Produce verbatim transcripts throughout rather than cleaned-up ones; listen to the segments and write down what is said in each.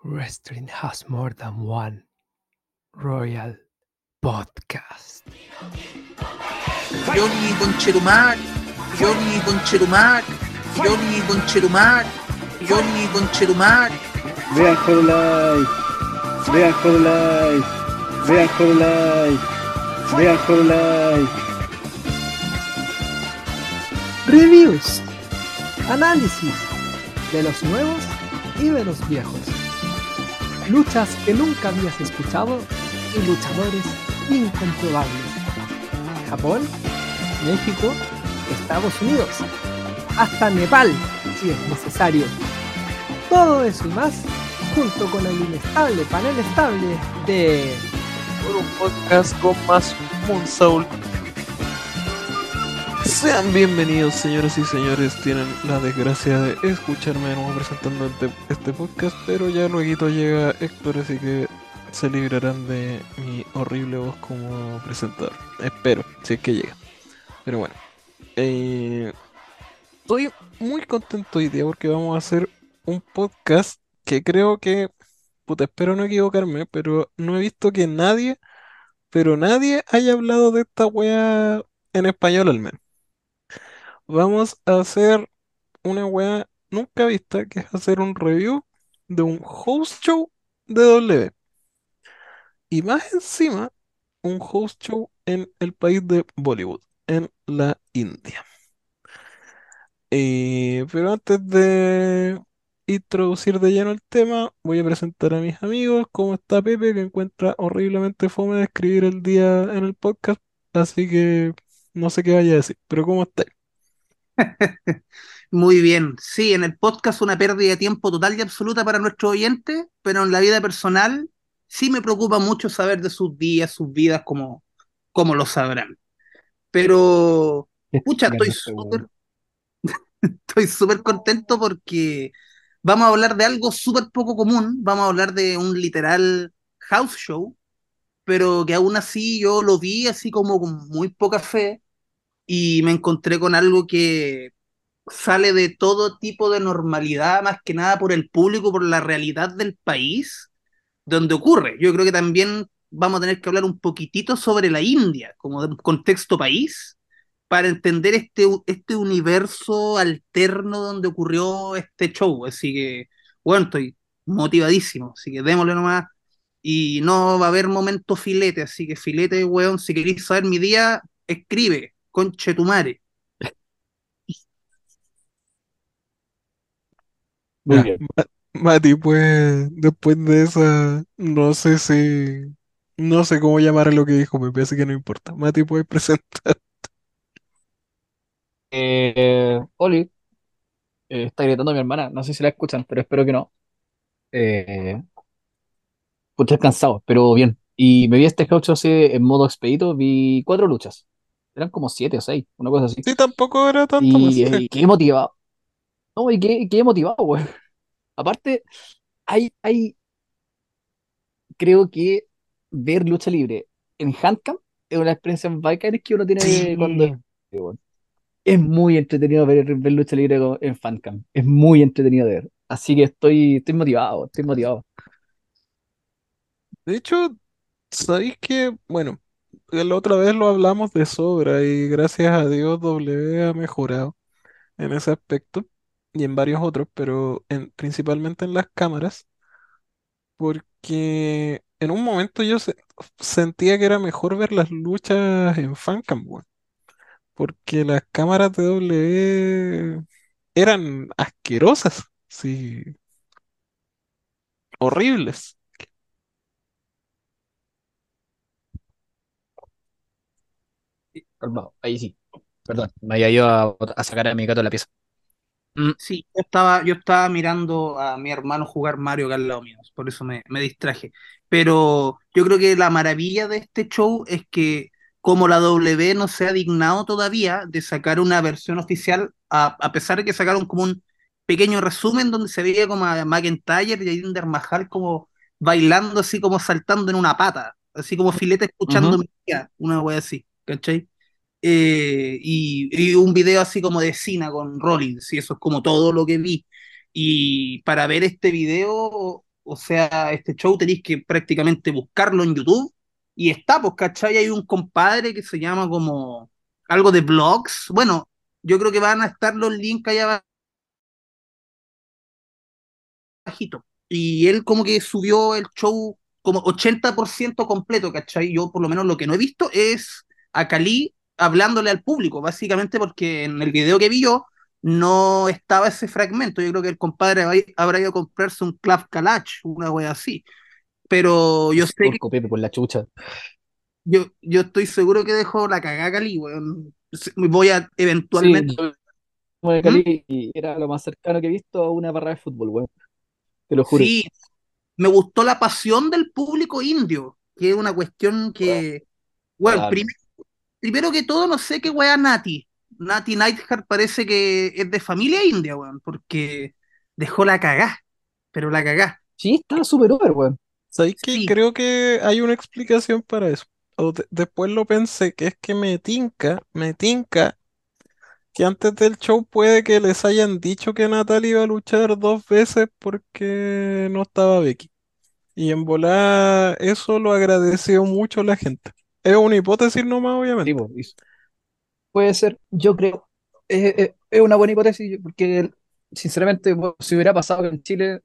Wrestling has more than one Royal Podcast. Johnny Conchetumar, Johnny Conchetumar, Johnny Conchetumar, Johnny Conchetumar. Vean Hololive, vean Hololive, vean Hololive, vean Hololive. Reviews, análisis de los nuevos y de los viejos. Luchas que nunca habías escuchado y luchadores incomprobables. Japón, México, Estados Unidos, hasta Nepal, si es necesario. Todo eso y más, junto con el inestable panel estable de... Por un podcast con más Moonsault. Sean bienvenidos, señores y señores. Tienen la desgracia de escucharme de nuevo presentando este, este podcast, pero ya luego llega Héctor, así que se librarán de mi horrible voz como presentador. Espero, si es que llega. Pero bueno, eh, estoy muy contento hoy día porque vamos a hacer un podcast que creo que, puta, espero no equivocarme, pero no he visto que nadie, pero nadie haya hablado de esta wea en español al menos. Vamos a hacer una wea nunca vista, que es hacer un review de un host show de W. Y más encima, un host show en el país de Bollywood, en la India. Eh, pero antes de introducir de lleno el tema, voy a presentar a mis amigos. ¿Cómo está Pepe? Que encuentra horriblemente fome de escribir el día en el podcast, así que no sé qué vaya a decir, pero ¿cómo está? Muy bien, sí, en el podcast una pérdida de tiempo total y absoluta para nuestros oyentes, pero en la vida personal sí me preocupa mucho saber de sus días, sus vidas, como, como lo sabrán. Pero, pucha, estoy Ganaste, súper, weón. estoy súper contento porque vamos a hablar de algo súper poco común, vamos a hablar de un literal house show, pero que aún así yo lo vi así como con muy poca fe y me encontré con algo que sale de todo tipo de normalidad, más que nada por el público, por la realidad del país donde ocurre. Yo creo que también vamos a tener que hablar un poquitito sobre la India, como de contexto país, para entender este, este universo alterno donde ocurrió este show. Así que, bueno, estoy motivadísimo, así que démosle nomás. Y no va a haber momento filete, así que filete, weón, si queréis saber mi día, escribe, conchetumare. Muy Ya, bien. Ma- Mati, pues después de esa, no sé si, no sé cómo llamar a lo que dijo Pepe, así que no importa. Mati, puedes presentar. Eh, Oli, eh, está gritando mi hermana. No sé si la escuchan, pero espero que no. Eh, Escuché cansado, pero bien. Y me vi este gaucho así en modo expedito. Vi cuatro luchas. Eran como siete o seis, una cosa así. Sí, tampoco era tanto más. Y, Sí. eh, quedé motivado. No, y quedé, quedé motivado, güey. Aparte, hay, hay, creo que ver lucha libre en Handcam es una experiencia bacana que uno tiene cuando Sí. es muy entretenido ver, ver lucha libre co- en Fancam. Es muy entretenido de ver. Así que estoy, estoy motivado, estoy motivado. De hecho, sabéis que, bueno, la otra vez lo hablamos de sobra y gracias a Dios W ha mejorado en ese aspecto y en varios otros, pero en, principalmente en las cámaras, porque en un momento yo se- sentía que era mejor ver las luchas en Fancam, weón, porque las cámaras de W eran asquerosas, sí, horribles. Calmado, ahí sí. Perdón, me había ido a, a sacar a mi gato de la pieza. Mm, Sí, yo estaba, yo estaba mirando a mi hermano jugar Mario acá al lado mío, por eso me, me distraje. Pero yo creo que la maravilla de este show es que como la W no se ha dignado todavía de sacar una versión oficial, a, a pesar de que sacaron como un pequeño resumen donde se veía como a McIntyre y a Jinder Mahal como bailando así como saltando en una pata, así como filete escuchando ujú. música, una wea así, ¿cachai? eh, y, y un video así como de Cena con Rollins, y eso es como todo lo que vi. Y para ver este video O sea, este show tenéis que prácticamente buscarlo en YouTube y está, pues, ¿cachai? Hay un compadre que se llama como algo de blogs. Bueno, yo creo que van a estar los links allá bajito. Y él como que subió el show como ochenta por ciento completo, ¿cachai? Yo por lo menos lo que no he visto es a Cali hablándole al público, básicamente porque en el video que vi yo no estaba ese fragmento. Yo creo que el compadre hab- habrá ido a comprarse un Club Kalach, una wea así. Pero yo Así sé que con Pepe por la chucha. yo, yo estoy seguro que dejó la cagada Cali, weón. Voy a Sí, eventualmente. yo me de ¿Mm? Cali y era lo más cercano que he visto a una barra de fútbol, weón. Te lo juro. Sí, me gustó la pasión del público indio, que es una cuestión Weón, que, bueno, bacán. primero que todo, no sé qué wea Nati. Nati Neidhart parece que es de familia india, weón, porque dejó la cagá, pero la cagá. Sí, estaba súper over, weón. ¿Sabéis que Sí, creo que hay una explicación para eso? O de- después lo pensé, que es que me tinca, me tinca, que antes del show puede que les hayan dicho que Natalia iba a luchar dos veces porque no estaba Becky. Y en volar eso lo agradeció mucho la gente. Es una hipótesis nomás, Sí, obviamente. po, y puede ser, yo creo. Es, es- es una buena hipótesis, porque sinceramente, bueno, si hubiera pasado en Chile,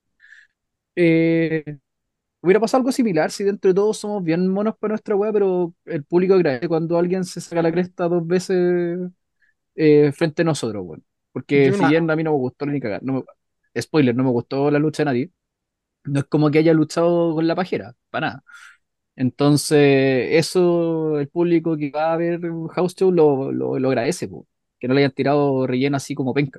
eh, hubiera pasado algo similar. Si dentro de todos somos bien monos para nuestra weá, pero el público agradece cuando alguien se saca la cresta dos veces eh, frente a nosotros, weón. Porque Yo si no, claro. bien a mí no me gustó ni cagar, no me- spoiler, no me gustó la lucha de nadie, no es como que haya luchado con la pajera, para nada. Entonces, eso el público que va a ver un house show lo, lo, lo agradece, po. Que no le hayan tirado relleno así como penca.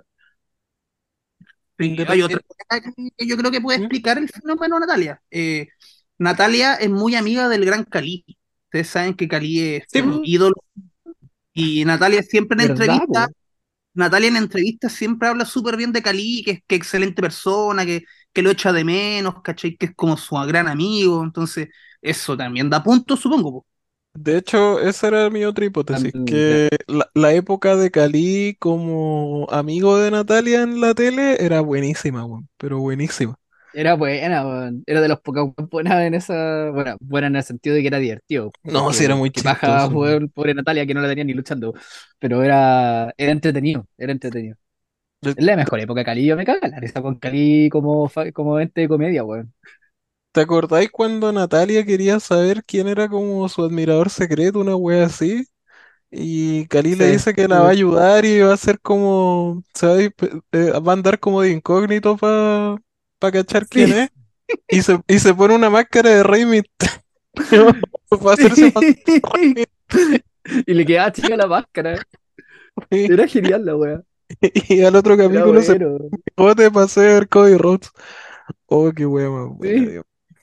Sí, hay otra independiente. cosa que yo creo que puede explicar el fenómeno de Natalia. Eh, Natalia es muy amiga del gran Cali. Ustedes saben que Cali es Sí, su po. ídolo y Natalia siempre en ¿Verdad, entrevistas po? Natalia en entrevistas siempre habla súper bien de Cali, que es que excelente persona, que, que lo echa de menos, ¿cachai? Que es como su gran amigo. Entonces, eso también da puntos, supongo, po. De hecho, esa era mi otra hipótesis, También. que la, la época de Cali como amigo de Natalia en la tele era buenísima, weón, pero buenísima. Era buena, weón. Era de los pocos buenas en esa. Bueno, buena en el sentido de que era divertido. No, sí era Porque muy qué paja chistoso, weón. jugar pobre Natalia que no la tenía ni luchando. Pero era, era entretenido, era entretenido. ¿Te Es la mejor época de Cali, yo me cago en la risa con Cali como, fa- como ente de comedia, weón. te acordáis cuando Natalia quería saber quién era como su admirador secreto, una wea así? Y Cali le Sí, dice que la va a sí. ayudar y va a ser como, se va a, ir- eh, va a andar como de incógnito para cachar quién Sí, es. Y se, y se pone una máscara de Rey Mysterio para hacerse pasar por sí. Rey Y le quedaba chica la máscara. Mysterio. Era genial la weá. Y al otro Era capítulo se bueno. bote para hacer Cody Rhodes. Oh, qué wea más buena, Sí. Dios.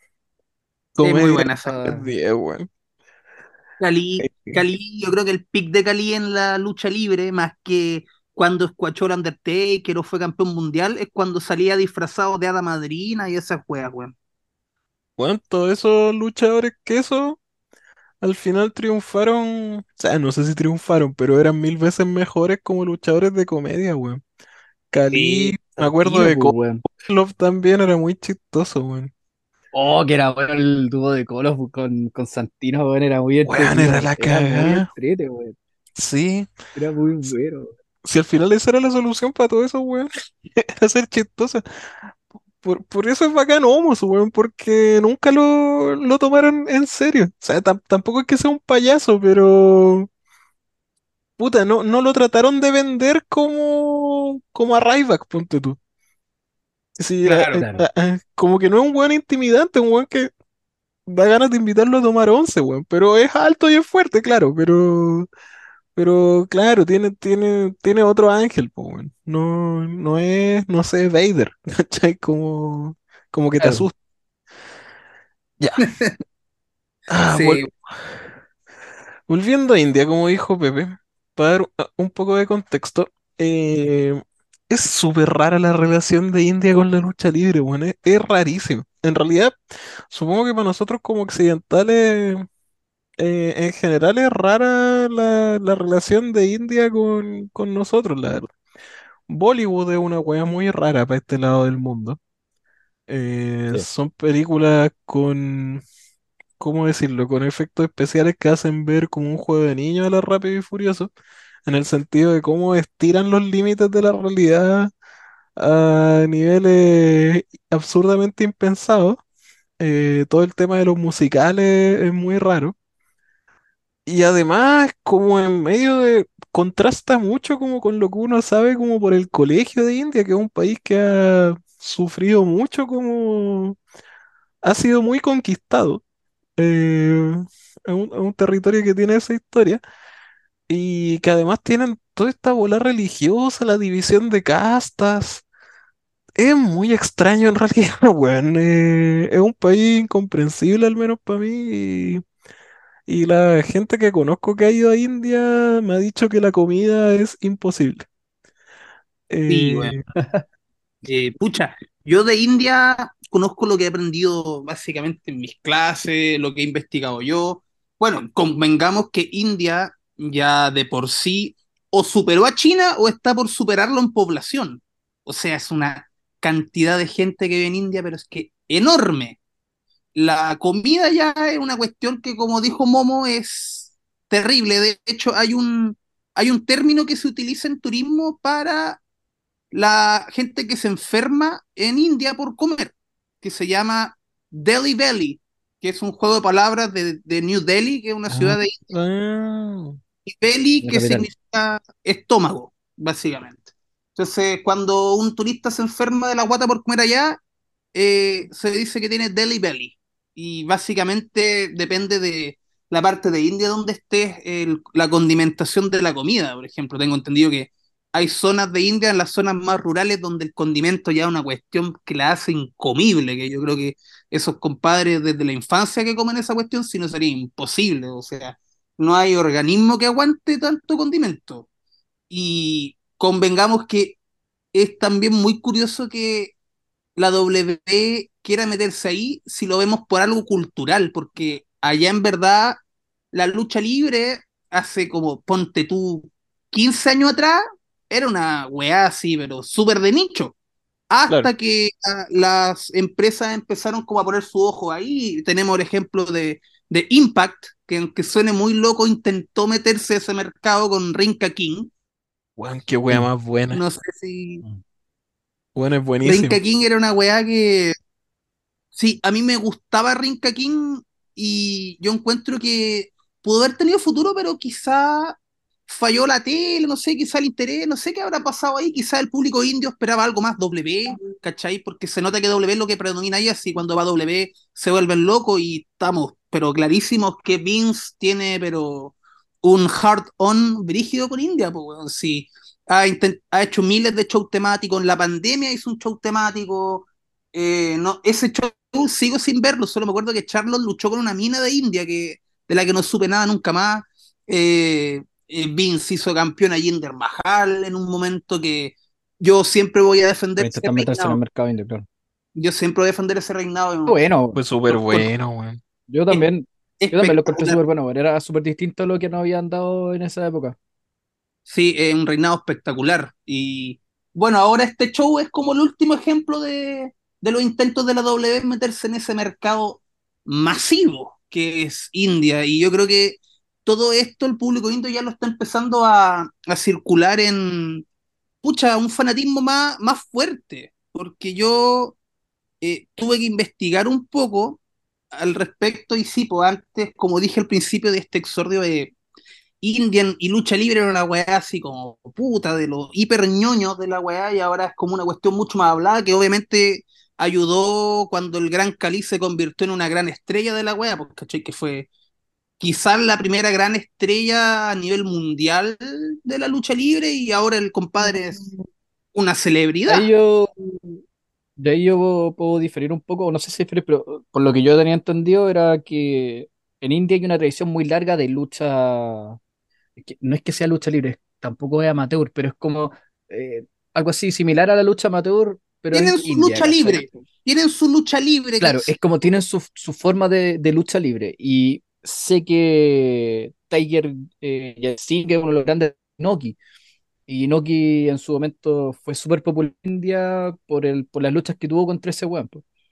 Es muy Comedia buena esa. Ah, diez, weón. Cali, Cali, yo creo que el pick de Cali en la lucha libre, más que cuando escuachó el Undertaker o fue campeón mundial, es cuando salía disfrazado de hada madrina y esas weas, weón. Bueno, todos esos luchadores que eso al final triunfaron. O sea, no sé si triunfaron, pero eran mil veces mejores como luchadores de comedia, weón. Cali, sí, me acuerdo Santino, de pues, weón. Love también era muy chistoso, weón. Oh, que era bueno el dúo de Colos con, con Santino, weón. Era muy Weón, era entretenido. la Era muy cagada. entrete, weón. Sí, Era muy bueno. si al final esa era la solución para todo eso, weón, era ser chistosa. Por, por eso es bacán Homos, weón, porque nunca lo, lo tomaron en serio. O sea, tam- tampoco es que sea un payaso, pero puta, no, no lo trataron de vender como, como a Ryback, ponte tú. Sí, a- Claro. Claro. a- a- como que no es un weón intimidante, un weón que da ganas de invitarlo a tomar once, weón. Pero es alto y es fuerte, claro, pero, pero claro, tiene, tiene, tiene otro ángel, po, weón. No, no es, no sé, Vader, ¿cachai? Como, como que te Claro. asusta. Ya. Ah, vol- Sí, volviendo a India, como dijo Pepe, para dar u- un poco de contexto, eh, es súper rara la relación de India con la lucha libre, bueno, es, es rarísimo. En realidad, supongo que para nosotros como occidentales, eh, en general es rara la, la relación de India con, con nosotros, la verdad. Bollywood es una wea muy rara para este lado del mundo. Eh, Sí. son películas con, ¿cómo decirlo? Con efectos especiales que hacen ver como un juego de niños a la Rápido y Furioso, en el sentido de cómo estiran los límites de la realidad a niveles absurdamente impensados. Eh, todo el tema de los musicales es muy raro. Y además, como en medio de, contrasta mucho como con lo que uno sabe como por el colegio de India, que es un país que ha sufrido mucho, como ha sido muy conquistado. eh, es un, es un territorio que tiene esa historia y que además tienen toda esta bola religiosa, la división de castas. Es muy extraño en realidad, weón. Eh, es un país incomprensible al menos para mí. Y, y la gente que conozco que ha ido a India me ha dicho que la comida es imposible. Sí, bueno. Eh, Eh, pucha, yo de India conozco lo que he aprendido básicamente en mis clases, lo que he investigado yo. Bueno, convengamos que India ya de por sí o superó a China o está por superarlo en población. O sea, es una cantidad de gente que vive en India, pero es que enorme. La comida ya es una cuestión que, como dijo Momo, es terrible. De hecho, hay un, hay un término que se utiliza en turismo para la gente que se enferma en India por comer, que se llama Delhi Belly, que es un juego de palabras de, de New Delhi, que es una Ah, ciudad de India, ah, y Belly, la que capital. significa estómago, básicamente. Entonces, cuando un turista se enferma de la guata por comer allá, eh, se dice que tiene Delhi Belly. Y básicamente depende de la parte de India donde esté el- la condimentación de la comida. Por ejemplo, tengo entendido que hay zonas de India, en las zonas más rurales, donde el condimento ya es una cuestión que la hace incomible, que yo creo que esos compadres desde la infancia que comen esa cuestión, si no sería imposible. O sea, no hay organismo que aguante tanto condimento. Y convengamos que es también muy curioso que la W quiera meterse ahí si lo vemos por algo cultural, porque allá en verdad la lucha libre hace como, ponte tú, quince años atrás, era una weá así, pero súper de nicho. claro. Hasta que ah, las empresas empezaron como a poner su ojo ahí. Tenemos el ejemplo de, de Impact, que aunque suene muy loco, intentó meterse a ese mercado con Rinka King. Weón, qué wea Sí. más buena. No sé si Mm. Weón, es Rinka buenísimo. King era una weá que sí, a mí me gustaba Rinka King y yo encuentro que pudo haber tenido futuro, pero quizá falló la tele, no sé, quizá el interés, no sé qué habrá pasado ahí, quizá el público indio esperaba algo más W, ¿cachai? Porque se nota que W es lo que predomina ahí, así cuando va W se vuelven locos y estamos, pero clarísimos que Vince tiene, pero un hard-on brígido con India, pues, weón, sí. Ha, intent- ha hecho miles de shows temáticos, en la pandemia hizo un show temático, eh, no, ese show sigo sin verlo, solo me acuerdo que Charlotte luchó con una mina de India que, de la que no supe nada nunca más. Eh, eh, Vince hizo campeón a Jinder Mahal en un momento que yo siempre voy a defender Por ese intentar meterse en el reinado. mercado indio, claro. Yo siempre voy a defender ese reinado. Bueno, Fue súper Lo encuentro bueno, weón. yo es- también, yo también lo encontré espectacular. súper bueno, pero era súper distinto a lo que nos habían dado en esa época. Sí, es un reinado espectacular. Y bueno, ahora este show es como el último ejemplo de, de los intentos de la W en meterse en ese mercado masivo que es India. Y yo creo que todo esto el público indio ya lo está empezando a, a circular en, pucha, un fanatismo más, más fuerte. Porque yo eh, tuve que investigar un poco al respecto y sí, pues antes, como dije al principio de este exordio de Indian y lucha libre era una weá así como puta de los hiper ñoños de la weá y ahora es como una cuestión mucho más hablada que obviamente ayudó cuando el Gran Cali se convirtió en una gran estrella de la weá, porque ¿cachai? Que fue quizás la primera gran estrella a nivel mundial de la lucha libre y ahora el compadre es una celebridad. Ahí yo, de ahí yo puedo, puedo diferir un poco, no sé si diferir, pero por lo que yo tenía entendido era que en India hay una tradición muy larga de lucha, que no es que sea lucha libre, tampoco es amateur, pero es como eh, algo así similar a la lucha amateur, pero en Tienen su India, lucha ¿cachai? libre, tienen su lucha libre que Claro, es es como tienen su, su forma de, de lucha libre. Y sé que Tiger eh, sí que es uno de los grandes Inoki. Y Inoki en su momento fue súper popular en India por, el, por las luchas que tuvo contra ese weón, po.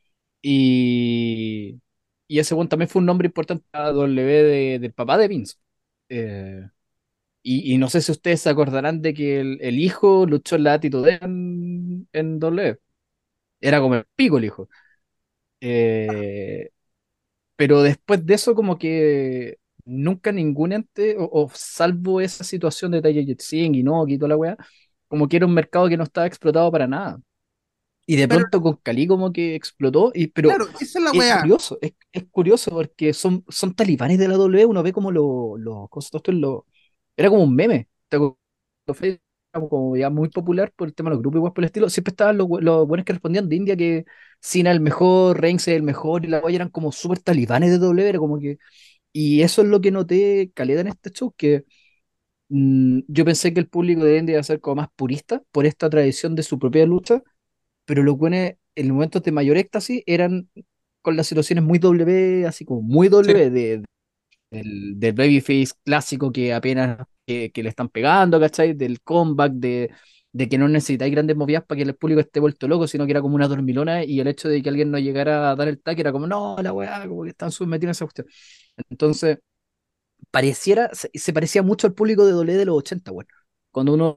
Y, y ese one también fue un nombre importante a W de- del papá de Vince. Eh, y, y no sé si ustedes se acordarán de que el, el hijo luchó en la Attitude Era en, en W. Era como el pico el hijo. Eh, pero después de eso, como que nunca ningún ente, o, o salvo esa situación de Taiji Singh y no, y toda la weá, como que era un mercado que no estaba explotado para nada. Y de Pero pronto con Cali como que explotó, y, pero claro, esa es la es weá. curioso, es, es curioso porque son, son talibanes de la W, uno ve como los lo, cosas- esto es lo- era como un meme. ¿Te acuerdas? Fue como ya muy popular por el tema de los grupos igual por el estilo, siempre estaban los, we- los buenos que respondían de India que Cena el mejor, Reigns es el mejor, y la guay eran como súper talibanes de W, era como que, y eso es lo que noté caleta en este show, que mm, yo pensé que el público de India iba a ser como más purista por esta tradición de su propia lucha, pero los buenos en momentos de mayor éxtasis eran con las situaciones muy W, así como muy Sí, W de, del, del babyface clásico que apenas que, que le están pegando, ¿cachai? Del comeback, de, de que no necesitáis grandes movidas para que el público esté vuelto loco, sino que era como una dormilona y el hecho de que alguien no llegara a dar el tag era como, no, la weá, como que están submetidos en esa cuestión. Entonces, pareciera, se, se parecía mucho al público de W de los ochenta, bueno, cuando uno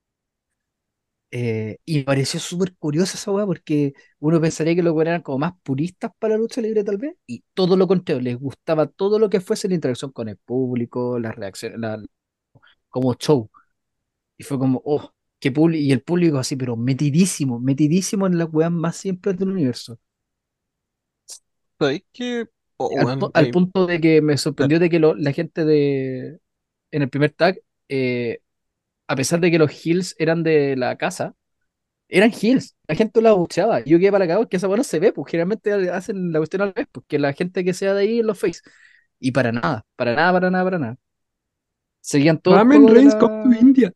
eh, y me pareció súper curiosa esa weá porque uno pensaría que los weones eran como más puristas para la lucha libre tal vez, y todo lo contrario, les gustaba todo lo que fuese la interacción con el público, las reacciones, la- como show. Y fue como, oh, qué público, y el público así, pero metidísimo, metidísimo en las weas más simples del universo. ¿sabéis que? Oh, Al, pu- weón, al eh, punto de que me dale. sorprendió de que lo- la gente de en el primer tag, eh, a pesar de que los heels eran de la casa, eran heels, la gente la bucheaba. Yo quedé para acá que esa weá no se ve, pues generalmente hacen la cuestión al revés, porque la gente que sea de ahí en los face. Y para nada, para nada, para nada, para nada. Seguían todo el Ramen juego de Reigns come to la. India.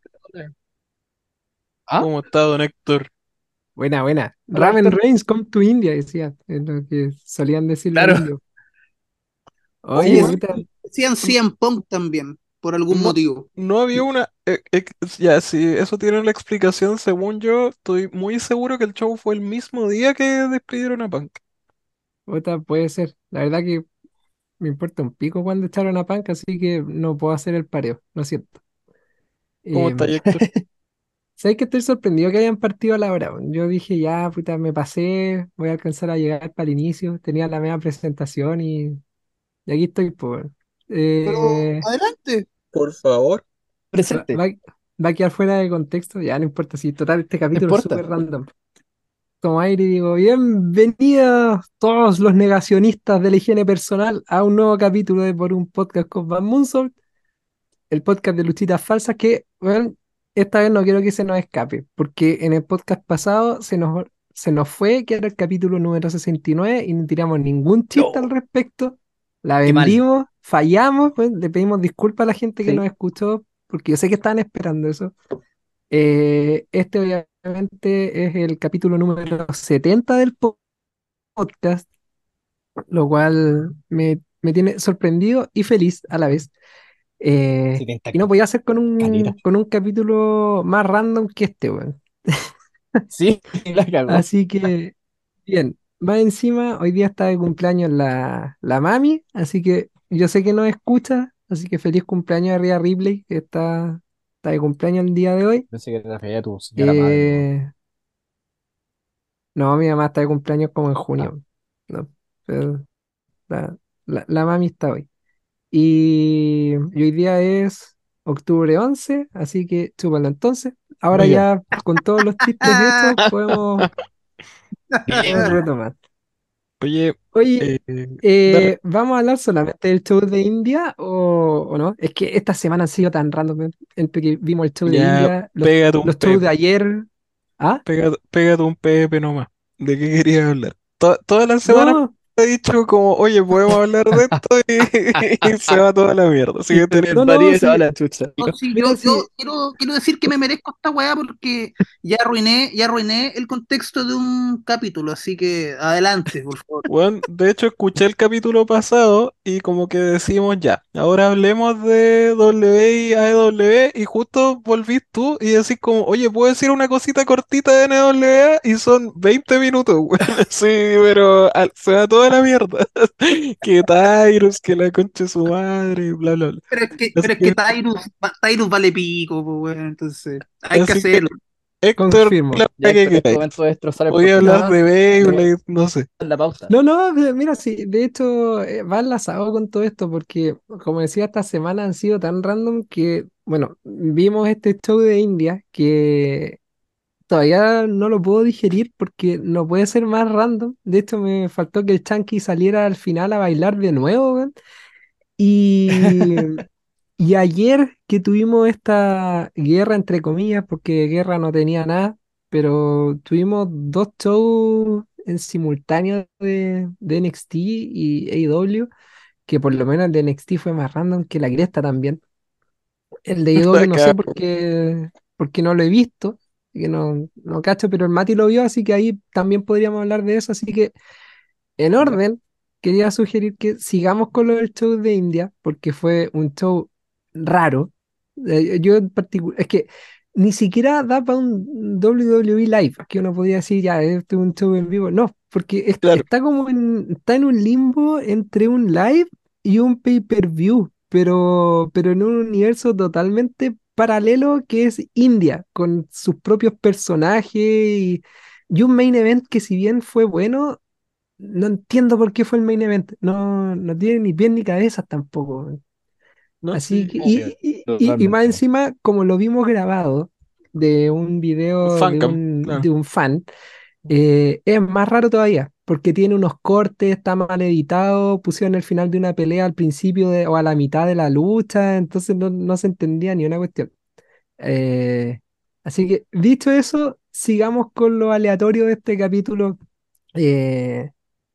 Ah, ¿Cómo está, don Héctor? Buena, buena. hola Ramen Héctor. Reigns come to India, decía. Es lo que solían decir los Claro. indios. Sí, Oye, Oh, decían, puta. decían N- C M Punk también, por algún No, motivo. no había una. Eh, eh, ya, si eso tiene la explicación, según yo, estoy muy seguro que el show fue el mismo día que despidieron a Punk. Puta, puede ser. La verdad que me importa un pico cuando echaron a Punk, así que no puedo hacer el pareo, lo siento. ¿Cómo está, Em, Héctor? ¿sabes que estoy sorprendido que hayan partido a la hora, weón? Yo dije, ya, puta, me pasé, voy a alcanzar a llegar para el inicio. Tenía la media presentación y, y aquí estoy, pues, weón. Pero Eh, adelante. Por favor. va, presente. va- va a quedar fuera de contexto, ya no importa, si total este No capítulo es importa. súper random. Tomo aire y digo, bienvenidos todos los negacionistas de la higiene personal a un nuevo capítulo de Por un Podcast con Van Munson, el podcast de luchitas falsas que, bueno, esta vez no quiero que se nos escape, porque en el podcast pasado se nos, se nos fue, que era el capítulo número sesenta y nueve, y no tiramos ningún chiste al No, respecto, la qué mal. vendimos, fallamos, pues, le pedimos disculpas a la gente que nos Sí. escuchó, porque yo sé que estaban esperando eso. Eh, este obviamente es el capítulo número setenta del po- podcast, lo cual me, me tiene sorprendido y feliz a la vez. Eh, setenta y no podía hacer con caleta. un, con un capítulo más random que este, weón. Sí, la cagó. Así que, bien, más encima, hoy día está de cumpleaños la, la mami, así que yo sé que no escucha, así que feliz cumpleaños a Rhea Ripley, que está, está de cumpleaños el día de hoy. Pensé que era fea tu señora madre, weón. Eh, no, mi mamá está de cumpleaños como en Ah, junio. No, pero la, la, la mami está hoy. Y, y hoy día es octubre once, así que chúpalo entonces. Ahora muy bien. ya con todos los chistes hechos podemos, podemos Bien. retomar. Oye, Oye, eh, dale. eh, ¿vamos a hablar solamente del show de India o, o no? Es que esta semana han sido tan random, entre que vimos el show de Ya, India, los, pégate un los shows de pepe. ayer. ¿Ah? Pégate, pégate un pepe nomás. ¿De qué querías hablar? To- toda la semana No. ha dicho como, oye, podemos hablar de esto y, y se va toda la mierda. Así Y que se tenés No, no, desvaría y se va a sí. la chucha. No, sí, Mira, yo, yo sí. quiero, quiero decir que me merezco esta weá porque ya arruiné, ya arruiné el contexto de un capítulo, así que adelante, por favor. Bueno, de hecho, escuché el capítulo pasado y como que decimos ya, ahora hablemos de W y A E W y justo volvís tú y decís como, oye, ¿puedo decir una cosita cortita de N W A? Y son veinte minutos, güey. Sí, pero al- se va toda la mierda. Que Tyrus, que la concha de su madre, bla, bla, bla. Pero es que, Así pero es que que, Tyrus, Tyrus vale pico, pues, weón, entonces hay que así que hacerlo. Héctor, Confirmo. la Ya que Héctor, en este queráis. momento de destrozar el Voy a podcast. hablar No, de sí. Beyblade, no sé. En la pausa. No, no, de- mira, sí, de hecho eh, va enlazado con todo esto porque, como decía, esta semana han sido tan random que, bueno, vimos este show de India que todavía no lo puedo digerir porque no puede ser más random. De hecho, me faltó que el Chunky saliera al final a bailar de nuevo, weón. Y, y ayer que tuvimos esta guerra, entre comillas, porque guerra no tenía nada, pero tuvimos dos shows en simultáneo de, de N X T y A E W, que por lo menos el de N X T fue más random que la cresta también. El de A E W no Acá, sé por qué, porque no lo he visto, así que no, no cacho, pero el Mati lo vio, así que ahí también podríamos hablar de eso, así que en Ya. orden, quería sugerir que sigamos con lo del show de India, porque fue un show raro. Eh, yo en particular, es que ni siquiera da para un W W E Live, que uno podría decir, ya, este es un show en vivo. No, porque es- claro. está como en, está en un limbo entre un live y un pay-per-view, pero, pero en un universo totalmente paralelo que es India, con sus propios personajes y, y un main event que si bien fue bueno, no entiendo por qué fue el main event. No, no tiene ni pies ni cabeza tampoco. No, Así sí, que, Sí, y, y, y- y más totalmente. encima, como lo vimos grabado de un video de fancam, un, claro. de un fan, eh, es más raro todavía, porque tiene unos cortes, está mal editado, pusieron el final de una pelea al principio de- o a la mitad de la lucha, entonces no, no se entendía ni una cuestión. Eh, Así que, dicho eso, sigamos con lo aleatorio de este capítulo. eh,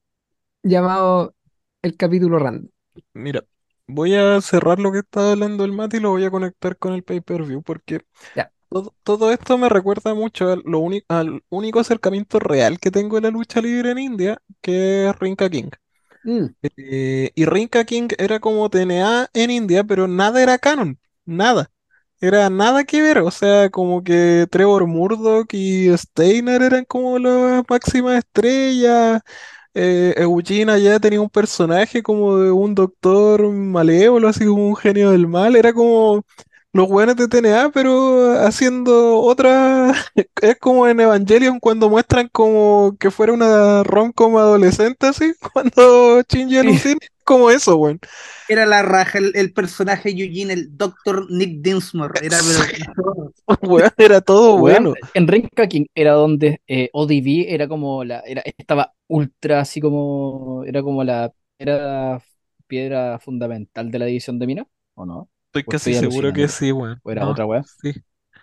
Llamado el capítulo random. Mira, voy a cerrar lo que estaba hablando el Mati y lo voy a conectar con el pay-per-view porque Ya. todo, todo esto me recuerda mucho a lo uni- al único acercamiento real que tengo de la lucha libre en India, que es Rinka King. Mm, Eh, y Rinka King era como T N A en India, pero nada era canon, nada. Era nada que ver, o sea, como que Trevor Murdoch y Steiner eran como las máximas estrellas. Eh, Eugene allá tenía un personaje como de un doctor malévolo, así como un genio del mal. Era como los buenos de T N A, pero haciendo otra. Es como en Evangelion cuando muestran como que fuera una rom-com adolescente, así, cuando Shinji alucina. Como eso, weón. Era la raja, el, el personaje Eugene, el doctor Nick Dinsmore, era pero Weón, era todo Weón, bueno. en Renka King era donde eh, O D B era como la, era, estaba ultra así como, era como la era piedra fundamental de la división de minas, ¿o no? Estoy ¿O casi estoy seguro que alucinando? sí, weón. ¿O era No, otra weá? sí.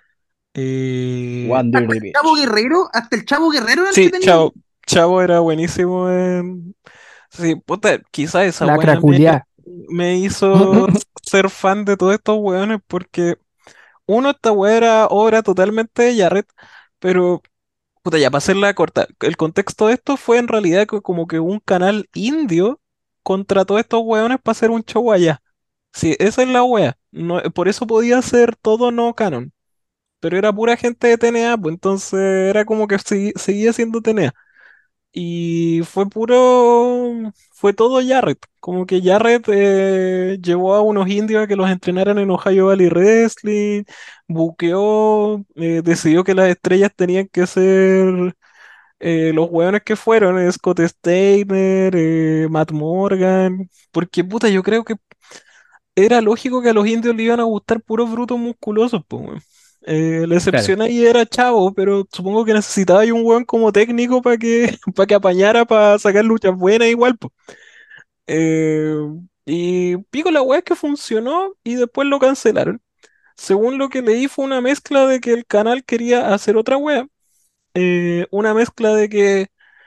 Eh, Wonder hasta the el Chavo Bitch. Guerrero, hasta el Chavo Guerrero era Sí, entretenido. Chavo, Chavo era buenísimo en... Sí, puta, quizás esa la weá me, craculiá. me hizo ser fan de todos estos weones porque, uno, esta weá era obra totalmente de Jarrett, pero, puta, ya para hacerla corta, el contexto de esto fue en realidad que como que un canal indio contrató a estos weones para hacer un show allá. Sí, esa es la weá. No, por eso podía ser todo no canon, pero era pura gente de T N A, pues entonces era como que segui- seguía siendo T N A. Y fue puro, fue todo Jarrett. Como que Jarrett eh, llevó a unos indios a que los entrenaran en Ohio Valley Wrestling, buqueó, eh, decidió que las estrellas tenían que ser eh, los hueones que fueron, eh, Scott Steiner, eh, Matt Morgan, porque puta, yo creo que era lógico que a los indios le iban a gustar puros brutos musculosos, pues, weón. Eh, la Claro. excepción ahí era Chavo, pero supongo que necesitaba ahí un weón como técnico para que, para que apañara para sacar luchas buenas igual, pues. Eh, y pico la weá es que funcionó y después lo cancelaron. Según lo que leí fue una mezcla de que el canal quería hacer otra weá. Eh, una mezcla de que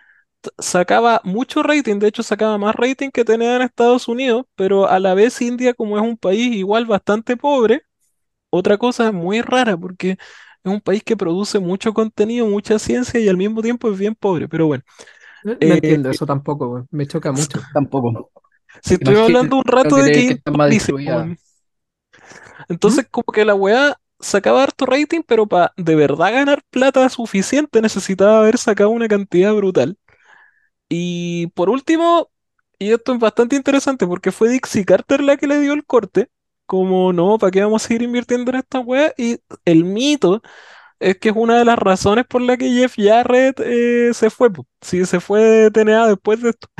sacaba mucho rating, de hecho sacaba más rating que tenía en Estados Unidos, pero a la vez India, como es un país igual bastante pobre, otra cosa muy rara, porque es un país que produce mucho contenido, mucha ciencia y al mismo tiempo es bien pobre. Pero bueno, No, no eh, entiendo eso tampoco, weón. Me choca mucho. Tampoco. si estuvimos Imagino hablando un rato que de tiene que que es estar más malísimo, distribuida. weón. ¿Mm? Entonces como que la weá sacaba harto rating, pero para de verdad ganar plata suficiente necesitaba haber sacado una cantidad brutal. Y por último, y esto es bastante interesante porque fue Dixie Carter la que le dio el corte, como no, ¿para qué vamos a seguir invirtiendo en esta weá? Y el mito es que es una de las razones por la que Jeff Jarrett eh, se fue, po. Sí, se fue de T N A después de esto.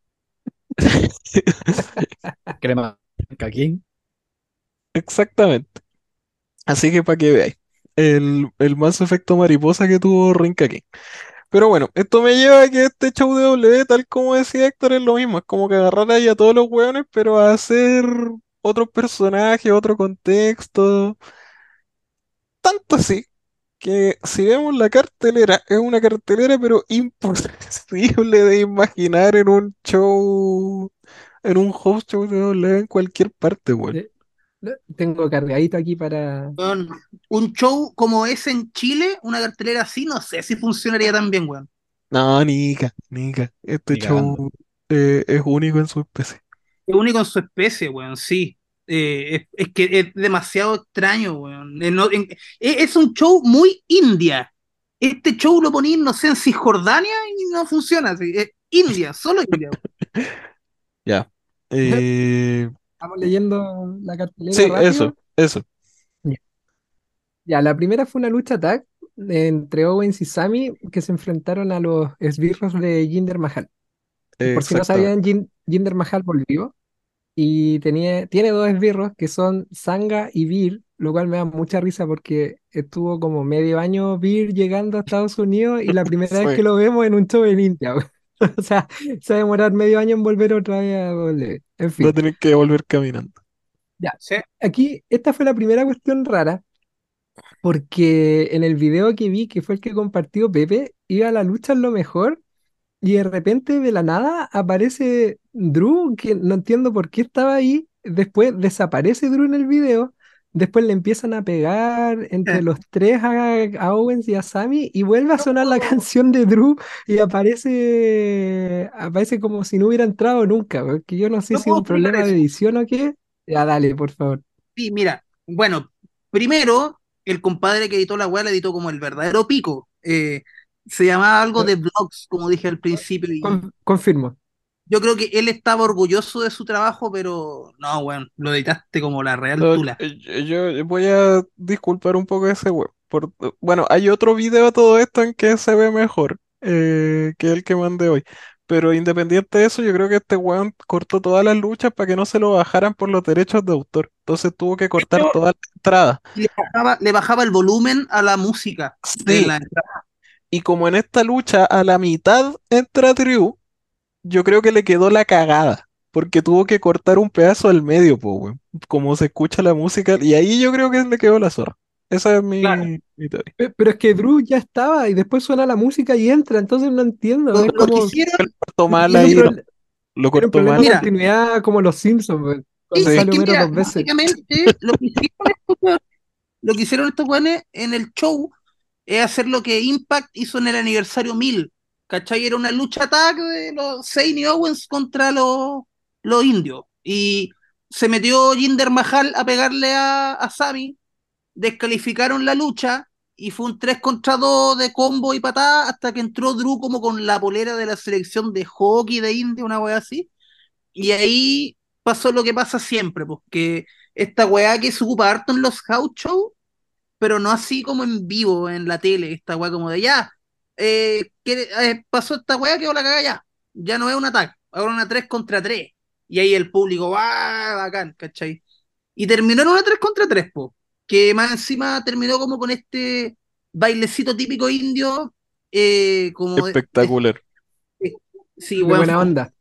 Crema. Caquín. Exactamente. Así que para que veáis el, el más efecto mariposa que tuvo Rinka King. Pero bueno, esto me lleva a que este show de W, tal como decía Héctor, es lo mismo. Es como que agarrar ahí a todos los hueones, pero a hacer otro personaje, otro contexto. Tanto así que si vemos la cartelera, es una cartelera pero imposible de imaginar en un show, en un host show de W en cualquier parte, weón. Eh, no, tengo cargadito aquí para. Weón, un show como ese en Chile, una cartelera así, no sé si funcionaría tan bien, weón. No, Nica, Nica. Este Ni cagando. show eh, es único en su especie. Es único en su especie, weón, sí. Eh, es, es que es demasiado extraño, weón. Eh, no- en- es, es un show muy India. Este show lo poní, no sé, en Cisjordania y no funciona así. Es India, solo India. Ya. Eh, Estamos leyendo la cartelera sí, eso, rápido. eso. Ya, Ya, la primera fue una lucha tag entre Owens y Sami que se enfrentaron a los esbirros de Jinder Mahal. Por si no Exactamente. sabían, Jin- Jinder Mahal volvió y tenía, tiene dos esbirros que son Sanga y Veer, lo cual me da mucha risa porque estuvo como medio año Veer llegando a Estados Unidos y la primera vez Sí. que lo vemos en un show en India, güey. O sea, se va a demorar medio año en volver otra vez a W. En Va a fin, tener que volver caminando. ya. Sí. Aquí, esta fue la primera cuestión rara, porque en el video que vi, que fue el que compartió Pepe, iba a la lucha en lo mejor. Y de repente, de la nada, aparece Drew, que no entiendo por qué estaba ahí. Después desaparece Drew en el video. Después le empiezan a pegar entre Eh, los tres a, a Owens y a Sami. Y vuelve a sonar la no, canción de Drew. Y aparece, aparece como si no hubiera entrado nunca. Que yo no sé no si es puedo un explicar problema de eso. edición o qué. Ya, dale, por favor. Sí, mira, bueno, primero, el compadre que editó la weá la editó como el verdadero pico. Eh, se llamaba algo Eh, de vlogs, como dije al principio, y con- confirmo. yo creo que él estaba orgulloso de su trabajo, pero no, weón, lo editaste como la real No, tula. eh, yo, yo voy a disculpar un poco ese web. Por, bueno, hay otro video de todo esto en que se ve mejor eh, que el que mandé hoy. Pero independiente de eso, yo creo que este weón cortó todas las luchas para que no se lo bajaran por los derechos de autor. Entonces tuvo que cortar Pero toda la entrada. le bajaba, le bajaba el volumen a la música en Sí, la entrada. y como en esta lucha a la mitad entra Drew, yo creo que le quedó la cagada, porque tuvo que cortar un pedazo al medio, po, weón. Como se escucha la música, y ahí yo creo que le quedó la zorra. Esa es Claro, mi, mi teoría. Pe- Pero es que Drew ya estaba y después suena la música y entra. Entonces no entiendo. lo, Es lo que como. hicieron, Cortó mal Tiene un, ahí, no, proble- lo tiene un cortó problema de mal. mira, continuidad como los Simpsons, weón, sí, cuando es sale que Homero mira, dos veces. básicamente lo que hicieron estos, lo que hicieron estos weones en el show es hacer lo que Impact hizo en el aniversario mil. ¿Cachai? Era una lucha tag de los Zayn Owens contra los, los indios. Y se metió Jinder Mahal a pegarle a, a Sami, descalificaron la lucha y fue un tres contra dos de combo y patada hasta que entró Drew como con la polera de la selección de hockey de India, una wea así. Y ahí pasó lo que pasa siempre, porque esta weá que se ocupa harto en los house shows, pero no así como en vivo, en la tele, esta weá como de ya, eh, que, eh, pasó esta weá que la caga ya, ya no es un ataque, ahora una tres contra tres y ahí el público, va, bacán, ¿cachai? Y terminó en una tres contra tres po, que más encima terminó como con este bailecito típico indio, eh, como, de- de- Espectacular. sí, De weón, buena fue, onda.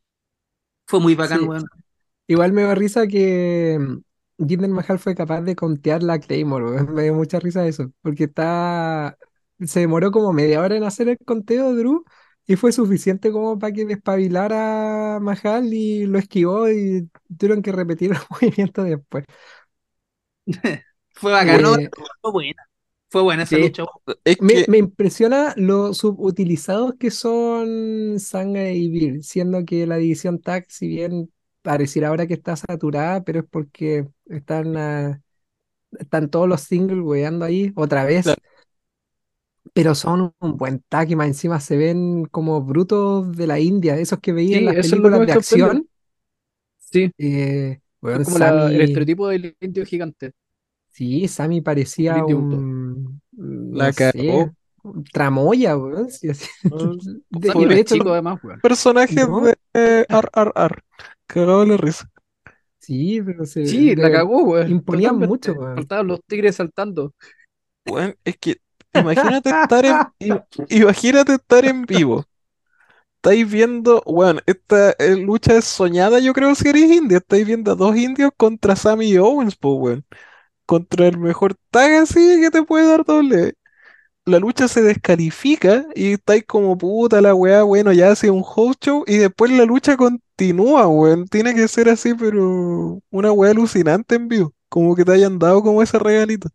fue muy bacán, Sí. weón. Igual me da risa que mm, Jinder Mahal fue capaz de contear la Claymore, weón. Me dio mucha risa eso. Porque está. Se demoró como media hora en hacer el conteo, Drew. y fue suficiente como para que despabilara Mahal y lo esquivó y tuvieron que repetir el movimiento después. Fue bacano, Eh, fue buena. Fue buena esa sí, lucha. Es me, que, me impresiona lo subutilizados que son Sanga y Vir, siendo que la división tag, si bien pareciera ahora que está saturada, pero es porque están, ah, están todos los singles weando ahí otra claro, vez. Pero son un buen tag y más encima se ven como brutos de la India, esos que veía en Sí, las eso es lo que películas me de sorprende. acción. Sí, Eh, es weón, como la, el Sammy, estereotipo del indio gigante, sí, Sammy como el parecía indio Uto. un, no la cagó. sé, un tramoya, weón. Sí, así. ¿No? De- y Sammy no de es hecho, chico además, weón. Personajes no, de eh, R R R. Cagado la risa. sí, pero se Sí, la de- cagó, weón, imponían mucho, totalmente. weón. Faltaban los tigres saltando. Weón, es que imagínate estar en, im- imagínate estar en vivo. Estáis viendo, weón, esta eh, lucha es soñada, yo creo, si eres indio. Estáis viendo a dos indios contra Sammy Owens, po, weón. Contra el mejor tag así que te puede dar doble. La lucha se descalifica y estáis como puta la weá, bueno, ya hace un host show y después la lucha continúa, weón. Tiene que ser así, pero una weá alucinante en vivo. Como que te hayan dado como ese regalito.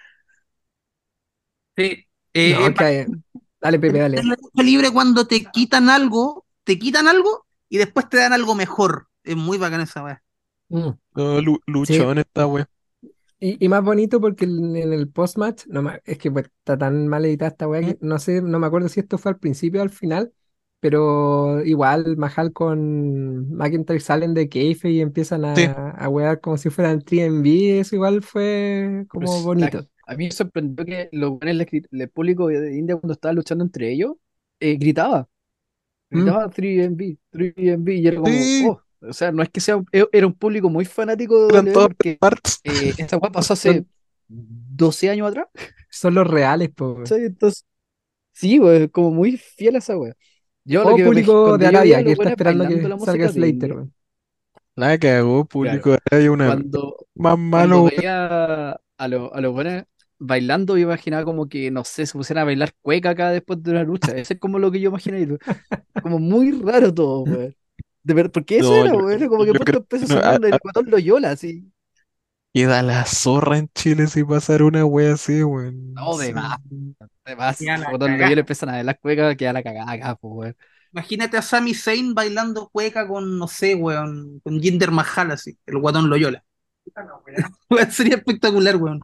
Sí. Eh, No, es bacán que, dale, Pepe, en dale. la lucha libre cuando te quitan algo, te quitan algo y después te dan algo mejor. Es muy bacán esa weá. Mm, No, lu- sí, luchón esta weá. Y, y más bonito porque en, en el post-match, no, me- es que pues, está tan mal editada esta weá Mm. que no sé, no me acuerdo si esto fue al principio o al final, pero igual Mahal con McIntyre salen de kayfabe y empiezan Sí, a, a wear como si fueran tres M V, eso igual fue Pero como sí, la- bonito. a mí me sorprendió que los buenos, el, el público de India cuando estaba luchando entre ellos, eh, gritaba, Mm, gritaba tres M V, tres M V, y era como, sí, oh, o sea, no es que sea, un- e- era un público muy fanático de eran W W E todas porque partes. eh, esta weá pasó hace son, doce años atrás, son los reales, po. ¿cachai? Entonces, sí, weón, como muy fiel a esa weá. Yo lo O que me imagi- público cuando de yo veía a Arabia que los está buenos esperando bailando que la salga música de Slater, India, weón. La cagó, público claro, de Arabia, una cuando, más cuando malo, weón. veía a, lo- a los buenos bailando, yo imaginaba como que, no sé, se pusieran a bailar cueca acá después de una lucha. Eso es como lo que yo imaginé. Como muy raro todo, weón. De ver, porque eso No, era, yo, weón. Era como que yo creo puesto que peso no, a- salieron del a- guatón Loyola, así. queda la zorra en Chile si pasara una wea así, weón. No, de Sí. más, de más. Ya El la guatón cagá. Loyola empiezan a bailar cueca, queda la cagada acá, pues, weón. Imagínate a Sami Zayn bailando cueca con, no sé, weón, con Jinder Mahal así, el guatón Loyola. Sería espectacular, weón.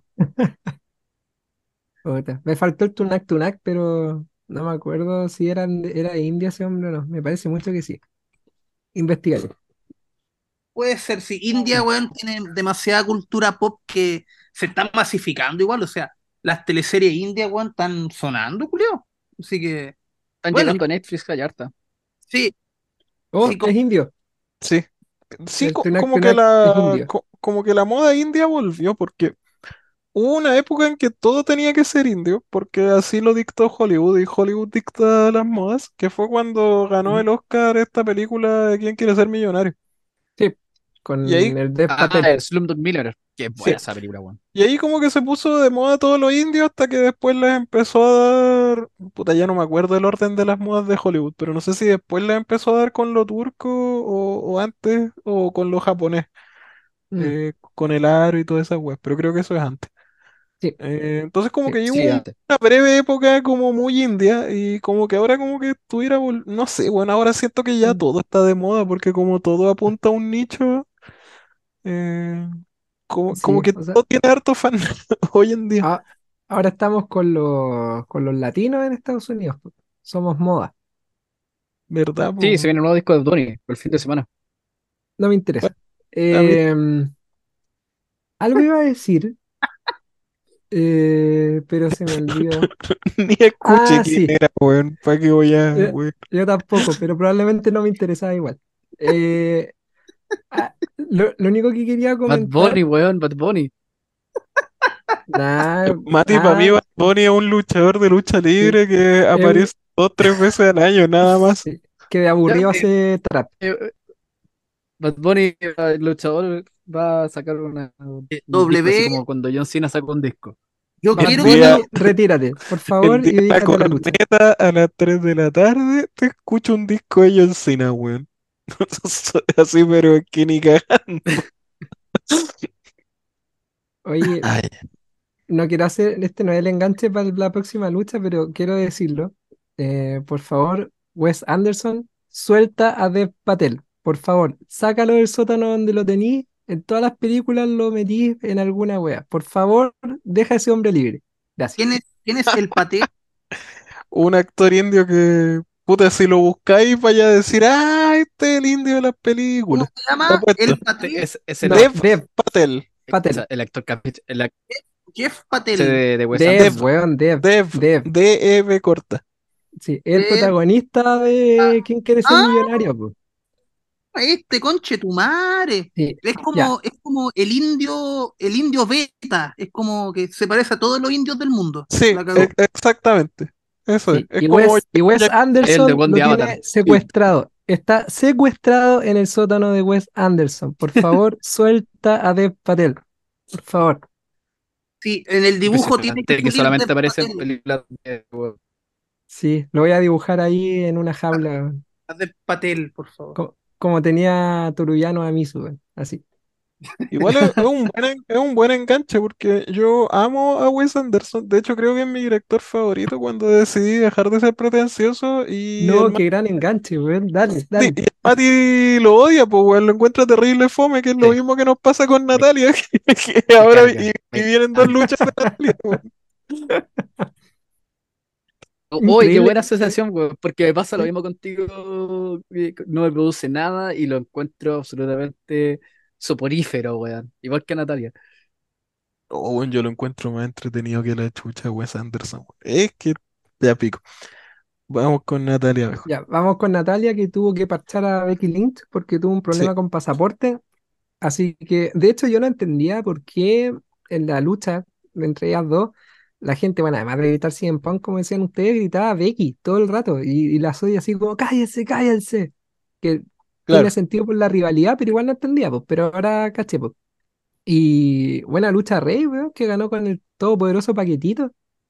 Puta, me faltó el Tunak Tunak, pero no me acuerdo si eran, era de India ese hombre o no. Me parece mucho que sí. Investigaré. Puede ser, si India, weón, tiene demasiada cultura pop que se están masificando igual, o sea, las teleseries indias, weón, están sonando, Julio. Así que, Están bueno, llegando a Netflix, Callarta. sí, Oh, sí, como es indio. Sí, sí, El co- Tunak como que Tunak es la, indio. co- como que la moda india volvió, porque hubo una época en que todo tenía que ser indio, porque así lo dictó Hollywood y Hollywood dicta las modas, que fue cuando ganó Mm, el Oscar esta película de ¿Quién quiere ser millonario? sí, Y ahí, con el Dev Ah, Patel. el Slumdog Millionaire. Qué sí, buena esa película, weón. y ahí como que se puso de moda todos los indios hasta que después les empezó a dar, puta, ya no me acuerdo el orden de las modas de Hollywood, pero no sé si después les empezó a dar con lo turco o, o antes o con lo japonés, Mm, eh, con el aro y todas esas weas, pero creo que eso es antes. sí, Eh, entonces como sí. que hubo Sí, un- antes. una breve época como muy india y como que ahora como que estuviera, vol- no sé, bueno, ahora siento que ya Mm, todo está de moda porque como todo apunta a un nicho, eh, como, como sí, que o sea, todo tiene harto fan hoy en día, a- ahora estamos con los, con los latinos en Estados Unidos, po. Somos moda. ¿verdad? Sí, se Po? viene un nuevo disco de Donnie el fin de semana. No me Bueno, interesa. a mí Em, algo iba a decir, eh, pero se me olvidó. ni escuché Ah, quién sí. era, weón, ¿para qué voy a, Eh, weón? yo tampoco, pero probablemente no me interesaba igual. Eh, ah, lo, lo único que quería Bad comentar, Bunny, weón, Bad Bunny. nada, Mati, para mí ah, Bad Bunny es un luchador de lucha sí, libre que es un- aparece dos, tres veces al año, nada más. sí, que de Ya, aburrido eh, hace trap. eh, Bad Bunny, eh, el luchador, va a sacar una- un disco así W, como cuando John Cena sacó un disco. Yo Bad El quiero Bunny, que día, me- retírate, por el favor, día y de la dedícate a la lucha. corneta a las tres de la tarde, te escucho un disco de John Cena, weón. Así, pero es que ni cagando. Oye, Ay, no quiero hacer, este no es el enganche para la próxima lucha, pero quiero decirlo. Eh, por favor, Wes Anderson, suelta a Dev Patel. Por favor, sácalo del sótano donde lo tení. En todas las películas lo metí en alguna wea. Por favor, deja a ese hombre libre. Gracias. ¿quién es, quién es el paté? un actor indio que, puta, si lo buscáis, vaya a decir, ah, este es el indio de las ¿Cómo películas. se Te llama? apuesto. El Este paté. Es, es el, No, Dev ac- Dev Patel. Patel. el actor capi- el actor Jeff Patel. de, de Wes Dev, Dev, Anderson. weón, Dev. Dev, Dev. D-E-V corta. Sí, el Dev. protagonista de ¿Quién quiere ser Ah, millonario? Po. este conche tu madre. Sí, Es ya. como, es como el indio, el indio beta. Es como que se parece a todos los indios del mundo. Sí, La e- cagó. exactamente. Eso es. Sí, Es y como Wes, y Wes Jack- El de Anderson One lo de Avatar. tiene secuestrado. Está secuestrado en el sótano de Wes Anderson. Por favor, suelta a Dev Patel. Por favor. Sí, en el dibujo tiene que Impresionante que salir solamente Dev aparece en Patel. películas de Sí, lo voy a dibujar ahí en una jaula. A Dev Patel, por favor. co- Como tenía Toruyano a Misu, weón, así. Igual es, es un buen, en- es un buen enganche porque yo amo a Wes Anderson. De hecho, creo que es mi director favorito cuando decidí dejar de ser pretencioso y el No, qué gran enganche, weón. Dale, Sí, dale. y el Mati lo odia, pues, weón, lo encuentra terrible fome, que es lo Sí, mismo que nos pasa con me, Natalia, que, que me ahora carga. y, y Me vienen dos luchas de carga. Natalia, weón. Uy, qué Increíble. buena asociación, güey, porque me pasa lo mismo contigo, que no me produce nada y lo encuentro absolutamente soporífero, weón. Igual que a Natalia. Oh, weón, yo lo encuentro más entretenido que la chucha de Wes Anderson, weón. Es que ya pico. Vamos con Natalia mejor. Ya, vamos con Natalia que tuvo que parchar a Becky Lynch porque tuvo un Sí, problema con pasaporte. Así que, de hecho, yo no entendía por qué en la lucha entre ellas dos, la gente, bueno, además de gritar C M Punk, como decían ustedes, gritaba Becky todo el rato. Y, y la Soy así como, cállense, cállense. Que tiene claro. sentido por la rivalidad, pero igual no entendía, pues. Pero ahora caché, pues. Y buena lucha Rey, weón, que ganó con el todopoderoso Paquetito.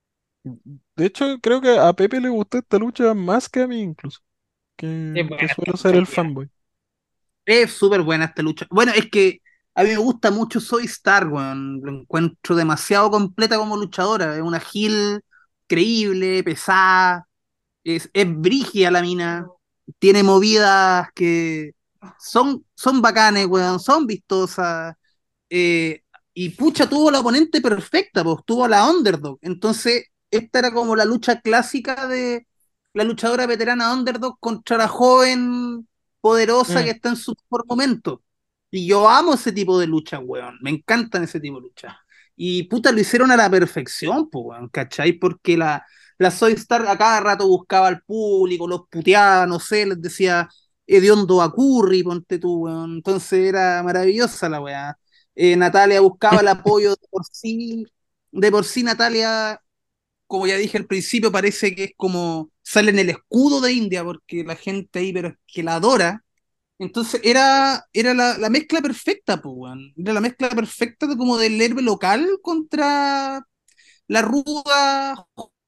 De hecho, creo que a Pepe le gustó esta lucha más que a mí incluso, Es que, que buena esta suelo ser lucha, el culiao. fanboy. Es súper buena esta lucha. Bueno, es que a mí me gusta mucho Soy Star, weón. Lo encuentro demasiado completa como luchadora. Es una heel creíble, pesada, es, es brígida la mina. Tiene movidas que son, son bacanes, weón. Son vistosas. Eh, y pucha, tuvo la oponente perfecta, pues tuvo a la underdog. Entonces, esta era como la lucha clásica de la luchadora veterana underdog contra la joven poderosa que Mm, está en su mejor momento. Y yo amo ese tipo de lucha, weón. Me encantan ese tipo de lucha. Y puta, lo hicieron a la perfección, pues, weón, ¿cachai? Porque la, la Soy Star a cada rato buscaba al público, los puteaba, no sé, les decía hediondo a Curry, ponte tú, weón. Entonces era maravillosa la weá. Eh, Natalia buscaba el apoyo de por sí, de por sí Natalia, como ya dije al principio, parece que es como sale en el escudo de India, porque la gente ahí, pero es que la adora. Entonces era, era la, la mezcla perfecta, pues, weón. Era la mezcla perfecta de como del héroe local contra la ruda,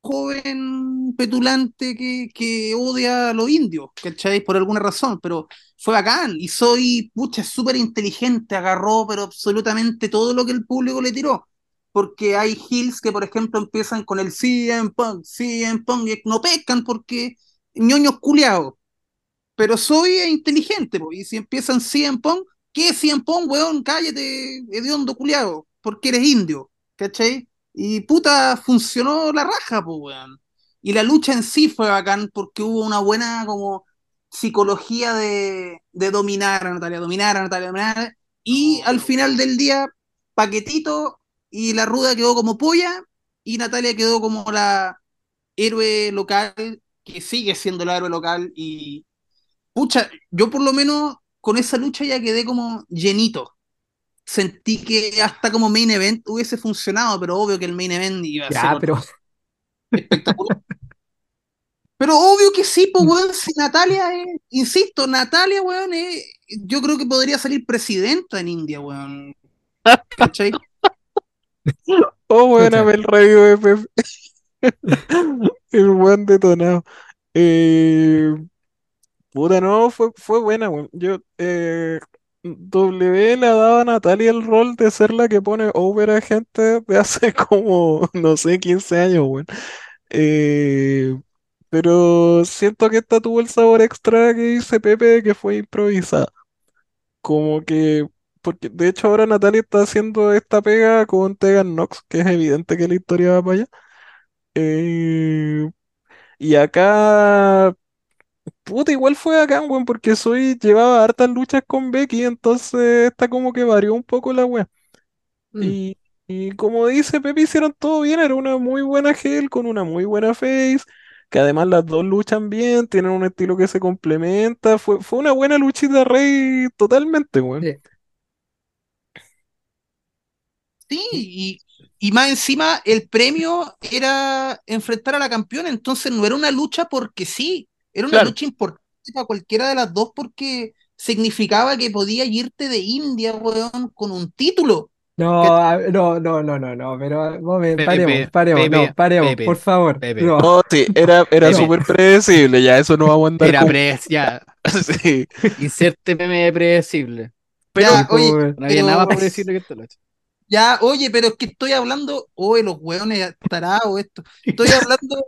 joven, petulante que, que odia a los indios, ¿cachai? Por alguna razón, pero fue bacán. Y Soy, pucha, súper inteligente, agarró, pero absolutamente todo lo que el público le tiró. Porque hay heels que, por ejemplo, empiezan con el C M Punk, C M Punk, y no pescan porque ñoños culiados. Pero Soy es inteligente, po, y si empiezan C M Punk, ¿qué es C M Punk, weón? Cállate, hediondo culiado, porque eres indio, ¿cachai? Y puta, funcionó la raja, pues, weón. Y la lucha en sí fue bacán porque hubo una buena como psicología de, de dominar a Natalia, dominar a Natalia, dominar. Y al final del día, Paquetito y la ruda quedó como polla y Natalia quedó como la héroe local, que sigue siendo la héroe local y pucha, yo por lo menos con esa lucha ya quedé como llenito. Sentí que hasta como main event hubiese funcionado, pero obvio que el main event iba a ser Ya, pero otro espectacular. Pero obvio que sí, pues, weón, si Natalia es, insisto, Natalia, weón, es, yo creo que podría salir presidenta en India, weón, ¿cachai? Oh, buena, Chucha. el radio de Pepe. El buen detonado. Eh, puta, no, fue, fue buena, weón. Yo, eh, W le daba a Natalia el rol de ser la que pone over a gente de hace como, no sé, quince años, weón. Eh, pero siento que esta tuvo el sabor extra que dice Pepe que fue improvisada. Como que, porque de hecho ahora Natalia está haciendo esta pega con Tegan Nox, que es evidente que la historia va para allá. Eh, y acá, puta, igual fue acá, weón, porque soy, llevaba hartas luchas con Becky, entonces esta como que varió un poco la wea. Mm, Y, y como dice Pepe, hicieron todo bien, era una muy buena heel con una muy buena face, que además las dos luchan bien, tienen un estilo que se complementa, fue, fue una buena luchita rey totalmente, weón. sí. Sí, y, y más encima el premio era enfrentar a la campeona, entonces no era una lucha porque sí, era una Claro. lucha importante para cualquiera de las dos porque significaba que podía irte de India, weón, con un título. No, Que, a- no, no, no, no, no, pero momen- paremos, Pepe, paremos, no, Pepe, paremos, por Pepe, favor. Pepe, No, No, sí, era, era no. Pepe. súper predecible, ya eso no vamos a andar Era con... pre, ya, Sí, inserte meme predecible. Pero Sí, ya, pues, oye, weón. no había nada más pero predecible que esta lucha. ya, oye, pero es que estoy hablando, oye, los weones tarados, esto. Estoy hablando,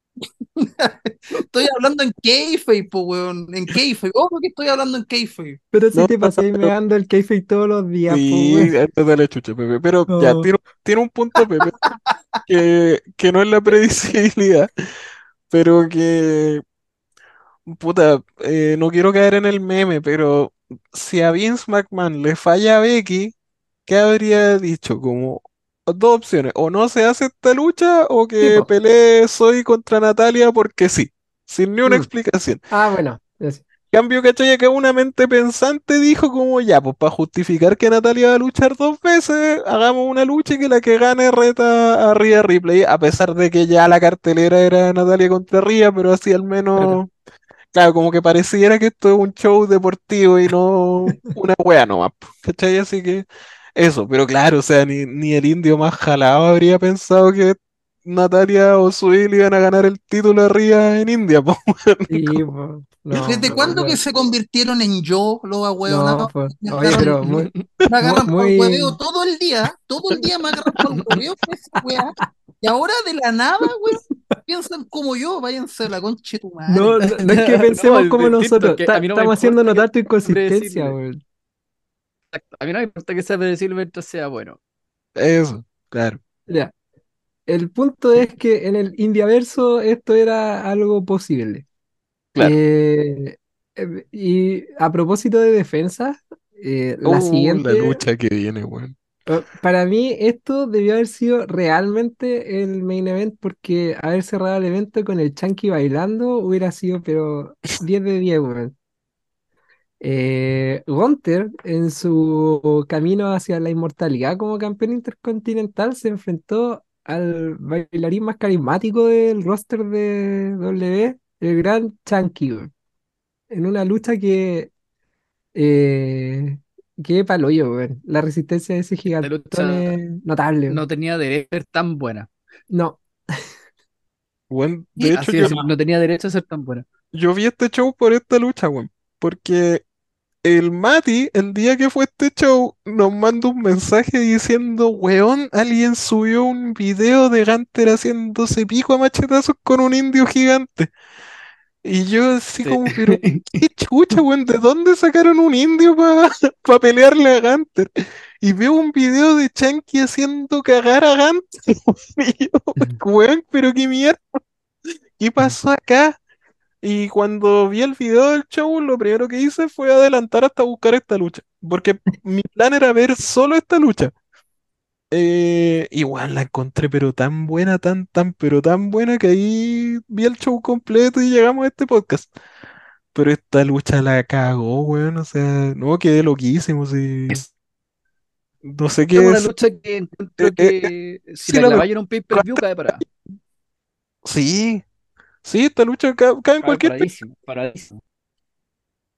estoy hablando en kayfabe, po, weón, en kayfabe. Obvio que estoy hablando en kayfabe. Pero si no, te pasáis meando el kayfabe todos los días, pues, sí, weón. antes de la chucha, Pepe. Pero ya, No. tiene, tiene un punto, Pepe, que, que no es la predecibilidad, pero que, puta, eh, no quiero caer en el meme, pero si a Vince McMahon le falla a Becky, ¿qué habría dicho? Como dos opciones, o no se hace esta lucha, o que Tipo. pelee Soy contra Natalia porque sí, sin ni una Mm. explicación. Ah, bueno. es- Cambio, ¿cachai? Que una mente pensante dijo como ya, pues para justificar que Natalia va a luchar dos veces, hagamos una lucha y que la que gane reta a Rhea Ripley, a pesar de que ya la cartelera era Natalia contra Rhea, pero así al Claro. menos, claro, como que pareciera que esto es un show deportivo y no una wea nomás, po, ¿cachai? Así que eso, pero claro, o sea, ni, ni el indio más jalado habría pensado que Natalia o Suil iban a ganar el título de Rhea en India, po. Sí, pues. No, ¿Desde pues, cuándo que no, se convirtieron en yo, los no, ahueonados? pues. Me Oye, agarran, pero muy, me muy, agarran para el hueveo muy. todo el día, todo el día me agarran para el hueveo con esa weá. Y ahora de la nada, weón, piensan como yo, váyanse a la concha de tu No, madre. no, no es que No, pensemos es como distinto, nosotros. que ta- a mí no me estamos haciendo importa que notar tu sea inconsistencia, predecible. weón. A mí no me importa que sea predecible mientras sea bueno. Eso, claro, Ya. El punto es que en el Indiaverso esto era algo posible. claro. Eh, eh, y a propósito de defensa, eh, la Uh, la siguiente, lucha que viene, weón. eh, para mí esto debió haber sido realmente el main event porque haber cerrado el evento con el Chunky bailando hubiera sido, pero diez de diez, weón. Eh, Gunther, en su camino hacia la inmortalidad como campeón intercontinental, se enfrentó al bailarín más carismático del roster de W, el gran Chunky, weón, en una lucha que, eh, que paloyo, weón. La resistencia de ese La gigantón lucha es notable. no tenía derecho a ser tan buena. No, Weón, de Y, hecho, Así yo, de simple, no tenía derecho a ser tan buena. yo vi este show por esta lucha, weón. Porque el Mati, el día que fue este show, nos mandó un mensaje diciendo, weón, alguien subió un video de Gunter haciéndose pico a machetazos con un indio gigante. Y yo así Sí. como, pero qué chucha, weón, ¿de dónde sacaron un indio para pelearle a Gunter? Y veo un video de Chanky haciendo cagar a Gunter. Y yo, weón, pero qué mierda, ¿qué pasó acá? Y cuando vi el video del show, lo primero que hice fue adelantar hasta buscar esta lucha. Porque mi plan era ver solo esta lucha. Eh, igual la encontré, pero tan buena, tan, tan, pero tan buena que ahí vi el show completo y llegamos a este podcast. Pero esta lucha la cagó, weón. O sea, no quedé loquísimo. Sí. No sé Es qué una es. lucha que eh, encuentro eh, que si sí, la la mejor. claváis en un pay-per-view cae para. Sí, sí, esta lucha ca- cae en Cae cualquier. pe- paradísimo, paradísimo,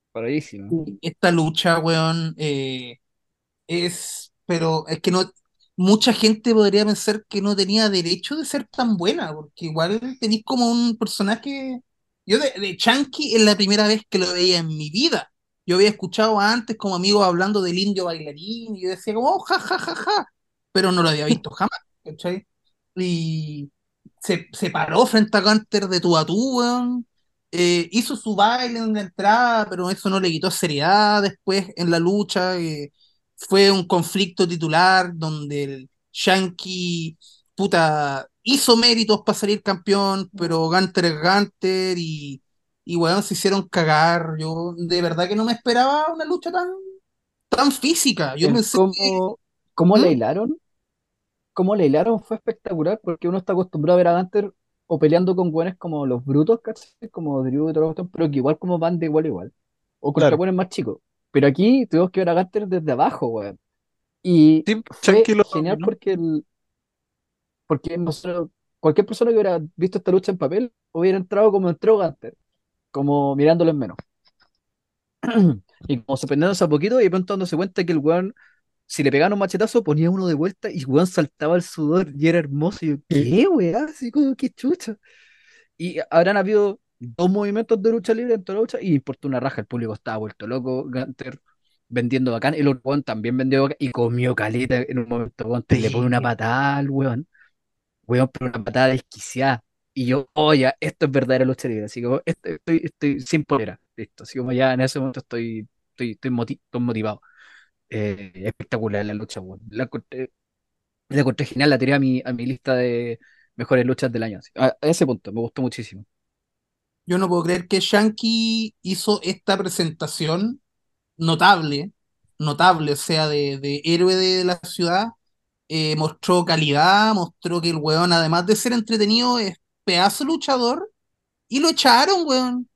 paradísimo. esta lucha, weón, eh, es, pero es que no. mucha gente podría pensar que no tenía derecho de ser tan buena, porque igual tenéis como un personaje. Yo de, de Chunky es la primera vez que lo veía en mi vida. Yo había escuchado antes como amigos hablando del indio bailarín, y yo decía como, oh, ja, ja, ja, ja, pero no lo había visto jamás, ¿cachai? Y se, se paró frente a Gunter de tú a tú, weón. Eh, hizo su baile en la entrada, pero eso no le quitó seriedad después en la lucha. eh, fue un conflicto titular donde el Yankee, puta, hizo méritos para salir campeón, pero Gunter es Gunter y, y weón, se hicieron cagar. Yo de verdad que no me esperaba una lucha tan, tan física. Yo El pensé que. cómo, cómo la ¿Mm? hilaron, cómo la hilaron fue espectacular, porque uno está acostumbrado a ver a Gunter o peleando con buenos como los brutos, ¿cachai? Como Drew y todo lo pero que igual como van de igual a igual. O contra Claro. buenos más chicos. Pero aquí tuvimos que ver a Gunter desde abajo, weón. Y Sí, fue Chunky lo genial dominó. porque, el, porque nosotros, cualquier persona que hubiera visto esta lucha en papel hubiera entrado como entró Gunter, como mirándolo en menos. Y como sorprendiéndose a poquito y de pronto dándose cuenta que el weón, si le pegaban un machetazo, ponía uno de vuelta y weón saltaba el sudor y era hermoso. Y yo, Sí. ¿qué weón? Así como, qué chucha. Y habrán habido dos movimientos de lucha libre en toda la lucha y importó una raja. El público estaba vuelto loco. Gunter vendiendo bacán. El otro weón también vendió bacán y comió caleta en un momento. Gunter le pone una Sí. patada al weón. Weón, pero una patada desquiciada. Y yo, oye, esto es verdadera lucha libre. Así que oh, esto- estoy, estoy sin polera. Listo. Así como ya en ese momento estoy, estoy, estoy, moti- estoy motivado. Eh, espectacular la lucha, weón. La encontré, la encontré genial. La tiré a mi, a mi lista de mejores luchas del año. Así. A, a ese punto, me gustó muchísimo. Yo no puedo creer que Yankee hizo esta presentación notable, notable, o sea, de, de héroe de la ciudad. Eh, mostró calidad, mostró que el weón, además de ser entretenido, es pedazo luchador, y lo echaron, weón.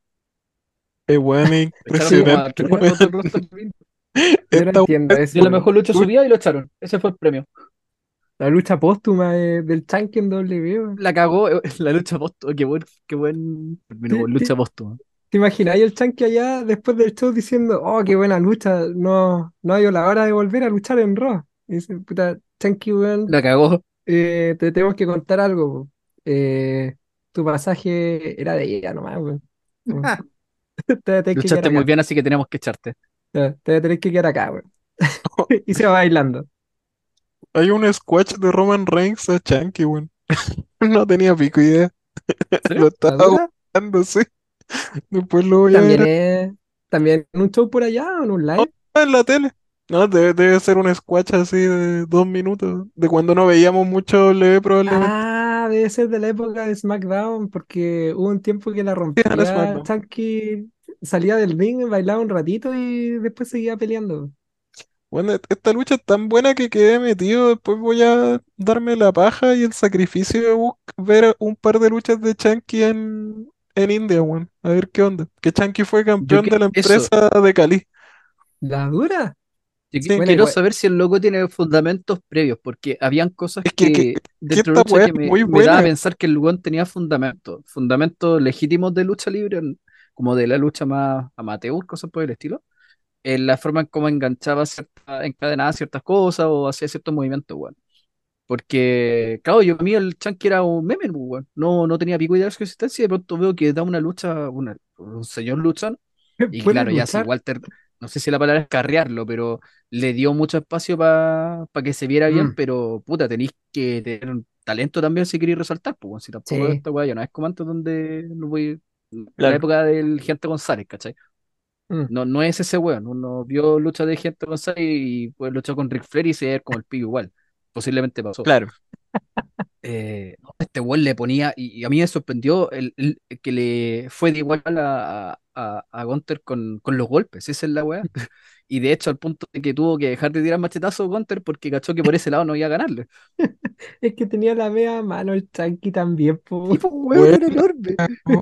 El weón es Lo echaron Sí, como a impresionante, tres weón. cuartos del roster. yo no Esta weón entiendo es eso, Dio la weón. mejor lucha de su lucha. vida y lo echaron. Ese fue el premio. La lucha póstuma de- del Chunky en W, weón. La cagó eh, la lucha póstuma. Qué buen, qué buen término, ¿Te, weón, te, lucha póstuma. te imagináis el Chunky allá después del show diciendo, oh, qué buena lucha, no, no ha ido la hora de volver a luchar en Raw? Y dice, puta, Chunky, weón, La cagó. eh, te tenemos que contar algo, po. Eh, tu pasaje era de ella nomás, weón. No, te vas a tener que quedar Luchaste muy acá. bien, así que tenemos que echarte. Ya, te vas a tener que quedar acá, weón. Y se va bailando. Hay un squash de Roman Reigns a Chunky, weón. No tenía pico idea. ¿En Lo serio? ¿La estaba dura? buscando, sí. Después lo voy a También ver es, también en un show por allá, o en un live. en la tele. No, debe, debe ser un squash así de dos minutos. De cuando no veíamos mucho W W E probablemente. Ah, debe ser de la época de SmackDown, porque hubo un tiempo que la En rompía SmackDown. Chunky, salía del ring, bailaba un ratito y después seguía peleando. Bueno, et- esta lucha es tan buena que quedé metido. Después voy a darme la paja y el sacrificio de bus- ver un par de luchas de Chunky en, en India, weón. A ver qué onda. Que Chunky fue Yo campeón de que la eso, empresa de Cali. ¿La dura? yo qui- Sí. Bueno, quiero igual. saber si el loco tiene fundamentos previos, porque habían cosas Es que, que, que que dentro de esta la lucha weá que es me, muy me daba a buena. pensar que el weón tenía fundamentos, fundamentos legítimos de lucha libre, en- como de la lucha más amateur, cosas por el estilo, en la forma en cómo enganchaba cierta, encadenaba ciertas cosas o hacía ciertos movimientos, weón. Porque, claro, yo a mí el Chunky era un meme, pues, weón. No, no tenía pico idea de su existencia y de pronto veo que da una lucha, una- un señor luchón. Y Puede claro, ya si luchar. Walter, no sé si la palabra es carrearlo, pero le dio mucho espacio para que se viera bien, Mm, pero puta, tenéis que tener un talento también si queréis resaltar, pues, weón. Si tampoco sí, esta weá ya no es como antes donde no voy, en la Claro. época del Gente González, ¿cachai? mm, No, no es ese weón. Uno vio lucha de Gente González y pues luchó con Ric Flair y se ve como el pico igual. Posiblemente pasó. Claro. Eh, no, este weón le ponía, y, y a mí me sorprendió el, el- que le fue de igual a, a, a Gunter con, con los golpes, esa es la weá. Y de hecho, al punto de que tuvo que dejar de tirar machetazo Gunter porque cachó que por ese lado no iba a ganarle. Es que tenía la media mano el Chunky también, po. Y pues, weón, Bueno, era enorme.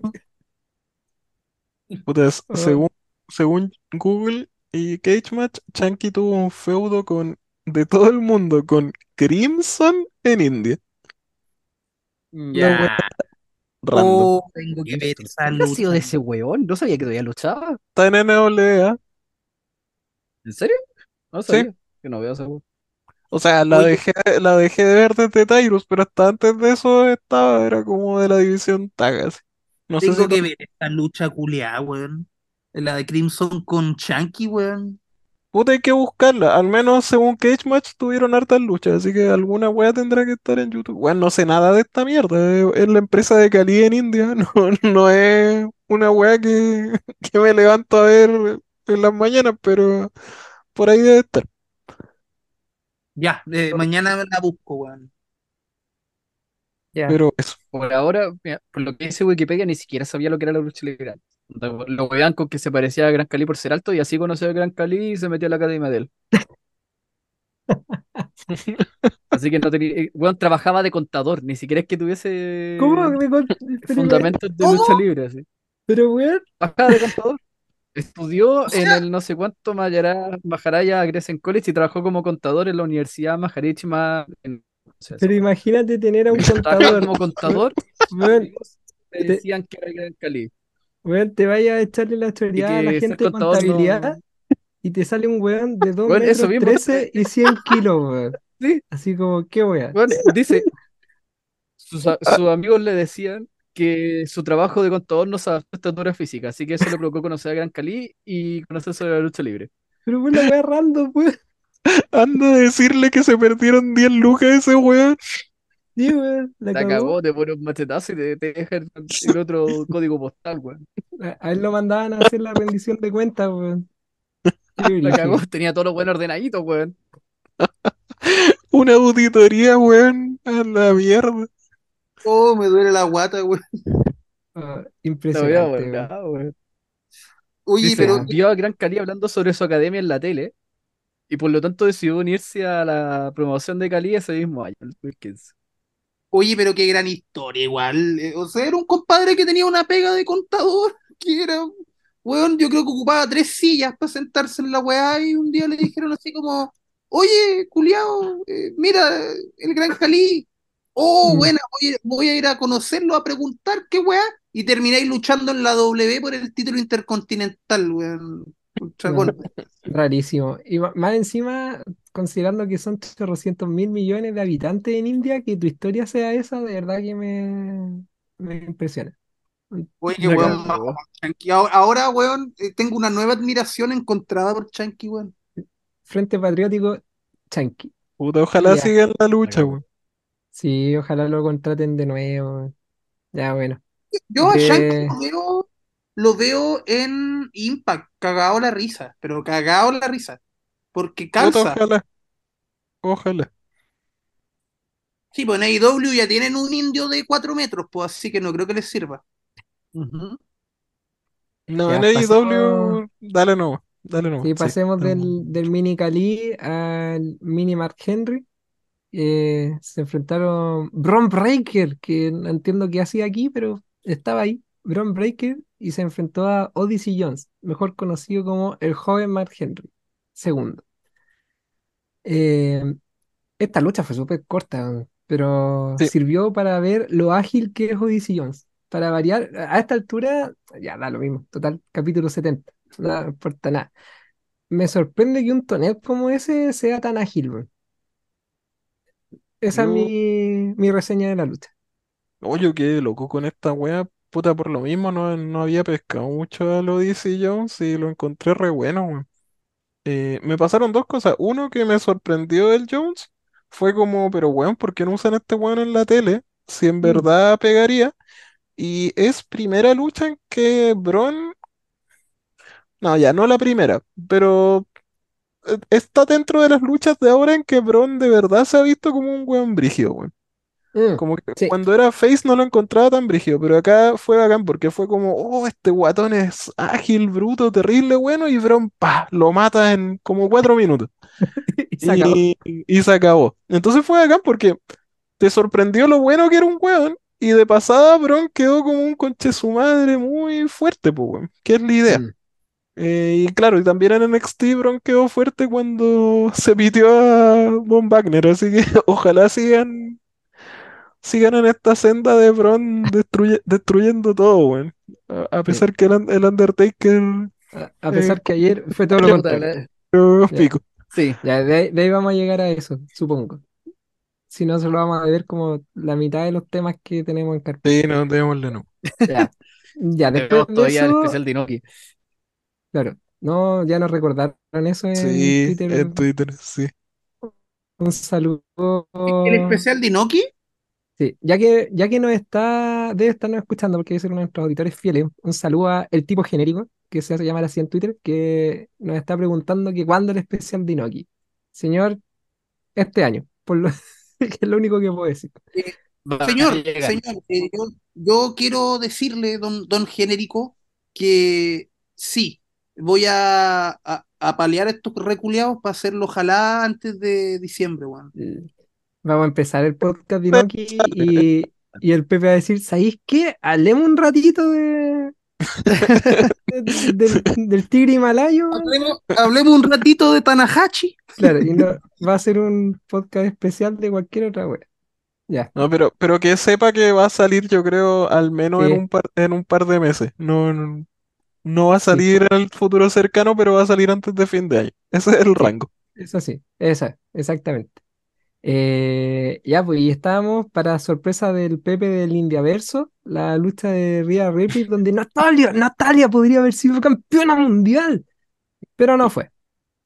puta, s- Oh, según, según Google y Cage Match, Chunky tuvo un feudo con de todo el mundo con Crimson en India. Una wea Ya. random. Oh, tengo que ver Simpson. esa ¿Qué habrá sido de lucha. ese weón? No sabía que todavía luchaba. Está en N W A. ¿En serio? No Sí. sabía. Que no veo ese weón. O sea, la Oye, dejé, la dejé de ver desde Tyrus, pero hasta antes de eso estaba, era como de la división Tag, así. No sé si tengo lo... que ver esta lucha culiada, weón. La de Crimson con Chunky, weón. Puta, hay que buscarla. Al menos según Cage Match tuvieron hartas luchas, así que alguna wea tendrá que estar en YouTube. Bueno, no sé nada de esta mierda. Es es la empresa de Cali en India, no, no es una wea que, que me levanto a ver en las mañanas, pero por ahí debe estar. Ya, eh, mañana la busco, weón. Ya. Pero eso. Por ahora, mira, por lo que dice Wikipedia, ni siquiera sabía lo que era la lucha libre. Lo veían con que se parecía a Gran Cali por ser alto y así conoció a Gran Cali y se metió a la academia de él. Así que no tenía, eh, weón, trabajaba de contador, ni siquiera es que ¿Cómo tuviese me con- pero, me- fundamentos de ¿Cómo? lucha libre, así. pero weón, Trabajaba de contador. O Estudió en sea, el no sé cuánto Mahara- Maharaja Crescent College y trabajó como contador en la Universidad Maharishi Ma- en- no sé esa pero weá. imagínate tener a un Mientras trabajaba contador. como We- contador, sus Weón, amigos le te, decían que era el Gran Cali. weón, te vaya a echarle la Y choreada a la que ser gente de contador contabilidad no. y te sale un weón de dos Bueno, eso metros mismo, trece y cien kilos, weón. sí, Así como, ¿qué weón? bueno, dice, sus, a- sus amigos le decían que su trabajo de contador no se adaptó a estatura física, así que eso le provocó conocer a Gran Cali y conocer sobre la lucha libre. Pero fue la weá random, weón. Anda a decirle que se perdieron diez lucas ese weón. Sí, weón, la La cagó. cagó, te pone un machetazo y te, te deja el, el otro código postal, weón. A, a él lo mandaban a hacer la rendición de cuentas, weón. Qué La cagó, brígido. tenía todo lo bueno ordenadito, weón. Una auditoría, weón. A la mierda. oh, me duele la guata, weón. Ah, La había impresionante, weón. volado, weón. Oye, Dice, pero Ya. vio a Gran Cali hablando sobre su academia en la tele y por lo tanto decidió unirse a la promoción de Cali ese mismo año, el dos mil quince. Oye, pero qué gran historia, igual. Eh, o sea, era un compadre que tenía una pega de contador, que era, weón, yo creo que ocupaba tres sillas para sentarse en la weá y un día le dijeron así como, oye, culiao, eh, mira, el Gran Jalí. Oh, Mm. buena, voy, a- voy a ir a conocerlo, a preguntar qué weá, y termináis luchando en la W por el título intercontinental, weón. Contra No, Goldberg. rarísimo. Y ma- más encima, considerando que son chorrocientos mil millones de habitantes en India, que tu historia sea esa, de verdad que me, me impresiona. Oye, qué La weón más cagó. Chanqui. Ahora, ahora, weón, eh, tengo una nueva admiración encontrada por Chanqui, weón. Frente Patriótico, Chanqui. Puta, ojalá Ya. sigan la La lucha, cagó. weón. Sí, ojalá lo contraten de nuevo. Ya, bueno. Yo a Shanky De... lo veo, lo veo en Impact, cagado la risa, pero cagado la risa, porque Puta, calza. ojalá. Ojalá. Sí, pues en A E W ya tienen un indio de cuatro metros, pues así que no creo que les sirva. Ujú. No, en Ya, pasemos. A E W, dale no. Dale no. Sí, Sí. pasemos No. del, del mini Cali al mini Mark Henry. Eh, se enfrentaron Bron Breaker, que no entiendo qué hacía aquí, pero estaba ahí. Bron Breaker y se enfrentó a Odyssey Jones, mejor conocido como el joven Mark Henry, segundo. Eh, esta lucha fue súper corta, pero Sí. sirvió para ver lo ágil que es Odyssey Jones. Para variar, a esta altura, ya da lo mismo. Total, capítulo setenta. No importa nada. Me sorprende que un tonel como ese sea tan ágil, weón. Esa es Yo, mi, mi reseña de la lucha. oye, yo quedé loco con esta wea. Puta, por lo mismo no, no había pescado mucho a lo D C Jones y lo encontré re bueno, weón. Eh, me pasaron dos cosas. Uno que me sorprendió del Jones fue como, pero weón, ¿por qué no usan a este weón en la tele? Si en Mm, verdad pegaría. Y es primera lucha en que Braun, no, ya no la primera, pero eh, está dentro de las luchas de ahora en que Braun de verdad se ha visto como un weón brígido, weón. mm, Como que sí, cuando era Face no lo encontraba tan brígido, pero acá fue bacán porque fue como, oh, este guatón es ágil, bruto, terrible, bueno, y Braun, pa, lo mata en como cuatro minutos. y se acabó. Y, y se acabó. Entonces fue bacán porque te sorprendió lo bueno que era un weón, y de pasada Braun quedó como un conche su madre muy fuerte, pues, weón, que es la idea. Mm, Eh, y claro, y también en N X T Bron quedó fuerte cuando se pitió a Von Wagner, así que ojalá sigan, sigan en esta senda de Bron destruye- destruyendo todo, weón. A, a sí. pesar que el, Un- el Undertaker A, a eh, pesar que ayer fue todo lo Puta, contrario. la- comió Ya. pico. Sí, ya de ahí, de ahí vamos a llegar a eso, supongo. Si no, solo vamos a ver como la mitad de los temas que tenemos en carpeta. Sí, no, démosle no. Ya, ya después Tenemos de todavía el eso, especial de Inoki. claro, no, ya nos recordaron eso en Sí, Twitter. en Twitter, sí. Un saludo. ¿El especial de Inoki? Sí, ya que, ya que nos está, debe estarnos escuchando porque debe ser uno de nuestros auditores fieles, un saludo a el tipo genérico, que se hace llamar así en Twitter, que nos está preguntando que cuándo el especial de Inoki. Señor, este año, por lo, que es lo único que puedo decir. Eh, Va a señor, llegar. señor, eh, yo, yo quiero decirle, don, don Genérico, que sí, voy a, a, a paliar estos reculeados para hacerlo ojalá antes de diciembre, weón. Eh, Vamos a empezar el podcast de Inoki y, y el Pepe va a decir, ¿sabéis qué? Hablemos un ratito de, de- del, del tigre himalayo. Hablemos, hablemos un ratito de Tanahashi. Claro, y no, va a ser un podcast especial de cualquier otra wea. Ya, No, pero, pero que sepa que va a salir, yo creo, al menos en sí, un par, en un par de meses. No, no, no va a sí, salir en el futuro cercano, pero va a salir antes de fin de año. Ese es el sí, rango. eso sí, esa, exactamente. Eh, ya, pues, y estábamos para sorpresa del Pepe del Indiaverso, la lucha de Rhea Ripley, donde Natalia, Natalia podría haber sido campeona mundial, pero no fue.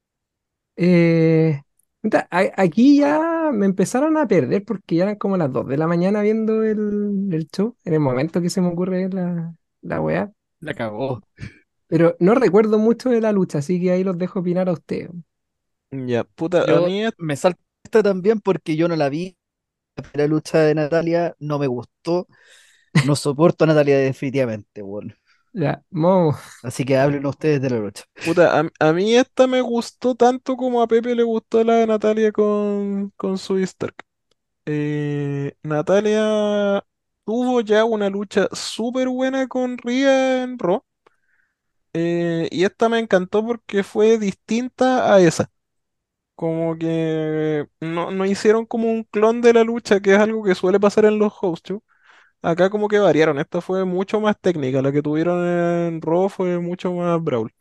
Eh, puta, a- aquí ya me empezaron a perder porque ya eran como las dos de la mañana viendo el, el show, en el momento que se me ocurre la, la weá. La cagó. Pero no recuerdo mucho de la lucha, así que ahí los dejo opinar a ustedes. Ya, puta, a Yo mí, es- me salto esta también porque yo no la vi. La lucha de Natalia no me gustó. No soporto a Natalia definitivamente, bueno. Ya, Mo, Así que hablen ustedes de la lucha. puta, a, a mí esta me gustó tanto como a Pepe le gustó la de Natalia con, con Zoe Stark. Eh, Natalia tuvo ya una lucha súper buena con Rhea en Raw. Eh, y esta me encantó porque fue distinta a esa. Como que no, no hicieron como un clon de la lucha, que es algo que suele pasar en los house shows. Acá como que variaron. Esta fue mucho más técnica. La que tuvieron en Raw fue mucho más brawl.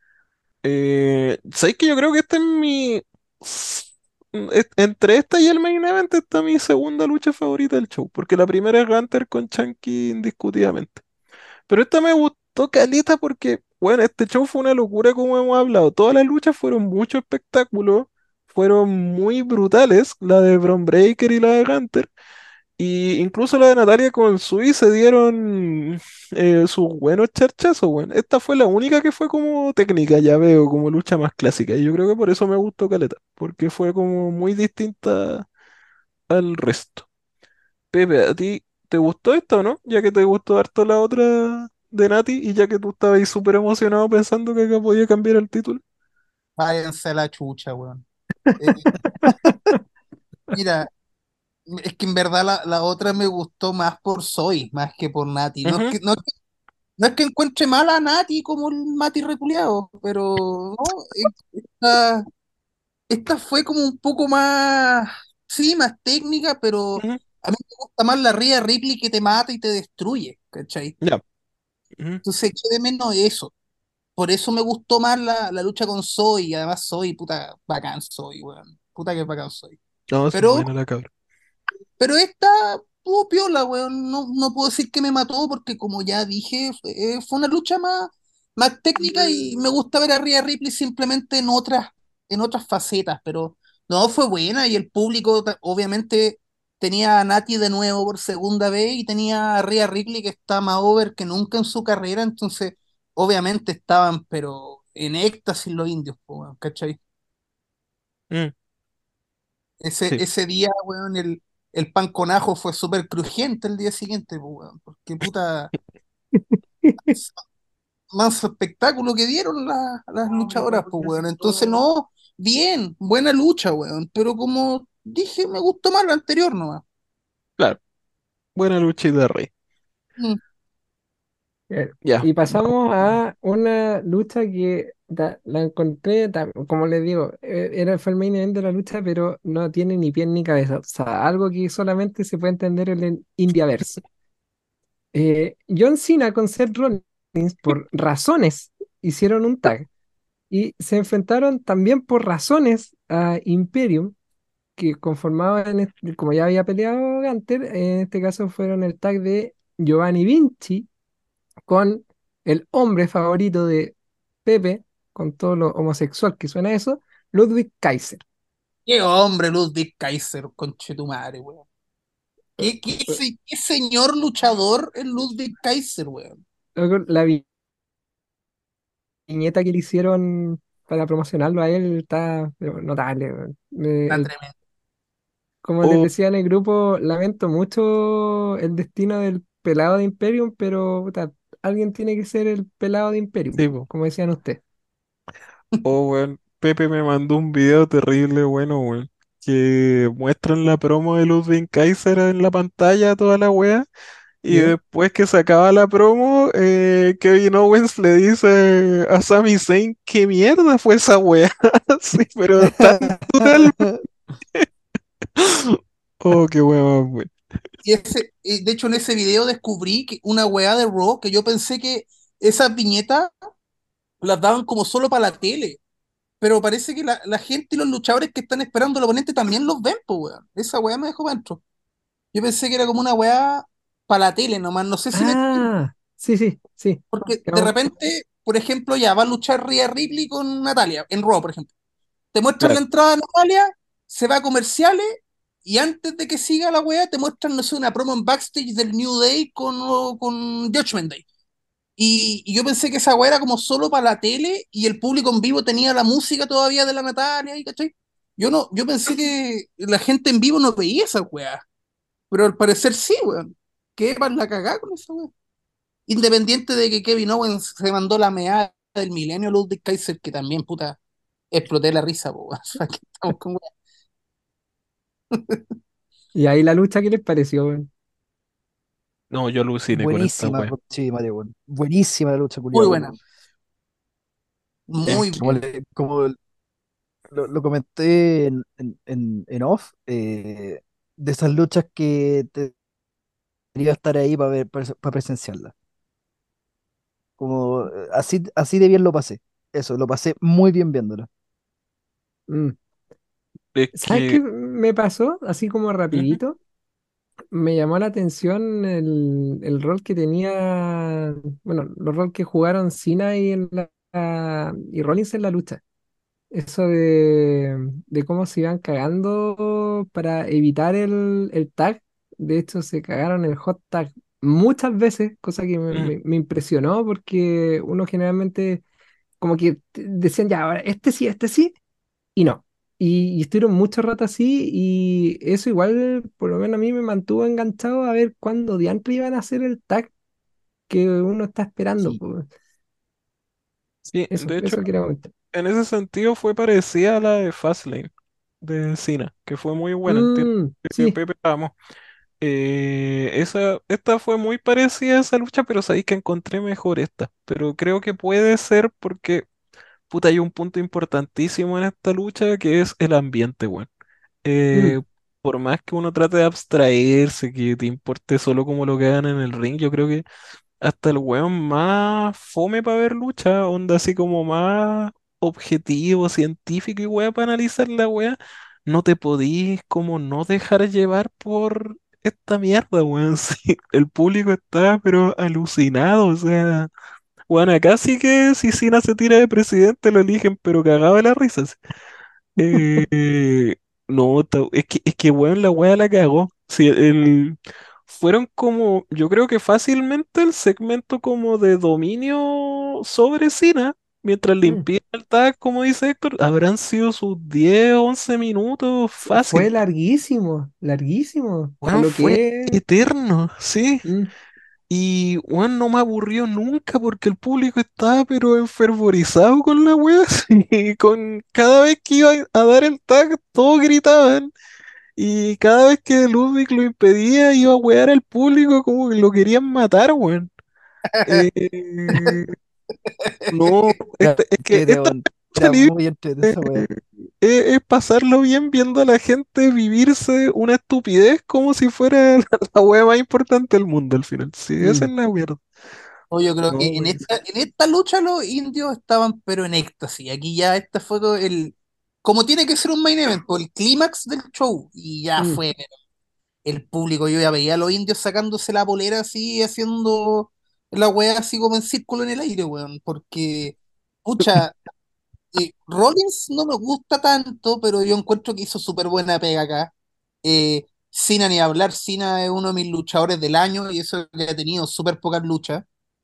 Eh, ¿sabes que yo creo que esta es mi... s- es- Entre esta y el main event, esta es mi segunda lucha favorita del show. Porque la primera es Gunter con Chunky indiscutidamente. Pero esta me gustó caleta porque, bueno, este show fue una locura como hemos hablado. Todas las luchas fueron mucho espectáculo, fueron muy brutales, la de Bron Breaker y la de Gunter. Y incluso la de Natalia con Sui se dieron eh, sus buenos charchazos, bueno. Esta fue la única que fue como técnica, ya veo, como lucha más clásica. Y yo creo que por eso me gustó caleta, porque fue como muy distinta al resto. Pepe, ¿a ti te gustó esto o no? Ya que te gustó harto la otra de Nati y ya que tú estabas ahí súper emocionado pensando que acá podía cambiar el título. Váyanse a la chucha, weón. Eh, mira, es que en verdad la, la otra me gustó más por Zoe, más que por Nati. No es Ujú, que, no, es que no es que encuentre mal a Nati como el Mati reculeado, pero no, eh, esta, esta fue como un poco más, sí, más técnica, pero ujú, a mí me gusta más la Rhea Ripley que te mata y te destruye, ¿cachai? ya. Ujú, Entonces eché de menos eso. Por eso me gustó más la, la lucha con Zoe, y además Zoe, puta, bacán Zoe, weón. Puta que bacán Zoe. no, sí, Pero buena la cabra. Pero esta tuvo piola, weón. No, no puedo decir que me mató porque, como ya dije, fue, fue una lucha más, más técnica y me gusta ver a Rhea Ripley simplemente en otras, en otras facetas. Pero no, fue buena y el público, ta- obviamente, tenía a Nati de nuevo por segunda vez y tenía a Rhea Ripley que está más over que nunca en su carrera. Entonces, obviamente estaban, pero en éxtasis los indios, po, weón, ¿cachai? Mm, Ese, sí, ese día, weón, el, el pan con ajo fue súper crujiente el día siguiente, pues, weón, porque puta, manso espectáculo que dieron la- las luchadoras, pues, weón. Entonces, no, bien, buena lucha, weón, pero como dije, me gustó más la anterior nomás. claro. Buena luchita de rey. Mm. Eh, Ya. Y pasamos a una lucha que da- la encontré, ta- como les digo, eh, era fue el main event de la lucha, pero no tiene ni pie ni cabeza. O sea, algo que solamente se puede entender en el Indiaverse. Eh, John Cena con Seth Rollins, por razones, hicieron un tag. Y se enfrentaron también por razones a Imperium, que conformaba, en este- como ya había peleado Gunter, en este caso fueron el tag de Giovanni Vinci con el hombre favorito de Pepe, con todo lo homosexual que suena eso, Ludwig Kaiser. Qué hombre, Ludwig Kaiser, conche tu madre, weón. ¿Qué, qué, se- qué señor luchador es Ludwig Kaiser, weón? Luego, la vi- viñeta que le hicieron para promocionarlo a él está pero, notable. weón. Me- Está el- tremendo. como les Oh, decía en el grupo, lamento mucho el destino del pelado de Imperium, pero puta, alguien tiene que ser el pelado de Imperium, sí, po. como decían ustedes. Oh, weón. Pepe me mandó un video terrible, bueno, weón. Que muestran la promo de Ludwig Kaiser en la pantalla, toda la wea. Y ¿Ya? después que se acaba la promo, eh, Kevin Owens le dice a Sami Zayn, ¿qué mierda fue esa wea? Sí, pero está natural. Oh, qué wea más buena. Y ese, y de hecho, en ese video descubrí que una weá de Raw que yo pensé que esas viñetas las daban como solo para la tele. Pero parece que la, la gente y los luchadores que están esperando al oponente también los ven, pues, weón. Esa weá me dejó para adentro. Yo pensé que era como una weá para la tele nomás, no sé si me explico. Ah, sí, sí, sí. Porque de Digamos, repente, por ejemplo, ya va a luchar Rhea Ripley con Natalia en Raw, por ejemplo. Te muestran la Claro. entrada de Natalia, se va a comerciales y antes de que siga la weá te muestran, no sé, una promo en backstage del New Day con, o con Judgment Day. Y, y yo pensé que esa weá era como solo para la tele y el público en vivo tenía la música todavía de la Natalia, y ¿cachai? Yo no, yo pensé que la gente en vivo no veía esa weá, pero al parecer sí, weón. ¿Qué para la cagada con esa weá? Independiente de que Kevin Owens se mandó la meada del milenio Ludwig Kaiser, que también, puta, exploté la risa, po, weón. Aquí estamos con weá. y ahí la lucha, ¿qué les pareció, weón? No, yo aluciné con esta Buenísima, wea. conche madre, weón. Buenísima la lucha, Muy culiao, buena, weón. muy Es bien. como, le- como lo, lo comenté en, en, en- en off, eh, de esas luchas que te quería estar ahí para ver, para, presenciarla. Como eh, así, así de bien lo pasé. Eso, lo pasé muy bien viéndola. Mm. Es ¿Sabes qué que, me pasó? Así como ujú, rapidito. Me llamó la atención el, el rol que tenía, bueno, los roles que jugaron Cena y, en la, y Rollins en la lucha. Eso de, de cómo se iban cagando para evitar el, el tag. De hecho, se cagaron el hot tag muchas veces, cosa que me, mm, me- me impresionó porque uno generalmente como que te- decían, ya, ahora este sí, este sí, y no. Y, y estuvieron mucho rato así y eso igual, por lo menos a mí me mantuvo enganchado a ver cuándo diantre iban a hacer el tag que uno está esperando, Sí. pues. sí, Eso, de hecho, eso quería comentar. en ese sentido fue parecida a la de Fastlane de Cena, que fue muy buena, entiendo Mm, que sí. Pepe la amó. Eh, esa, esta fue muy parecida a esa lucha, pero sabéis que encontré mejor esta. Pero creo que puede ser porque, puta, hay un punto importantísimo en esta lucha que es el ambiente, weón. Mm, Eh, por más que uno trate de abstraerse, que te importe solo como lo que hagan en el ring, yo creo que hasta el weón más fome para ver lucha, onda así como más objetivo, científico y weá para analizar la weá, no te podís como no dejar llevar por esta mierda, weón. Sí, el público está pero alucinado, o sea, weón, acá sí que si Cena se tira de presidente lo eligen, pero cagado de la risa. Sí. Eh, no, ta- es que, es que, weón, la weá la cagó. Sí, el, fueron como, yo creo que fácilmente el segmento como de dominio sobre Cena, mientras mm. limpiaba el tag, como dice Héctor, habrán sido sus diez once minutos Fue fácil. larguísimo, larguísimo. Para Weón, lo fue que es. eterno, sí. Mm, Y, weón, no me aburrió nunca porque el público estaba pero enfervorizado con la wea, sí, con cada vez que iba a dar el tag, todos gritaban. Y cada vez que Ludwig lo impedía, iba a wear al público como que lo querían matar, weón. Eh, no, Era este- es que entrete, esta weón. lucha Era libre muy entrete eh, esa weá. es, es pasarlo bien viendo a la gente vivirse una estupidez como si fuera la, la wea más importante del mundo al final. Sí, esa mm. es la mierda. O yo creo No, que en güey. esta, en esta lucha los indios estaban pero en éxtasis. Aquí ya este fue co- el, como tiene que ser un main event, pues, el clímax del show. Y ya Mm. fue, pero el público, yo ya veía a los indios sacándose la polera así, haciendo la wea así como en círculo en el aire, weón. Porque, pucha, eh, Rollins no me gusta tanto, pero yo encuentro que hizo súper buena pega acá. Eh, Cena ni hablar, Cena es uno de mis luchadores del año y eso que ha tenido súper pocas luchas.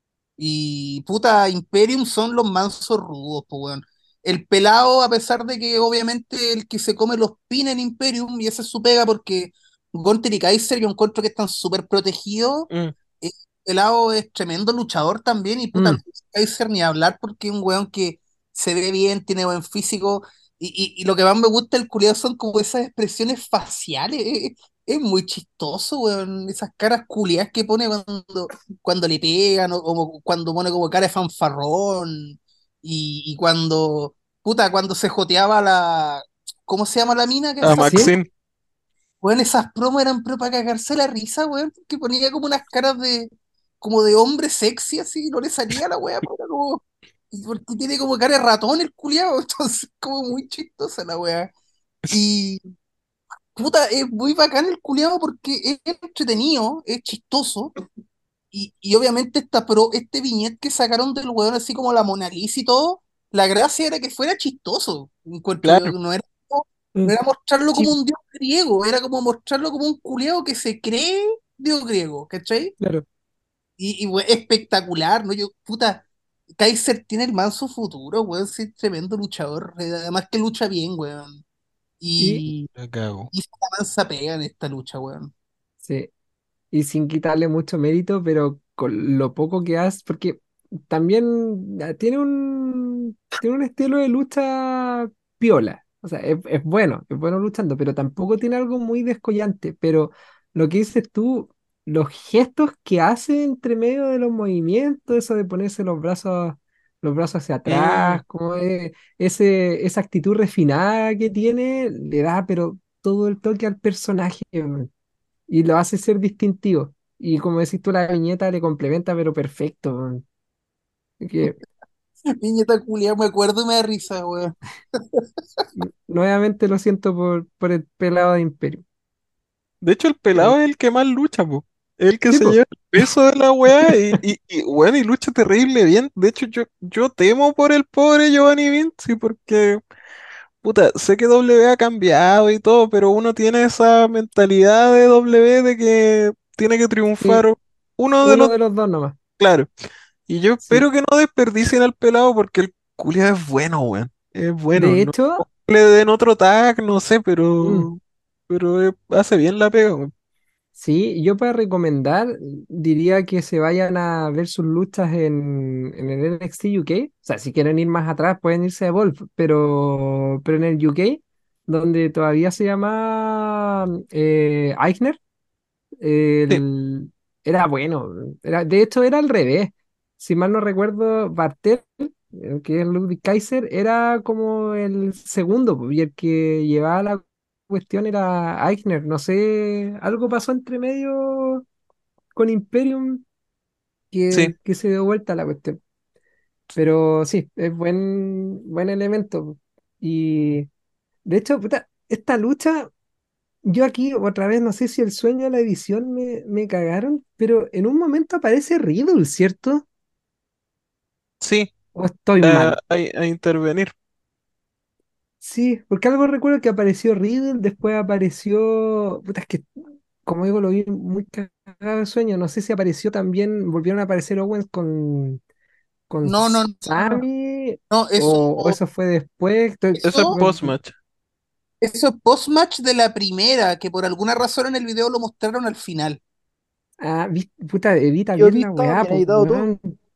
Y puta, Imperium son los mansos rudos, pues, weón. El pelado, a pesar de que obviamente el que se come los pines en Imperium, y esa es su pega porque Gunther y Kaiser yo encuentro que están súper protegidos. Mm, El pelado es tremendo luchador también, y puta, Mm. Kaiser ni hablar porque es un weón que se ve bien, tiene buen físico. Y, y, y lo que más me gusta del culiado son como esas expresiones faciales. Es, es muy chistoso, weón. Esas caras culiadas que pone cuando cuando le pegan o, o cuando pone como cara de fanfarrón y, y cuando, puta, cuando se joteaba la, ¿cómo se llama la mina que A asesina? ¿Maxim? Maxine. Weón, esas promos eran pero para cagarse la risa, weón, porque ponía como unas caras de, como de hombre sexy así, no le salía la weá, pero era como, porque tiene como cara de ratón el culiao, entonces como muy chistosa la weá. Y puta, es muy bacán el culiao porque es entretenido, es chistoso. Y, y obviamente esta pro, este viñet que sacaron del weón así como la Mona Lisa y todo, la gracia era que fuera chistoso, encuentro yo, Claro. no era, como- no Mm. era mostrarlo como Sí, un dios griego, era como mostrarlo como un culiao que se cree dios griego, ¿cachai? claro. Y, y we- espectacular, ¿no? Yo, puta, Kaiser tiene el manso futuro, weón, sí, es tremendo luchador, eh, además que lucha bien, weón, Y y La cago. hizo una mansa pega en esta lucha, weón. sí. Y sin quitarle mucho mérito, pero con lo poco que hace, porque también ah, tiene un, tiene un estilo de lucha piola. O sea, es, es bueno, es bueno luchando, pero tampoco tiene algo muy descollante. Pero lo que dices tú, los gestos que hace entre medio de los movimientos, eso de ponerse los brazos, los brazos hacia Mm, atrás, como es- ese, esa actitud refinada que tiene, le da, pero todo el toque al personaje y lo hace ser distintivo. Y como decís tú, la viñeta le complementa, pero perfecto, weón. Que Niñeta culiao, me acuerdo y me da risa, weón. n- nuevamente lo siento por, por el pelado de Imperio. De hecho, el Eh, pelado es el que más lucha, po. Es el que sí, se pues, lleva el peso de la weá y, y, y, bueno, y lucha terrible bien. De hecho, yo, yo temo por el pobre Giovanni Vinci porque, puta, sé que W ha cambiado y todo, pero uno tiene esa mentalidad de W de que tiene que sí, triunfar uno de uno los, de los dos nomás. claro. Y yo espero Sí. que no desperdicien al pelado porque el culiao es bueno, weón. Es bueno. De No hecho, le den otro tag, no sé, mm, pero, pero eh, hace bien la pega, weón. sí, yo para recomendar diría que se vayan a ver sus luchas en, en el N X T U K. O sea, si quieren ir más atrás, pueden irse a Evolve, pero, pero en el U K, donde todavía se llama eh, Eichner. Sí, El- era bueno. Era, de hecho, era al revés. Si mal no recuerdo, Bartel, el que es Ludwig Kaiser, era como el segundo, po, y el que llevaba la cuestión era Eichner. No sé, algo pasó entre medio con Imperium sí. que, que se dio vuelta la cuestión. Pero sí, es buen, buen elemento. Y de hecho, puta, esta lucha. Yo aquí otra vez no sé si el sueño o la edición me, me cagaron, pero en un momento aparece Riddle, ¿cierto? Sí, ¿O estoy a, mal? a- a intervenir. Sí, porque algo recuerdo que apareció Riddle, después apareció. Puta, es que, como digo, lo vi muy cagado de sueño. No sé si apareció también, volvieron a aparecer Owens con, con No, no, no, no, Sami, no, eso, o, o eso fue después. Estoy- Eso es eso, bueno, post-match. eso es post-match de la primera, que por alguna razón en el video lo mostraron al final. ah, vi- puta, evita Yo he bien la visto, weá, bien pues, editado todo. weón.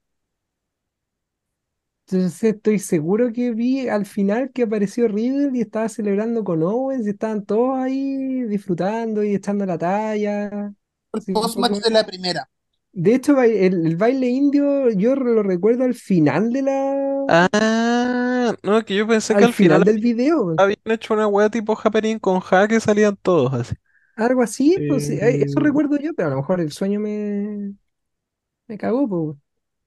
Entonces estoy seguro que vi al final que apareció Riddle y estaba celebrando con Owens y estaban todos ahí disfrutando y echando la talla. El Sí, post-match como- de la primera. De hecho, ba- el, el baile indio yo lo recuerdo al final de la, Ah, no, que yo pensé que al al final final del video. habían hecho una wea tipo happening con hack y salían todos así. Algo así, pues sí, eh, eso Eh, recuerdo yo, pero a lo mejor el sueño me, me cagó, pues.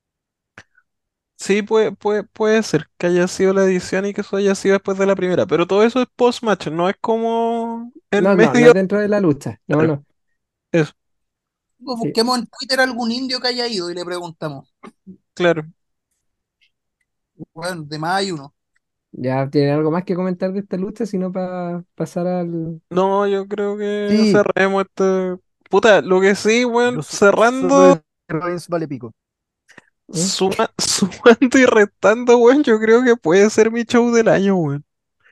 Sí, puede, puede, puede ser que haya sido la edición y que eso haya sido después de la primera, pero todo eso es post-match, no es como en No, no, no es medio. dentro de la lucha. No, Claro, no. eso, Pues Sí. busquemos en Twitter algún indio que haya ido y le preguntamos. claro. Bueno, de más hay uno. ¿Ya tienen algo más que comentar de esta lucha, sino para pasar al... No, yo creo que Sí, cerremos este. Puta, lo que sí, weón, yo so- solo cerrando, decir que Rollins vale pico. ¿Mm? suma, sumando y restando, weón, yo creo que puede ser mi show del año, weón.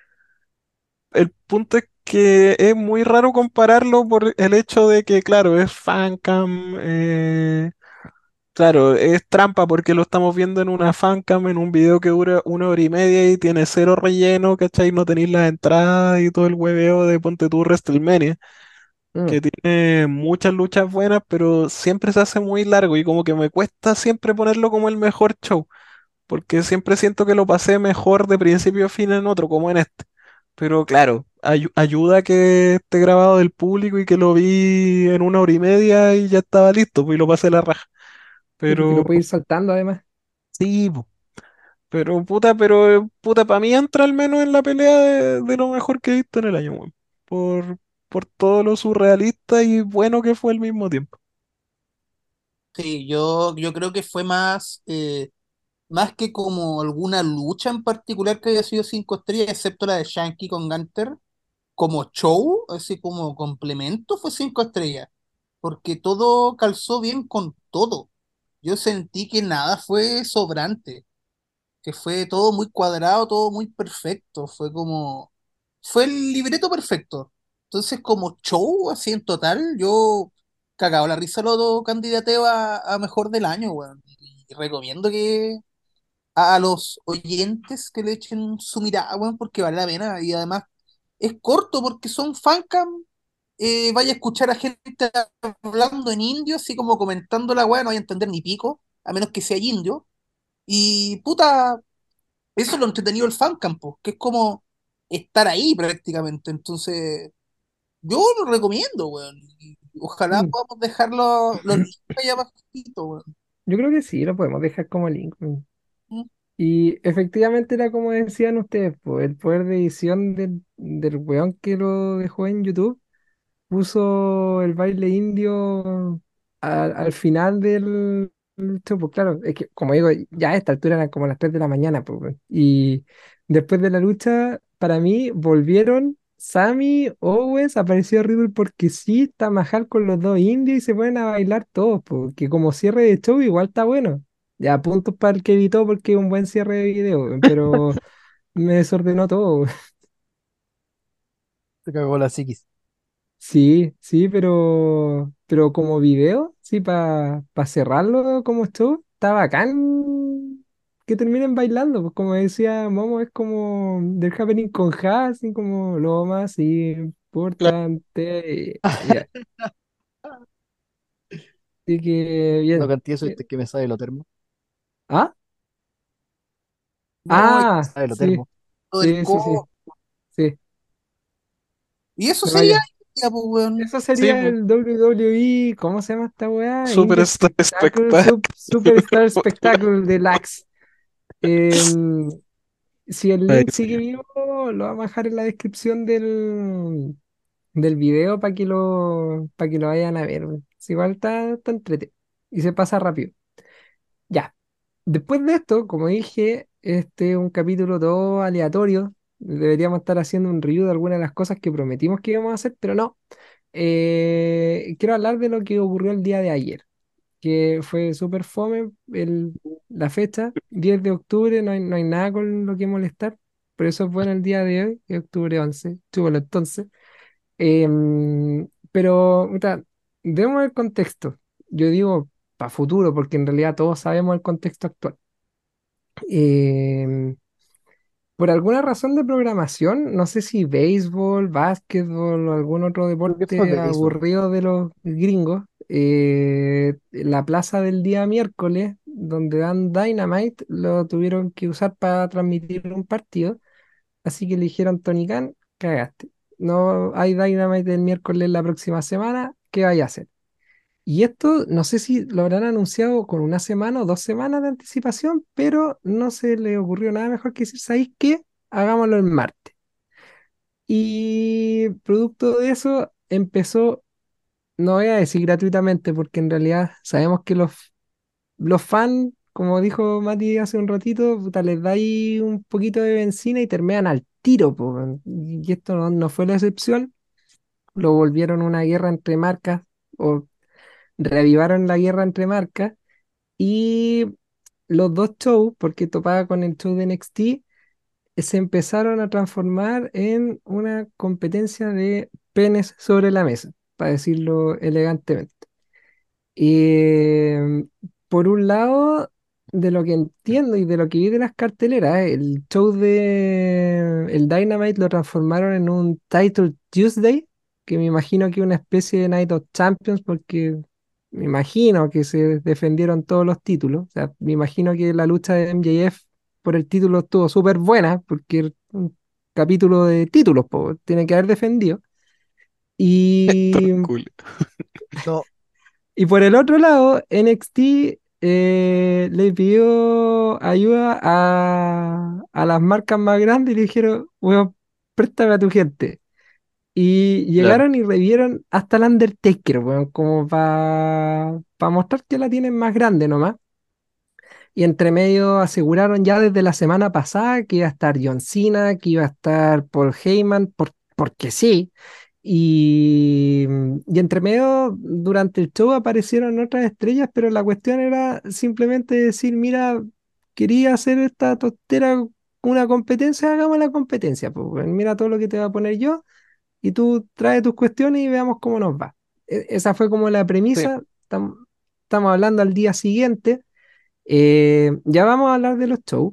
El punto es que es muy raro compararlo por el hecho de que, claro, es fancam, eh, claro, es trampa porque lo estamos viendo en una fancam, en un video que dura una hora y media y tiene cero relleno, ¿cachai? No tenéis las entradas y todo el hueveo de Ponte tú WrestleMania, Mm. que tiene muchas luchas buenas, pero siempre se hace muy largo y como que me cuesta siempre ponerlo como el mejor show, porque siempre siento que lo pasé mejor de principio a fin en otro, como en este. Pero claro, ayu- ayuda que esté grabado del público y que lo vi en una hora y media y ya estaba listo, pues y lo pasé la raja. Sí, porque Pero lo puede ir saltando además. sí, po. Pero puta, pero eh, puta, para mí entra al menos en la pelea de, de lo mejor que he visto en el año, weón. Por, por todo lo surrealista y bueno que fue al mismo tiempo. Sí, yo, yo creo que fue más, eh, más que como alguna lucha en particular que haya sido cinco estrellas, excepto la de Shanky con Gunter, como show, así como complemento, fue cinco estrellas, porque todo calzó bien con todo. Yo sentí que nada fue sobrante, que fue todo muy cuadrado, todo muy perfecto, fue como, fue el libreto perfecto. Entonces, como show, así en total, yo cagado la risa lo candidateo a, a mejor del año, weón. Y recomiendo que a, a los oyentes que le echen su mirada, weón, porque vale la pena. Y además es corto porque son fancam. Eh, vaya a escuchar a gente hablando en indio, así como comentando la weá, no vaya a entender ni pico, a menos que sea indio. Y puta, eso es lo entretenido del fancampo, que es como estar ahí prácticamente. Entonces, yo lo recomiendo, weón. Y ojalá Mm. podamos dejar los, los links allá abajito, weón. Yo creo que sí, lo podemos dejar como link. Mm. Mm. Y efectivamente era como decían ustedes, pues, el poder de edición del, del weón que lo dejó en YouTube puso el baile indio al, al final del del show. Pues claro, es que como digo, ya a esta altura eran como las tres de la mañana, pues, weón. Y después de la lucha, para mí volvieron Sammy, Owens, apareció Riddle porque sí, está Mahal con los dos indios y se ponen a bailar todos, porque como cierre de show igual está bueno. Ya, puntos para el que evitó porque es un buen cierre de video, weón, pero me desordenó todo. Se cagó la psiquis. Sí, sí, pero, pero como video, sí, para cerrarlo como estuvo, está bacán que terminen bailando, pues como decía Momo, es como del happening con Ja, así como lo más Claro. importante. Ya, así que No bien. canté eso, Eh, este que me sabe lo termo. ¿Ah? No, es Ah, Sabe lo sí, termo. todo el sí, sí, sí, co. sí. Y eso No, sería, ya. ya, pues, weón. Eso Sí, sería pues. el W W E, ¿cómo se llama esta weá? Indie Superstar Spectacle, Spectacular. Sup- Superstar Spectacle Deluxe. Em, si el Ahí link sí. sigue vivo, lo vamos a dejar en la descripción del, del video para que lo, para que lo vayan a ver. Si igual está, está entrete y se pasa rápido. Ya. Después de esto, como dije, este es un capítulo todo aleatorio. Deberíamos estar haciendo un review de algunas de las cosas que prometimos que íbamos a hacer, pero no. Eh, quiero hablar de lo que ocurrió el día de ayer, que fue súper fome el, la fecha, diez de octubre, no hay, no hay nada con lo que molestar, pero eso es bueno el día de hoy, que es octubre once, chúbalo entonces. Em, pero, puta, demos el contexto, yo digo para futuro, porque en realidad todos sabemos el contexto actual. Em, por alguna razón de programación, no sé si béisbol, básquetbol o algún otro Creo que fue deporte béisbol. aburrido de los gringos, eh, la plaza del día miércoles, donde dan Dynamite, lo tuvieron que usar para transmitir un partido, así que le dijeron Tony Khan, cagaste. No hay Dynamite el miércoles la próxima semana, ¿qué vaya a hacer? Y esto no sé si lo habrán anunciado con una semana o dos semanas de anticipación, pero no se le ocurrió nada mejor que decir, ¿sabéis qué? Hagámoslo el martes. Y producto de eso empezó, no voy a decir gratuitamente, porque en realidad sabemos que los, los fans, como dijo Mati hace un ratito, puta, les da ahí un poquito de benzina y terminan al tiro, po, weón. Y esto no, no fue la excepción. Lo volvieron una guerra entre marcas, o reavivaron la guerra entre marcas. Y los dos shows, porque topaba con el show de N X T, se empezaron a transformar en una competencia de penes sobre la mesa, para decirlo elegantemente. Y por un lado, de lo que entiendo y de lo que vi de las carteleras, el show de el Dynamite lo transformaron en un Title Tuesday, que me imagino que es una especie de Night of Champions, porque me imagino que se defendieron todos los títulos. O sea, me imagino que la lucha de M J F por el título estuvo súper buena, porque era un capítulo de títulos, po, tiene que haber defendido. Y Tan cool. No, y por el otro lado, N X T eh, le pidió ayuda a, a las marcas más grandes y le dijeron, weón, préstame a tu gente. Y Claro. llegaron y revieron hasta el Undertaker, weón, como para mostrar que la tienen más grande nomás. Y entre medio aseguraron ya desde la semana pasada que iba a estar John Cena, que iba a estar Paul Heyman, por, porque sí. Y, y entre medio, durante el show aparecieron otras estrellas, pero la cuestión era simplemente decir, mira, quería hacer esta tontera una competencia, hagamos la competencia. Pues, weón, mira todo lo que te voy a poner yo y tú trae tus cuestiones y veamos cómo nos va. E- esa fue como la Sí, premisa. Tam- Estamos hablando al día siguiente. Eh, ya vamos a hablar de los shows,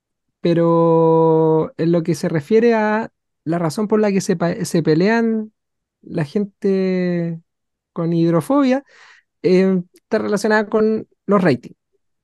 pero en lo que se refiere a la razón por la que se, pa- se pelean la gente con hidrofobia, eh, está relacionada con los ratings.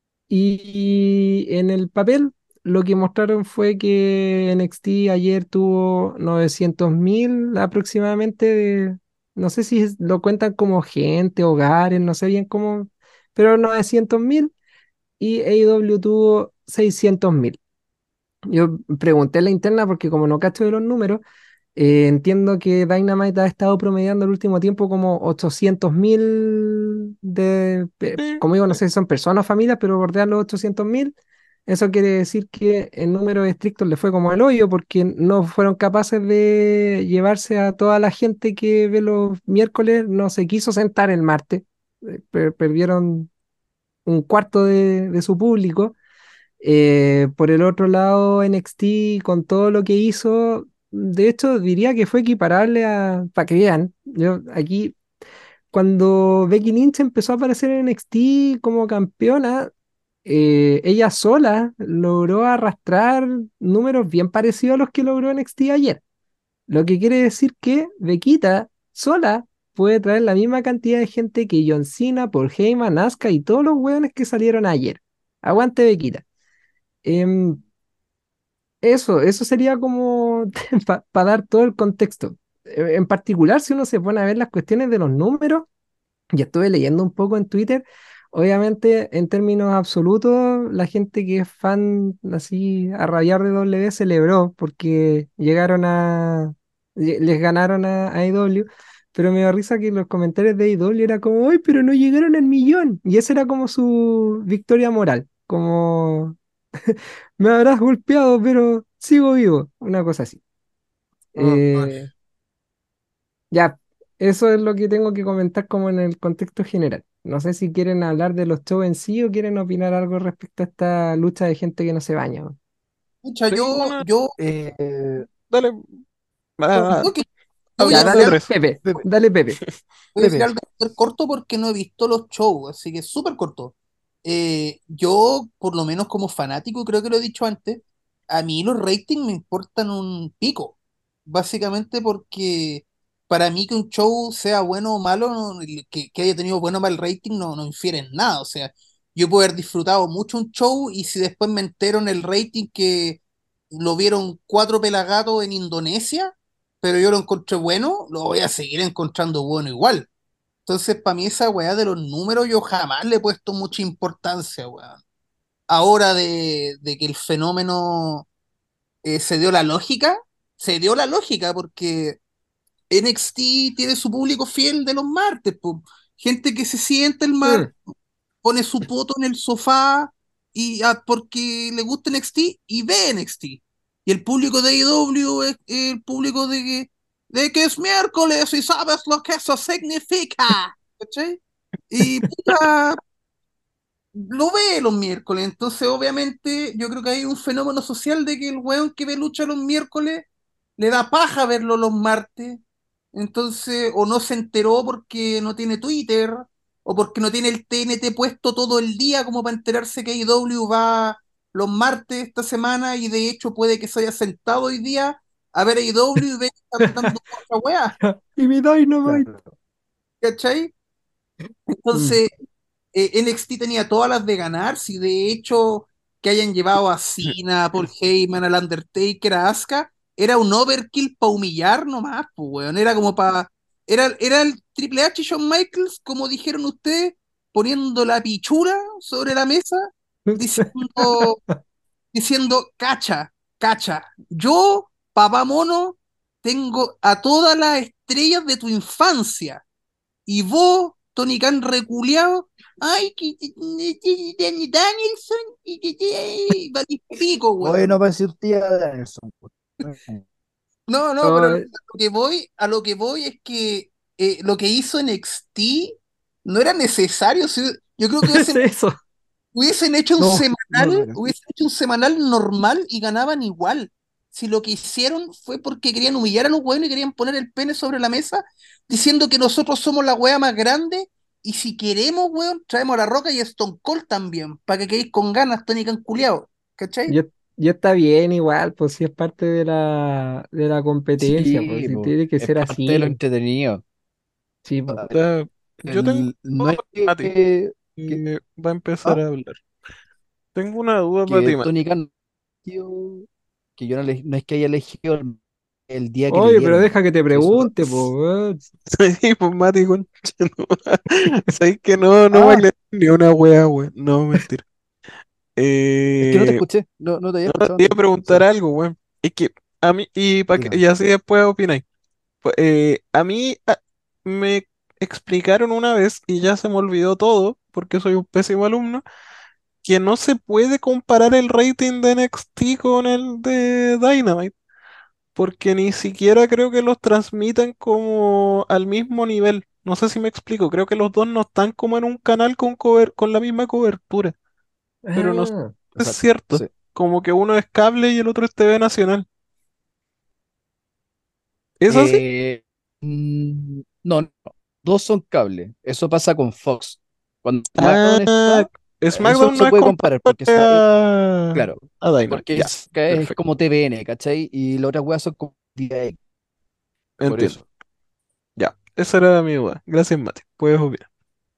Y en el papel lo que mostraron fue que N X T ayer tuvo novecientos mil aproximadamente de, no sé si es- lo cuentan como gente, hogares, no sé bien cómo, pero novecientos mil y A E W tuvo seiscientos mil. Yo pregunté en la interna porque como no cacho de los números, eh, entiendo que Dynamite ha estado promediando el último tiempo como ochocientos mil de, pe- Sí, como digo, no sí. sé si son personas o familias, pero bordean los ochocientos mil. Eso quiere decir que en números estrictos le fue como el hoyo porque no fueron capaces de llevarse a toda la gente que ve los miércoles, no se quiso sentar el martes. Eh, per- perdieron un cuarto de de su público. Eh, por el otro lado, N X T, con todo lo que hizo, de hecho, diría que fue equiparable a, para que vean, yo aquí, cuando Becky Lynch empezó a aparecer en N X T como campeona, eh, ella sola logró arrastrar números bien parecidos a los que logró N X T ayer. Lo que quiere decir que Bequita sola puede traer la misma cantidad de gente que John Cena, Paul Heyman, Asuka y todos los hueones que salieron ayer. Aguante Bequita. Em, Eso, eso sería como para dar todo el contexto. Eh, En particular, si uno se pone a ver las cuestiones de los números, ya estuve leyendo un poco en Twitter, obviamente en términos absolutos, la gente que es fan así a rabiar de W celebró porque llegaron a, lle- les ganaron a, a A E W, pero me da risa que los comentarios de A E W era como, ¡ay, pero no llegaron al millón! Y esa era como su victoria moral, como me habrás golpeado, pero sigo vivo. Una cosa así. oh, Eh, ya, eso es lo que tengo que comentar como en el contexto general. No sé si quieren hablar de los shows en sí o quieren opinar algo respecto a esta lucha de gente que no se baña. ¿No? pucha, Tengo yo, una. yo, Eh, Dale. Ah, yo, que- yo voy ya, a habla, decir dale, algo, Andrés. Pepe, Dime. dale, Pepe, voy a decir Pepe. algo súper corto porque no he visto los shows, así que súper corto. Eh, yo, por lo menos como fanático, creo que lo he dicho antes, a mí los ratings me importan un pico, básicamente porque para mí que un show sea bueno o malo, no- que, que haya tenido bueno o mal rating, no, no infiere en nada. O sea, yo puedo haber disfrutado mucho un show y si después me entero en el rating que lo vieron cuatro pelagatos en Indonesia, pero yo lo encontré bueno, lo voy a seguir encontrando bueno igual. Entonces, para mí esa weá de los números yo jamás le he puesto mucha importancia, weón. Ahora de, de que el fenómeno eh, se dio la lógica, se dio la lógica porque N X T tiene su público fiel de los martes, po. Gente que se siente el martes, Mm. pone su poto en el sofá y ah, porque le gusta N X T y ve N X T. Y el público de A E W es el público de que, de que es miércoles y sabes lo que eso significa. ¿Cachai? Y puta, lo ve los miércoles. Entonces, obviamente, yo creo que hay un fenómeno social de que el weón que ve lucha los miércoles le da paja verlo los martes. Entonces, o no se enteró porque no tiene Twitter, o porque no tiene el T N T puesto todo el día como para enterarse que A E W va los martes esta semana y de hecho puede que se haya sentado hoy día a ver A E W y ve que están dando otra wea, Y mi Dynamite. Claro. ¿cachai? Mm. Entonces, eh, N X T tenía todas las de ganar, si de hecho que hayan llevado a Cena, a Paul Heyman, al Undertaker, a Asuka, era un overkill para humillar nomás, pues, weón, era como para, era, era el Triple H y Shawn Michaels, como dijeron ustedes, poniendo la pichura sobre la mesa, diciendo, diciendo, cacha, cacha, yo, papá mono, tengo a todas las estrellas de tu infancia y vos, Tony Khan reculeado, ay, que Danny Danielson, y que que- valís pico, Oye, no weón. parece un tía Danielson, po. No, no, pero a lo Ay, a lo que voy, a lo que voy es que eh, lo que hizo N X T no era necesario. Si- yo creo que ¿qué es hubiesen, eso? hubiesen hecho un No, no, semanal, pero sí. hubiesen hecho un semanal normal y ganaban igual. Si lo que hicieron fue porque querían humillar a los weones y querían poner el pene sobre la mesa, diciendo que nosotros somos la wea más grande, y si queremos, weón, traemos a La Roca y a Stone Cold también, para que quedéis con ganas, Tony Khan culiao, ¿cachai? Ya, ya está bien igual, pues si es parte de la, de la competencia, pues Sí, si po, tiene que es ser parte de lo así. entretenido. Sí, pues. Da- yo tengo El- no una es duda para ti, que, que, que va a empezar ¿ah? a hablar. Tengo una duda para que ti, Mati. Tony Khan, tío, que yo no, le- no es que haya elegido el, el día que le Oye, pero dieron. deja que te Si eso, pregunte, pues. Sí, pues Mati, concha, no. Sabes que no, no me ah, aclaré ni una wea, wea. No, mentira. es que no te Eh, escuché, no, no te había te escuchado iba antes. a preguntar Sorry, algo, weón. Es que a mí, y, pa que, dígame. y así después opináis. Pues, eh, a mí a- me explicaron una vez, y ya se me olvidó todo, porque soy un pésimo alumno, que no se puede comparar el rating de N X T con el de Dynamite, porque ni siquiera creo que los transmitan como al mismo nivel. No sé si me explico, creo que los dos no están como en un canal con, cober- con la misma cobertura, pero no sé Ah, si es Exacto, cierto, sí. como que uno es cable y el otro es T V nacional. ¿Es así? Eh, mm, no, no, dos son cable. Eso pasa con Fox. Cuando SmackDown Ah, está, eso no SmackDown no se es puede comparar porque comparable está, eh, a, claro, a Dynamite. porque Ya, es, es perfecto. como T V N, ¿cachai? Y las otras weas son como D I, por Entiendo. eso. Ya, esa era mi duda. Gracias, Mati. Puedes opinar.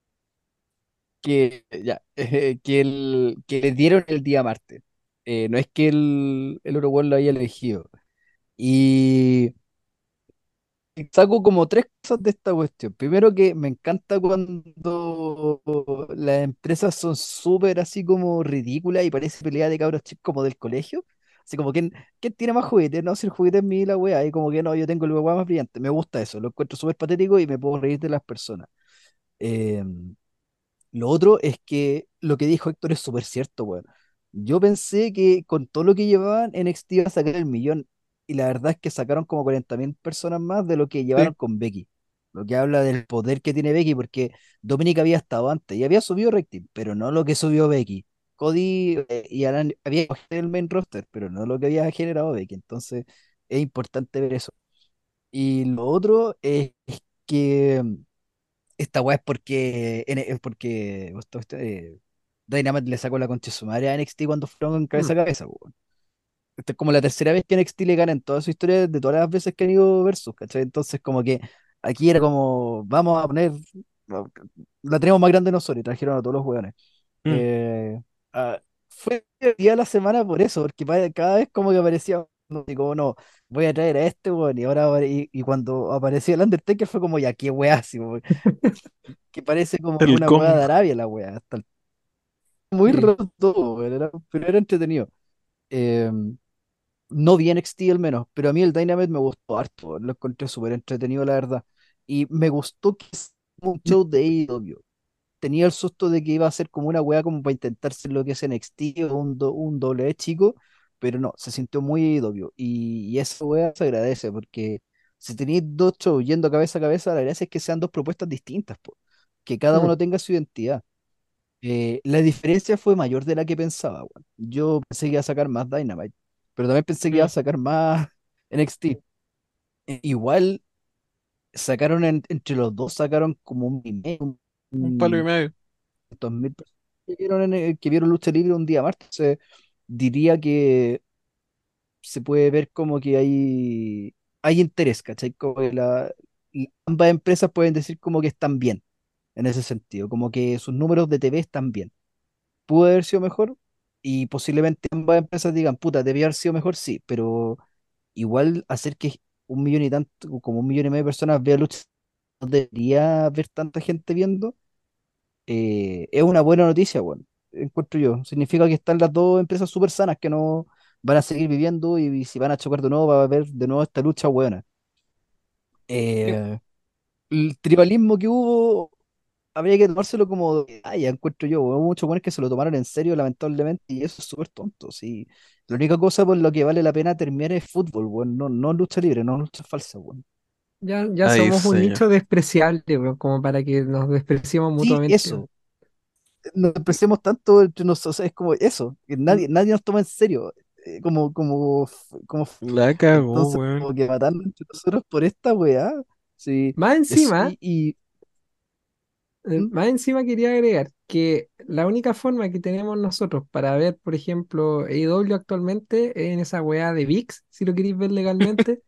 Que ya, eh, que, el, que le dieron el día martes. Eh, no es que el, el otro weón lo haya elegido. Y saco como tres cosas de esta cuestión. Primero que me encanta cuando las empresas son súper así como ridículas y parece pelea de cabros chicos como del colegio. Así como, ¿quién, quién tiene más juguetes? No, si el juguete es mío y la wea. Y como que no, yo tengo el weá más brillante. Me gusta eso, lo encuentro súper patético y me puedo reír de las personas. Eh, lo otro es que lo que dijo Héctor es súper cierto, weón. Yo pensé que con todo lo que llevaban, N X T iba a sacar el millón. Y la verdad es que sacaron como cuarenta mil personas más de lo que Sí, llevaron con Becky. Lo que habla del poder que tiene Becky, porque Dominic había estado antes y había subido rating, pero no lo que subió Becky. Cody eh, y Alan había cogido el main roster, pero no lo que había generado Becky. Entonces es importante ver eso. Y lo otro es que esta weá es porque, N- es porque esto- esto, eh, Dynamite le sacó la concha de su madre a N X T cuando fueron mm. cabeza a cabeza, po, weón. Esta es como la tercera vez que N X T le gana en toda su historia de todas las veces que han ido versus, ¿cachai? Entonces, como que aquí era como, vamos a poner, la tenemos más grande nosotros y trajeron a todos los weones. mm, Eh, ah, fue el día de la semana por eso, porque pa- cada vez como que aparecía y como no, voy a traer a este, weón, y ahora apare- y, y cuando apareció el Undertaker fue como ya, qué weá, así, weón, que parece como El una weá Kong. de Arabia la weá, hasta el- muy Sí. roto, weón, era- pero era entretenido. Eh, no vi N X T al menos, pero a mí el Dynamite me gustó harto, lo encontré súper entretenido, la verdad. Y me gustó que es un show de A E W. Tenía el susto de que iba a ser como una weá como para intentar ser lo que es N X T o un, do- un doble E chico, pero no, se sintió muy A E W. Y, y esa weá se agradece porque si tenéis dos shows yendo cabeza a cabeza, la gracia es que sean dos propuestas distintas, po, que cada Mm. uno tenga su identidad. Eh, la diferencia fue mayor de la que pensaba, weón. Yo pensé que iba a sacar más Dynamite, pero también pensé que iba a Mm, sacar más N X T. E- Igual sacaron en- entre los dos, sacaron como un, email, un palo y un, medio. dos mil personas que vieron, en el- que vieron lucha libre un día más. Entonces, diría que se puede ver como que hay, hay interés, ¿cachai? Como que la, y ambas empresas pueden decir como que están bien en ese sentido, como que sus números de T V están bien. Pudo haber sido mejor y posiblemente ambas empresas digan, puta, debía haber sido mejor, sí, pero igual hacer que un millón y tanto, como un millón y medio de personas vean lucha, no debería haber tanta gente viendo, eh, es una buena noticia, bueno, encuentro yo. Significa que están las dos empresas súper sanas que no van a seguir viviendo y, si van a chocar de nuevo va a haber de nuevo esta lucha buena. Sí. Eh, el tribalismo que hubo habría que tomárselo como, ah, ya encuentro yo, hubo muchos buenos que se lo tomaron en serio lamentablemente y eso es súper tonto, sí. La única cosa por lo que vale la pena terminar es fútbol, bueno, no, no lucha libre, no lucha falsa, bueno. Ya, ya Ahí, somos un señor. nicho despreciable, weón, como para que nos despreciemos Sí, mutuamente. eso. Nos apreciamos tanto entre nosotros, o sea, es como eso, que Mm. nadie, nadie nos toma en serio, eh, como, como, f- como, f- La cagó, entonces, weón. como que matarnos entre nosotros por esta weá, sí, Más es, encima, y, y eh, ¿mm? más encima quería agregar que la única forma que tenemos nosotros para ver, por ejemplo, A E W actualmente es en esa weá de V I X, si lo queréis ver legalmente,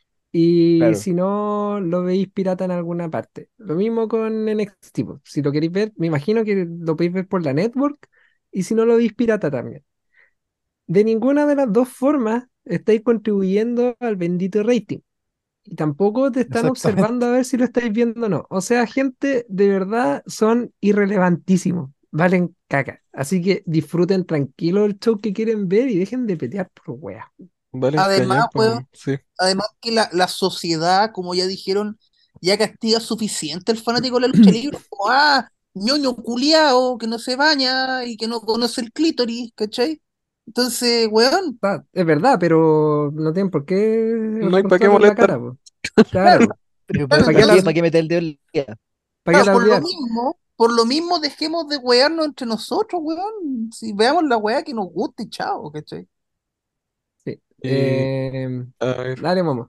y Claro, si no, lo veis pirata en alguna parte. Lo mismo con N X T, po. Si lo queréis ver, me imagino que lo podéis ver por la network, y si no, lo veis pirata también. De ninguna de las dos formas estáis contribuyendo al bendito rating. Y tampoco te están observando exactamente. a ver si lo estáis viendo o no. O sea, gente, de verdad son irrelevantísimos. Valen caca. Así que disfruten tranquilo el show que quieren ver y dejen de petear por weas. Valen Además, callampa, weón, weón. Sí. además que la, la sociedad, como ya dijeron, ya castiga suficiente al fanático de la lucha libre, como, ah, ñoño culiao, que no se baña y que no conoce el clítoris, ¿cachai? Entonces, weón, Ah, es verdad, pero no tienen por qué No hay para qué rostrar en la molestar. cara, po. claro, Claro. Pero claro, ¿para ¿Para qué qué, la, para entonces, qué meter el dedo en la herida? para qué claro, la por lo odiar? mismo, por lo mismo dejemos de wearnos entre nosotros, weón. Si veamos la weá que nos guste, y chao, ¿cachai? Sí. Y, Eh, a ver. dale, mamá.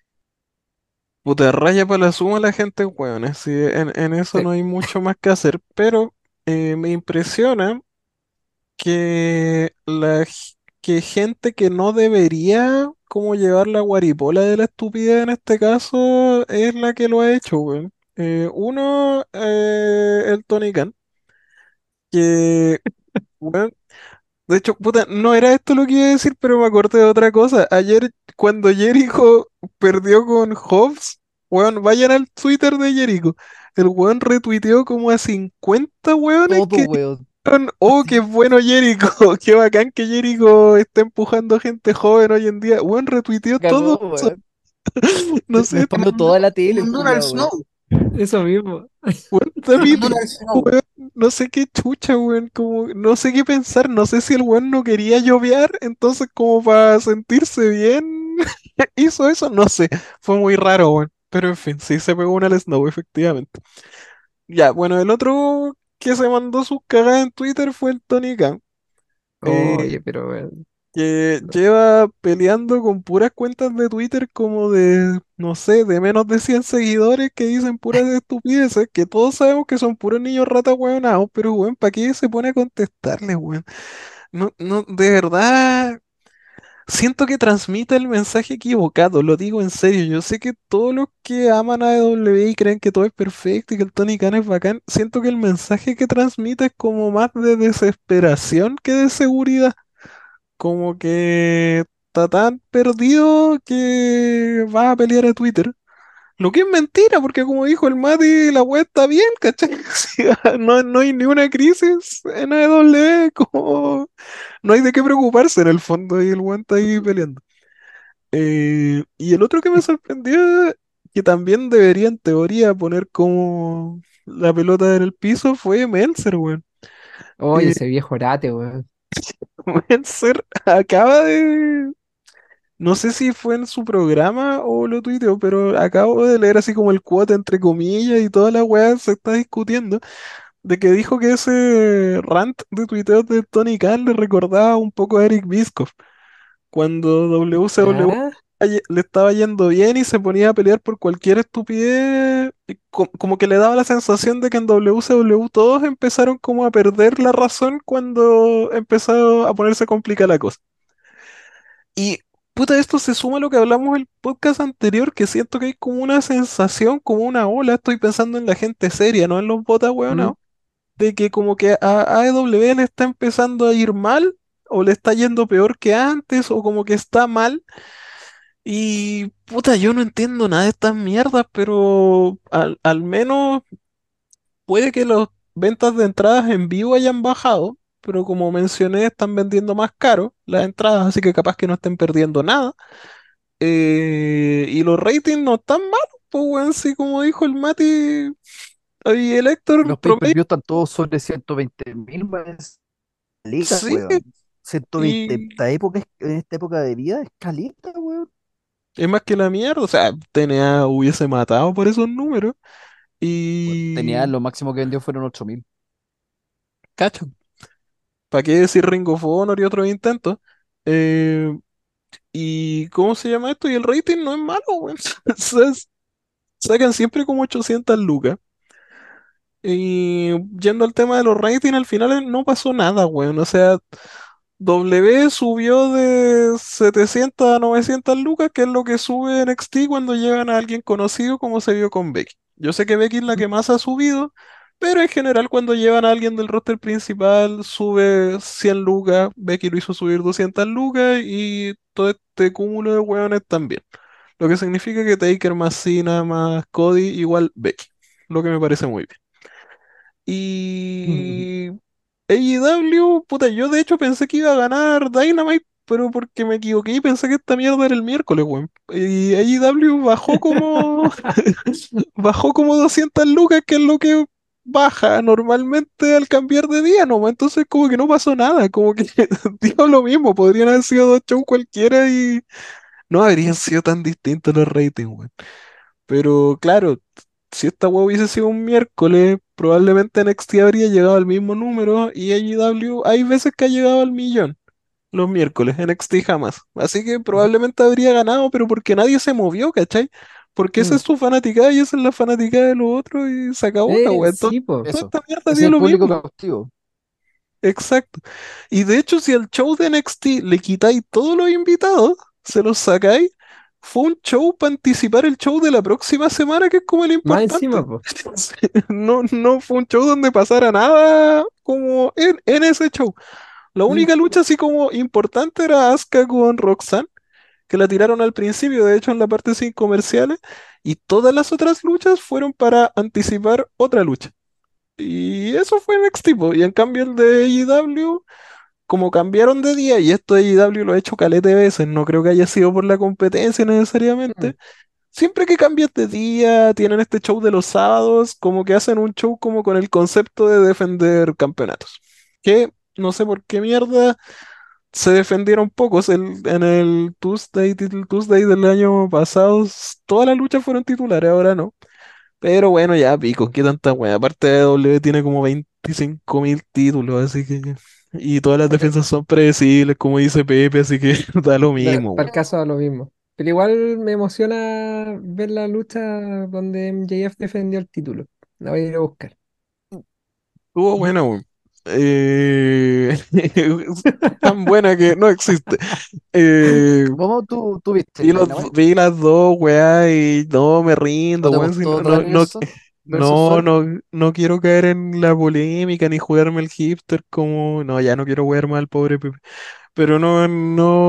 Puta, raya para la suma la gente, weón. Sí, en, en eso Sí. no hay mucho más que hacer. Pero eh, me impresiona que la g- que gente que no debería como llevar la guaripola de la estupidez en este caso es la que lo ha hecho, weón. Eh, uno, eh, el Tony Khan, que, weón, de hecho, puta, no era esto lo que iba a decir, pero me acordé de otra cosa. Ayer, cuando Jericho perdió con Hobbs, weón, vayan al Twitter de Jericho. El weón retuiteó como a cincuenta weones Todo, que weón. dijeron, oh, qué Sí, bueno Jericho, qué bacán que Jericho está empujando gente joven hoy en día. Weón, retuiteó todo cagó, eso. weón. No Le sé, Lo spameó mandó, toda la lo tele el mandó en al culiao, weón. Snow, Eso mismo. weón, lo David, mandó en al Snow. weón, no sé qué chucha, weón, como, no sé qué pensar, no sé si el weón no quería lloviar, entonces como para sentirse bien, hizo eso, no sé, fue muy raro, weón, pero en fin, sí se pegó una al Snow, efectivamente. Ya, bueno, el otro que se mandó sus cagadas en Twitter fue el Tony Khan, eh, Oye, pero weón, que no. lleva peleando con puras cuentas de Twitter como de, no sé, de menos de cien seguidores que dicen puras estupideces, que todos sabemos que son puros niños ratas hueonados, pero weón, ¿para qué se pone a contestarles, weón? No, no, de verdad, siento que transmite el mensaje equivocado, lo digo en serio, yo sé que todos los que aman a W y creen que todo es perfecto y que el Tony Khan es bacán, siento que el mensaje que transmite es como más de desesperación que de seguridad. Como que está tan perdido que va a pelear a Twitter. Lo que es mentira, porque como dijo el Mati, la web está bien, ¿cachai? O sea, no, no hay ni una crisis en A E W, como no hay de qué preocuparse en el fondo y el weón está ahí peleando. Eh, y el otro que me sorprendió, que también debería en teoría poner como la pelota en el piso, fue Meltzer, weón. Oye, Eh, ese viejo orate, weón. Meltzer acaba de... No sé si fue en su programa o lo tuiteó, pero acabo de leer así como el quote entre comillas y toda la weá se está discutiendo de que dijo que ese rant de tuiteos de Tony Khan le recordaba un poco a Eric Bischoff cuando W C W ¿Ya? ye- le estaba yendo bien y se ponía a pelear por cualquier estupidez, y co- como que le daba la sensación de que en W C W todos empezaron como a perder la razón cuando empezó a ponerse complicada la cosa. Y puta, esto se suma a lo que hablamos el podcast anterior, que siento que hay como una sensación, como una ola, estoy pensando en la gente seria, no en los botas ¿Mm? hueonados, de que como que a AEW le está empezando a ir mal, o le está yendo peor que antes, o como que está mal. Y puta, yo no entiendo nada de estas mierdas, pero al, al menos puede que las ventas de entradas en vivo hayan bajado, pero como mencioné, están vendiendo más caro las entradas, así que capaz que no estén perdiendo nada. Eh, y los ratings no están malos, pues weón, sí, como dijo el Mati y el Héctor, Los promedio, pay-per-view están todos sobre ciento veinte mil, caleta, sí, weón. ciento veinte y esta época, es- en esta época de vida es caleta, weón. es más que la mierda, o sea, T N A hubiese matado por esos números. Bueno, tenía Y lo máximo que vendió fueron ocho mil. cacho, ¿para qué decir Ring of Honor y otros intentos? Eh, ¿Y cómo se llama esto? Y el rating no es malo, weón. O sea, s- sacan siempre como ochocientas lucas. Y yendo al tema de los ratings, al final eh, no pasó nada, weón. O sea, W subió de setecientas a novecientas lucas, que es lo que sube N X T cuando llegan a alguien conocido, como se vio con Becky. Yo sé que Becky es la que más ha subido, pero en general cuando llevan a alguien del roster principal sube cien lucas, Becky lo hizo subir doscientas lucas y todo este cúmulo de hueones también. Lo que significa que Taker más Cena más Cody igual Becky, lo que me parece muy bien. Y A E W, puta, yo de hecho pensé que iba a ganar Dynamite, pero porque me equivoqué y pensé que esta mierda era el miércoles, weón. Y A E W bajó como bajó como doscientas lucas, que es lo que baja normalmente al cambiar de día, ¿no? Entonces como que no pasó nada, como que digo lo mismo, podrían haber sido dos shows cualquiera y no habrían sido tan distintos los ratings, weón. Pero claro, si esta web hubiese sido un miércoles, probablemente N X T habría llegado al mismo número y A E W hay veces que ha llegado al millón los miércoles, N X T jamás. Así que probablemente habría ganado, pero porque nadie se movió, ¿cachai? Porque esa es Mm. su fanaticada y esa es la fanaticada de los otros y se acabó la Eh, web. Entonces, sí, po. toda Eso. esta mierda Ese es dio el lo público mismo. cautivo. Exacto. Y de hecho, si al show de N X T le quitáis todos los invitados, se los sacáis, fue un show para anticipar el show de la próxima semana, que es como el Más importante. encima, po. No, no fue un show donde pasara nada como en, en ese show. La Mm. única lucha así como importante era Asuka con Roxanne, que la tiraron al principio, de hecho en la parte sin comerciales, y todas las otras luchas fueron para anticipar otra lucha. Y eso fue N X T, po. Y en cambio el de A E W, como cambiaron de día, y esto A E W lo ha hecho caleta de veces, no creo que haya sido por la competencia Mm. necesariamente. Siempre que cambias de día, tienen este show de los sábados, como que hacen un show como con el concepto de defender campeonatos. Que no sé por qué mierda se defendieron pocos. El- en el Tuesday, Title Tuesday del año pasado, s- todas las luchas fueron titulares, ahora no. Pero bueno, ya pico, qué tanta wea. Aparte de W tiene como veinticinco mil títulos, así que... Y todas las Puta, defensas son predecibles, como dice Pepe, así que da lo da- mismo, para weón. el caso da lo mismo. Pero igual me emociona ver la lucha donde M J F defendió el título. La voy a ir a buscar. Estuvo buena, weón. Eh, tan buena que no existe. Eh, ¿Cómo tú, tú viste vi, el los, Dynamite? vi las dos, weá, y no me rindo, ¿No te weón. Si no, gustó no, no, Danielson versus no, Sol? no, no quiero caer en la polémica ni jugarme el hipster como. No, ya no quiero jugar mal, pobre Pepe. Pero no, no.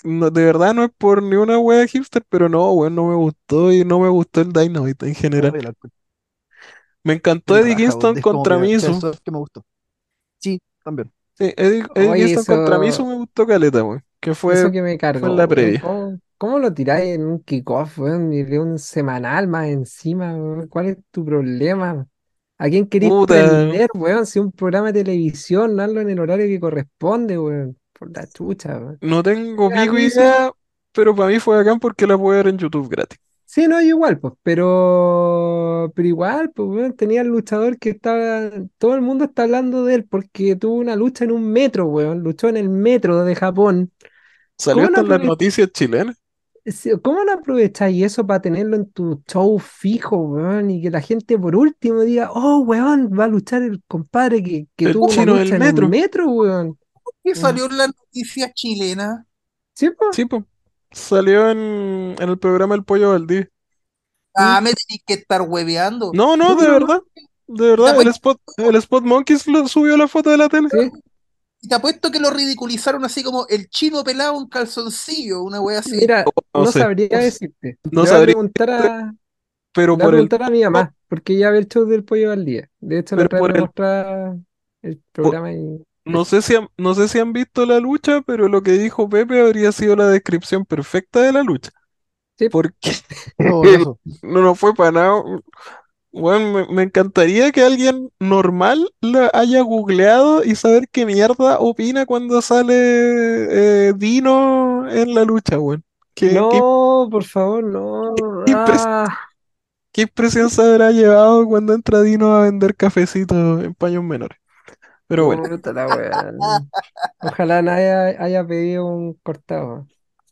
no, de verdad no es por ni una wea hipster, pero no, weón, no me gustó y no me gustó el Dynamite en general. Oye, la, Me encantó la Eddie raja, weón. Kingston Es como contra primera fecha de Mizu. surf que me gustó. Sí, también. Sí, Eddie, Eddie Oye, Kingston contra Mizu eso, me gustó caleta, weón. Que fue, eso que me fue en cargó, la weón. previa. ¿Cómo, cómo lo tiráis en un kickoff, weón? Y de un semanal más encima, weón. ¿Cuál es tu problema? ¿A quién queréis Puta, prender, weón? Si un programa de televisión, hazlo en el horario que corresponde, weón. Por la chucha, weón. no tengo A pico mí eso, idea, pero para mí fue bacán porque la pude ver en YouTube gratis. sí, no, yo igual, pues, pero, pero igual, pues, weón, tenía el luchador que estaba, todo el mundo está hablando de él porque tuvo una lucha en un metro, weón, luchó en el metro de Japón. Salió ¿Cómo no hasta en las aprovech- noticias chilenas. si- ¿Cómo no aprovecháis eso para tenerlo en tu show fijo, weón? Y que la gente por último diga, oh, weón, va a luchar el compadre que, que El tuvo una chino del lucha en un metro. metro, weón. Que Mm, salió en las noticias chilenas. ¿Sí, pues? sí, pues. Salió en, en el programa El Pollo Valdivia. Mm. Ah, me tenéis que estar hueveando. No, no, No, de no, no. verdad. De Y te verdad, el apuesto, Spot, el Spot Monkeys lo- subió la foto de la tele. Sí. y te apuesto que lo ridiculizaron así como el chino pelado en calzoncillo, una wea así. Mira, No no sé, sabría No sé. decirte. no Le voy a sabría, preguntar a, pero Le voy a por el, preguntar a mi mamá, porque ella ve el show del pollo al día. De hecho, la pero otra vez por me el, mostraba el po- programa y no eso. sé si han, no sé si han visto la lucha, pero lo que dijo Pepe habría sido la descripción perfecta de la lucha. Sí, Porque En todo caso. no, no fue para nada. Bueno, me, me encantaría que alguien normal la haya googleado y saber qué mierda opina cuando sale eh, Dino en la lucha, weón. ¿Qué, qué, no, por favor, no. qué impres- Ah, qué impresión se habrá llevado cuando entra Dino a vender cafecitos en paños menores? Pero bueno, puta la wea. Ojalá nadie haya pedido un cortado.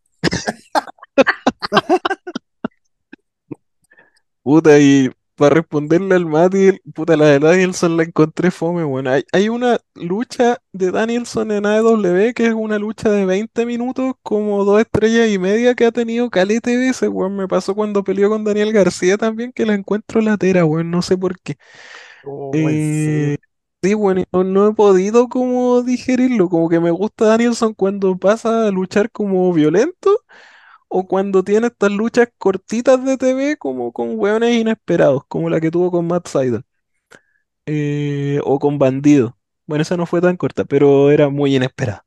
puta, y para responderle al Mati, puta, la de Danielson la encontré fome, weón. Hay, hay una lucha de Danielson en A E W que es una lucha de veinte minutos, como dos estrellas y media que ha tenido calete veces, weón. Me pasó cuando peleó con Daniel García también, que la encuentro latera, weón. No sé por qué. Oh, en Eh, serio. sí, bueno, y no, no he podido como digerirlo, como que me gusta Danielson cuando pasa a luchar como violento o cuando tiene estas luchas cortitas de T V como con hueones inesperados, como la que tuvo con Matt Sydal, eh, o con Bandido. Bueno, esa no fue tan corta, pero era muy inesperada.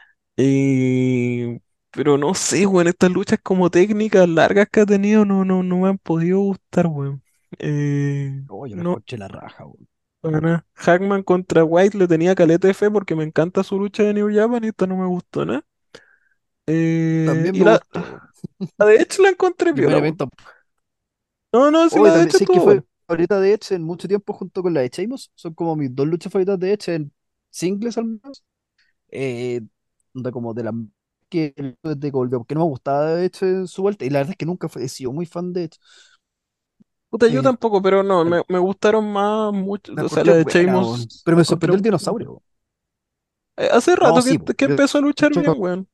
Eh, pero no sé, weón, estas luchas como técnicas largas que ha tenido no, no, no me han podido gustar, weón. Eh, Oh, yo la no, encontré la raja, weón. para nada. Hackman contra White le tenía caleta de fe porque me encanta su lucha de New Japan y esta no me gustó, ¿no? Eh, También y me la, gustó. la de hecho la encontré Y el piola, main weón. event. No, no, sí, Hoy la de también, hecho sé que estuvo buena. fue favorita de Edge en mucho tiempo junto con la de Sheamus. Son como mis dos luchas favoritas de Edge en singles al menos. Eh, onda como de la que desde que volvió, porque no me gustaba de Edge en su vuelta. Y la verdad es que nunca fue, he sido muy fan de Edge. Puta, yo Eh, tampoco, pero no, me, me gustaron más mucho, la o sea, encontré la de buena, Sheamus, weón. Pero la me encontré sorprendió el buena. dinosaurio, weón. Eh, hace No, rato que, sí, po. que Yo- empezó a luchar bien, yo- weón.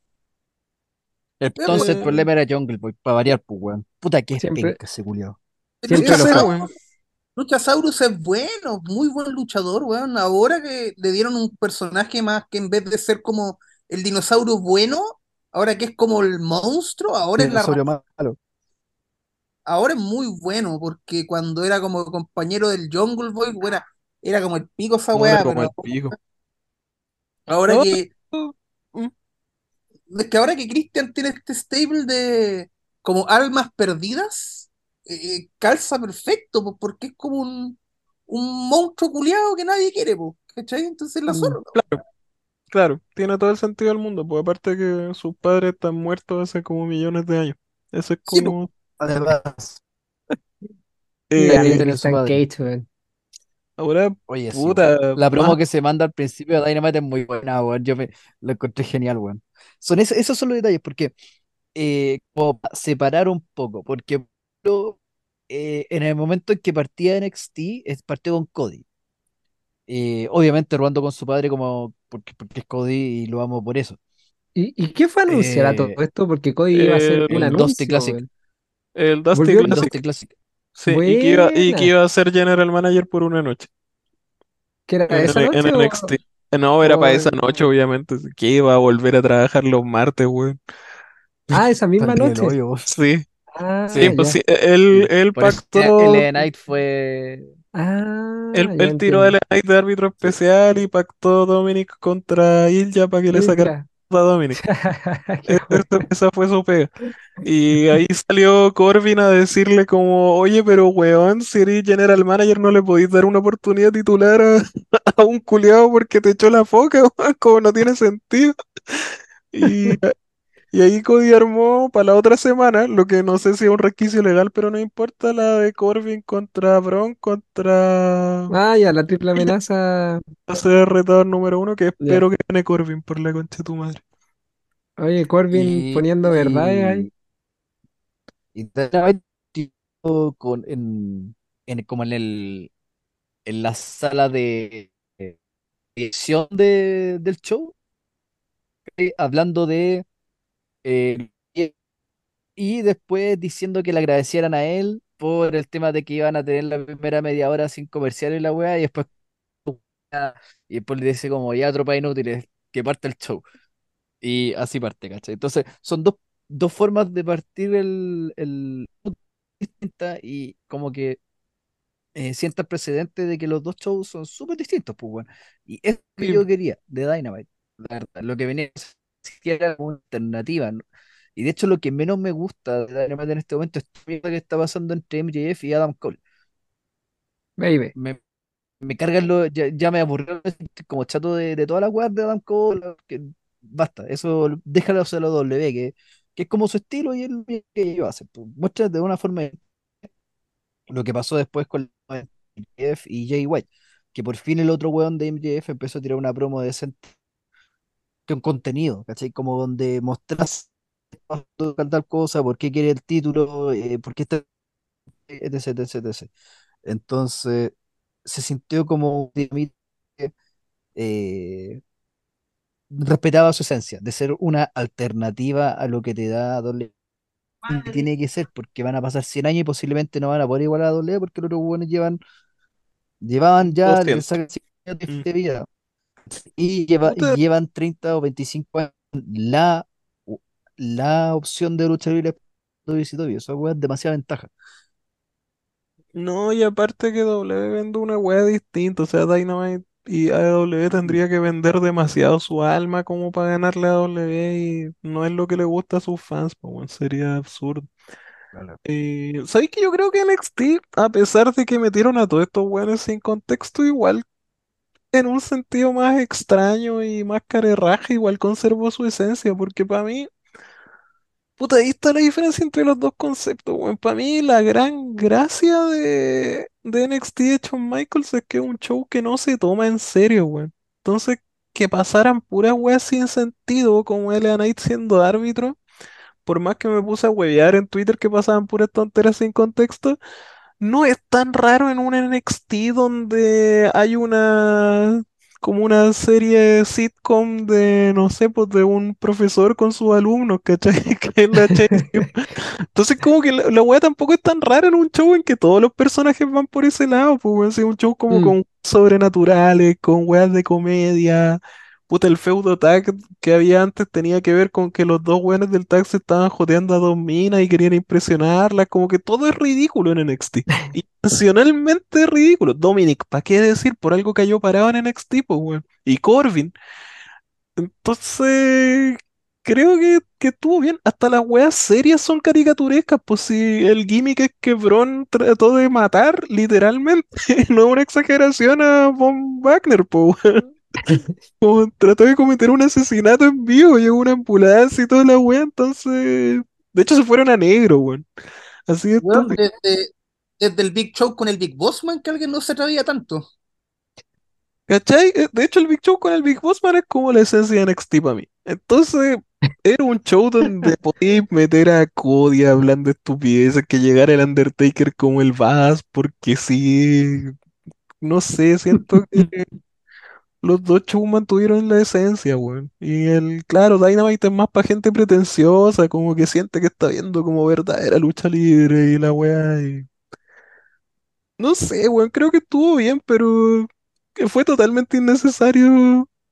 Ya, pues, Entonces el Eh, problema era Jungle Boy, para variar, pues, weón. Puta que es Siempre, penca ese culiao. Lucha siempre lo ese, fue. Luchasaurus, weón. Luchasaurus es bueno, muy buen luchador, weón. Ahora que le dieron un personaje más que en vez de ser como el dinosaurio bueno, ahora que es como el monstruo, ahora es la Dinosaurio malo. ahora es muy bueno, porque cuando era como compañero del Jungle Boy, era, era como el pico esa No era weá, como pero el pico. ahora No, que, no, mm, es que ahora que Christian tiene este stable de como almas perdidas, eh, eh, calza perfecto, pues, porque es como un, un monstruo culiado que nadie quiere, pues, ¿cachai? Entonces la Mm. zorra. claro, tiene todo el sentido del mundo, pues aparte que sus padres están muertos hace como millones de años. Eso es Sí, pues, como... Además, Qué hay que eh, grande tener su Christian padre. Cage, weón. ahora, Oye, sí, weón. puta, La más... promo que se manda al principio de Dynamite es muy buena, weón. Yo me lo encontré genial, weón. Son esos, esos son los detalles, porque eh, como pa- separar un poco, porque lo- eh, en el momento en que partía N X T, es, partió con Cody. Eh, obviamente robando con su padre como porque, porque es Cody y lo amo por eso. ¿Y, y qué fue anunciar a todo Eh, esto? Porque Cody iba a hacer un El, el Dusty anuncio, Classic. weón. el Dusty Volvió el El dos. Dusty Classic, Classic. sí, y que iba, y que Buena. iba a ser General Manager por una noche ¿Qué era en, esa N- en noche o, N X T. No, era para esa O... noche, obviamente. Que iba a volver a trabajar los martes, weón. Ah, esa misma Partirle el noche. hoyo, weón. Sí, sí, Ah, Sí, pues ya. sí, él, sí. él Por eso L pactó, A Knight fue. él, Ah, ya él tiró a entiendo. L A Knight de árbitro Sí. especial y pactó Dominic contra Ilja para que le Y sacara ya. a Dominic. Qué E- esa, bueno. esa fue su pega. Y ahí salió Corbin a decirle como, oye, pero weón, si eres general manager no le podéis dar una oportunidad titular a, a un culiado porque te echó la foca, weón, como no tiene sentido. Y, y ahí Cody armó para la otra semana, lo que no sé si es un resquicio legal, pero no importa, la de Corbin contra Braun contra Ah, ya, la triple amenaza. a ser retador número uno, que Ya. espero que gane Corbin por la concha de tu madre. Oye, Corbin Y, poniendo verdades ahí. y, y Dynamite tiró con, en, en, como en el, en la sala de eh, edición de, del show, eh, hablando de eh, y, y después diciendo que le agradecieran a él por el tema de que iban a tener la primera media hora sin comercial y la weá, y después y después le dice como ya tropa inútiles, que parte el show. Y así parte, ¿cachai? Entonces, son dos, dos formas de partir el, el distinta y como que eh, sienta el precedente de que los dos shows son súper distintos, pues bueno. Y es lo que Sí, yo quería de Dynamite, la verdad, lo que venía a ser era una alternativa, ¿no? Y de hecho lo que menos me gusta de Dynamite en este momento es lo que está pasando entre M J F y Adam Cole. Baby. Me, me cargan los, ya, ya me aburrió, estoy como chato de, de toda la web de Adam Cole, que basta, eso déjalo a la W, que, que es como su estilo y el que ellos hacen. Pues, muestra de una forma lo que pasó después con M J F y Jay White, que por fin el otro weón de M J F empezó a tirar una promo decente con contenido, ¿cachai? Como donde mostras tal cosa, por qué quiere el título, eh, por qué está, etc, etc, etcétera. Entonces, se sintió como eh, respetaba su esencia, de ser una alternativa a lo que te da doble E. Tiene que ser, porque van a pasar cien años y posiblemente no van a poder igualar a doble E porque los otros buenos llevan, llevaban ya, les doscientos. sacan cien años de Mm. de vida y, lleva, y Puta, llevan treinta o veinticinco años. La, la opción de lucha libre es W C W, eso es demasiada ventaja. no, y aparte que W vende una wea distinta, o sea, Dynamite y A E W tendría que vender demasiado su alma como para ganarle a W y no es lo que le gusta a sus fans, pues, weón, sería absurdo. Claro. Eh, ¿sabes que yo creo que N X T, a pesar de que metieron a todos estos weones sin contexto, igual en un sentido más extraño y más carerraje, igual conservó su esencia, porque para mí puta, ahí está la diferencia entre los dos conceptos, weón. Para mí, la gran gracia de, de N X T de Shawn Michaels es que es un show que no se toma en serio, weón. Entonces, que pasaran puras weas sin sentido, como L A Knight siendo árbitro, por más que me puse a huevear en Twitter que pasaban puras tonteras sin contexto, no es tan raro en un N X T donde hay una, como una serie sitcom de, no sé, pues de un profesor con sus alumnos, ¿cachai? Que es la Chase. Entonces como que la, la wea tampoco es tan rara en un show en que todos los personajes van por ese lado, pues weón, sí, un show como Mm, con sobrenaturales, con weas de comedia. Puta, el feudo tag que había antes tenía que ver con que los dos weones del tag se estaban jodeando a dos minas y querían impresionarlas, como que todo es ridículo en N X T. Intencionalmente ridículo. Dominic, ¿para qué decir? Por algo cayó parado en N X T, pues weón. Y Corbin. Entonces, creo que, que estuvo bien. Hasta las weas serias son caricaturescas. Pues si el gimmick es que Bron trató de matar, literalmente, no es una exageración a Von Wagner, pues weón. Como trató de cometer un asesinato en vivo, llegó una ambulancia y toda la wea, entonces. De hecho, se fueron a negro, weón. Así de Weón, estúpido. desde, desde el Big Show con el Big Boss Man que alguien no se atrevía tanto. ¿Cachai? Eh, De hecho, el Big Show con el Big Boss Man es como la esencia de N X T para mí. Entonces, era un show donde podías meter a Cody hablando estupideces, que llegara el Undertaker como el Bass, porque sí, no sé, siento que los dos shows mantuvieron la esencia, weón. Y el, claro, Dynamite es más para gente pretenciosa, como que siente que está viendo como verdadera lucha libre y la weá. Y... No sé, weón, creo que estuvo bien, pero que fue totalmente innecesario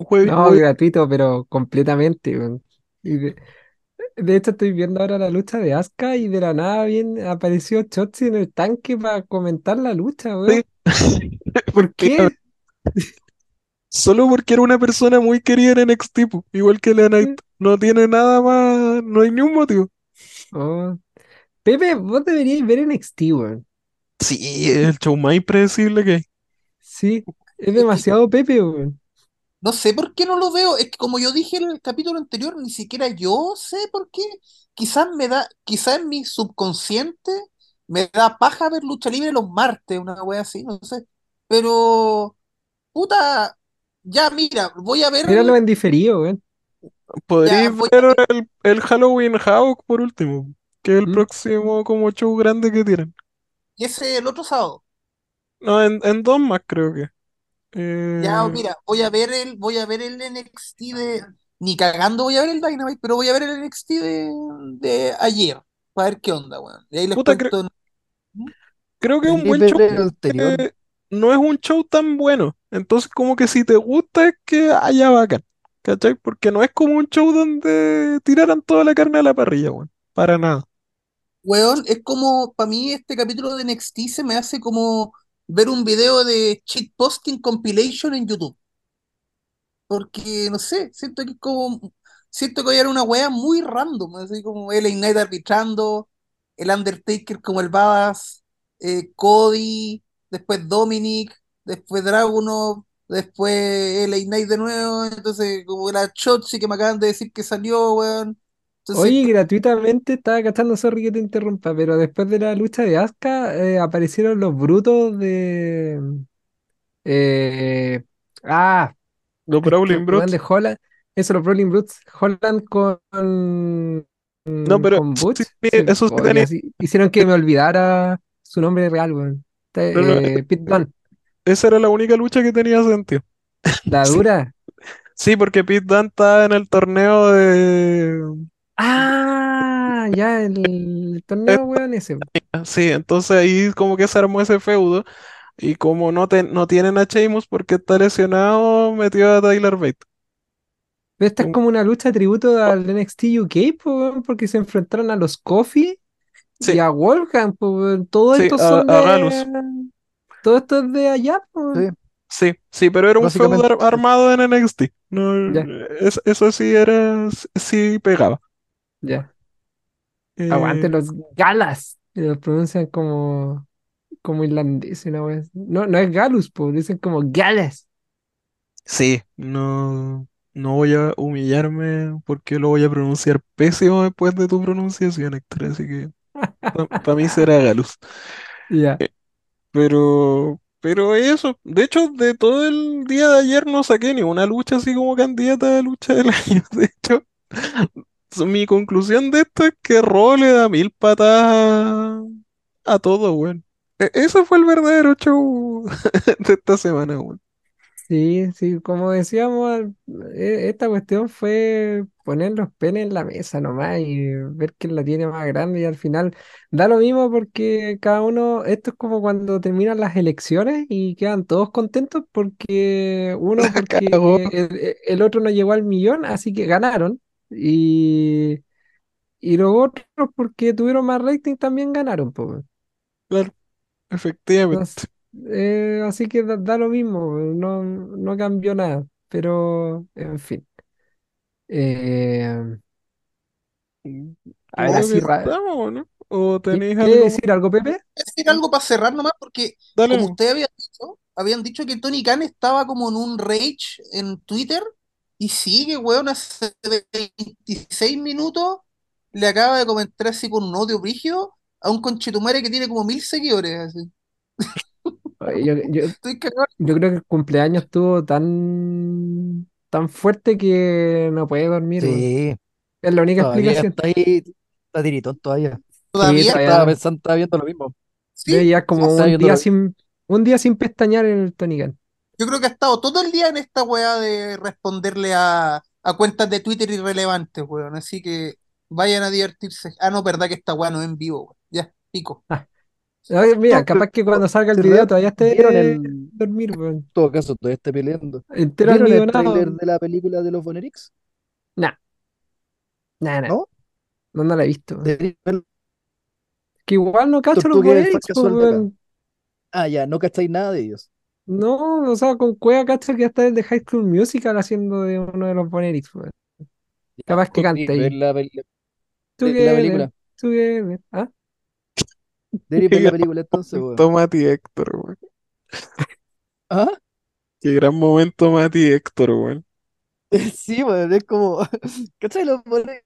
Hue- No, hue- gratuito, pero completamente, weón. Y de, de hecho estoy viendo ahora la lucha de Asuka y de la nada bien apareció Chotzi en el tanque para comentar la lucha, sí. weón. ¿Por Efectivamente. qué? Solo porque era una persona muy querida en N X T, po, igual que Lea Knight. No tiene nada más, no hay ni un motivo. Oh. Pepe, vos deberíais ver N X T, weón. Sí, el show más impredecible que hay. Sí, es Es que demasiado Pepe, weón. no sé por qué no lo veo. Es que como yo dije en el capítulo anterior, ni siquiera yo sé por qué. Quizás me da, quizás en mi subconsciente me da paja ver lucha libre los martes, una wea así, no sé. Pero, puta, ya mira, voy a ver, Míralo en diferido, weón. ya Podríais voy a ver ver, el, el Halloween Havoc por último, que es el ¿Mm? próximo como show grande que tienen. y ese el otro sábado. No, en, en dos más creo que. Ya, Eh, mira, voy a ver el, voy a ver el N X T de, ni cagando voy a ver el Dynamite, pero voy a ver el N X T de, de ayer, para ver qué onda, weón. Y ahí les puta, cre- cuento. creo que es un Deberíais buen ver show. el anterior. eh, no es un show tan bueno. Entonces, como que si te gusta es que haya bacán. ¿Cachai? Porque no es como un show donde tiraran toda la carne a la parrilla, weón. Para nada. Weón, es como, para mí este capítulo de N X T se me hace como ver un video de cheat posting compilation en YouTube. Porque, no sé, siento que es como, siento que hoy era una wea muy random, así como L A Knight arbitrando, el Undertaker como el Badass, eh, Cody, después Dominic, después Dragunov, después L A Knight de nuevo, entonces como la Shotzi que me acaban de decir que salió, weón. Entonces, Oye, gratuitamente estaba cachando, sorry que te interrumpa, pero después de la lucha de Asuka eh, aparecieron los brutos de... eh, ah, Los estos Brawling weón Brutes. de Holland, eso, los Brawling Brutes, Holland con, No, pero con eso sí, Butch, tenía- sí, eso sí oye, tenía. así, hicieron que me olvidara su nombre real, weón. No, no, Este, eh, Pete Dunne, esa era la única lucha que tenía sentido. la Sí, dura. sí, porque Pete Dunne estaba en el torneo de... Ah, ya, el torneo, weón, ese. Sí, entonces ahí como que se armó ese feudo. Y como no, te- no tienen a Sheamus porque está lesionado, metió a Tyler Bate. Pero esta es Como- como una lucha de tributo al N X T U K, po, weón, porque se enfrentaron a los Coffee Sí, y a Wolfgang, po, weón. Todos sí, estos a, son a Galus. de... Todo esto es de allá, po, Sí, weón. Sí, sí, pero era un feudo básicamente. ar- armado en N X T. No, Ya, es- eso sí era, sí pegaba. ya. Aguante Eh, los Galas. Y lo pronuncian como, como irlandés, una wea así. No, no es Galus, po, dicen como Galas. sí, no, no voy a humillarme porque lo voy a pronunciar pésimo después de tu pronunciación, Héctor. Así que para mí será Galus. Ya. Pero, pero eso, de hecho, de todo el día de ayer no saqué ni una lucha así como candidata a lucha del año. De hecho, so- mi conclusión de esto es que Raw le da mil patadas a, a todo, weón. E- ese fue el verdadero show de esta semana, weón. Sí, sí, como decíamos, al- e- esta cuestión fue poner los penes en la mesa nomás y ver quién la tiene más grande y al final da lo mismo porque cada uno, esto es como cuando terminan las elecciones y quedan todos contentos porque uno, La porque cagó, el, e- el otro no llegó al millón, así que ganaron y, y los otros porque tuvieron más rating también ganaron, pues. claro, Entonces, efectivamente. eh, así que da, da lo mismo, no, no cambió nada, pero en fin. Eh, Mm, a Yo ver, creo que así, ra- estamos, ¿no? ¿O ¿qui- tenéis ¿quieres algo más? decir algo, Pepe? Decir ¿Mm? algo para cerrar nomás, porque Dale, como no. usted había dicho, habían dicho que Tony Khan estaba como en un rage en Twitter y sigue, weón, hace veintiséis minutos le acaba de comentar así con un odio brígido a un conchetumare que tiene como mil seguidores, así. Oye, Yo, yo, Estoy cagado. yo creo que el cumpleaños estuvo tan, tan fuerte que no puede dormir, weón. Sí, Es la única todavía explicación. está ahí, está tiritón todavía. Sí, Todavía Yo todavía estaba no. pensando, estaba viendo lo mismo. Debe sí, llevar sí, como Estaba un viendo día lo mismo. sin, un día sin pestañear en el Tony Khan. yo creo que ha estado todo el día en esta weá de responderle a, a cuentas de Twitter irrelevantes, weón. Así que vayan a divertirse. Ah, no, verdad que esta weá no es en vivo, weón. Ya, pico. Ay, mira, No, capaz que cuando salga el pero video real, todavía ¿vieron esté el, dormir, weón. en todo caso, todavía está peleando? Entero ¿Vieron el almidonado. tráiler de la película de los Bonerix? Nah, nah, nah. ¿No? No, no la he visto, weón. Debería ver Que igual no cacho los Tortuga, el fan Bonelix, pues, casual de acá. weón. Ah, ya, no cacháis nada de ellos. No, o sea, con Cueva cacho que está el de High School Musical haciendo de uno de los Bonelix, weón. Ya, Capaz que cante deberíais ver ahí. la, pel- ver la Together, película. together. ¿Ah? Deberíais ver Qué la gran película entonces, weón. momento Mati Héctor, weón. ¿Ah? Qué gran momento Mati Héctor, weón. Sí, weón, es como. ¿Cachai los Bonerix?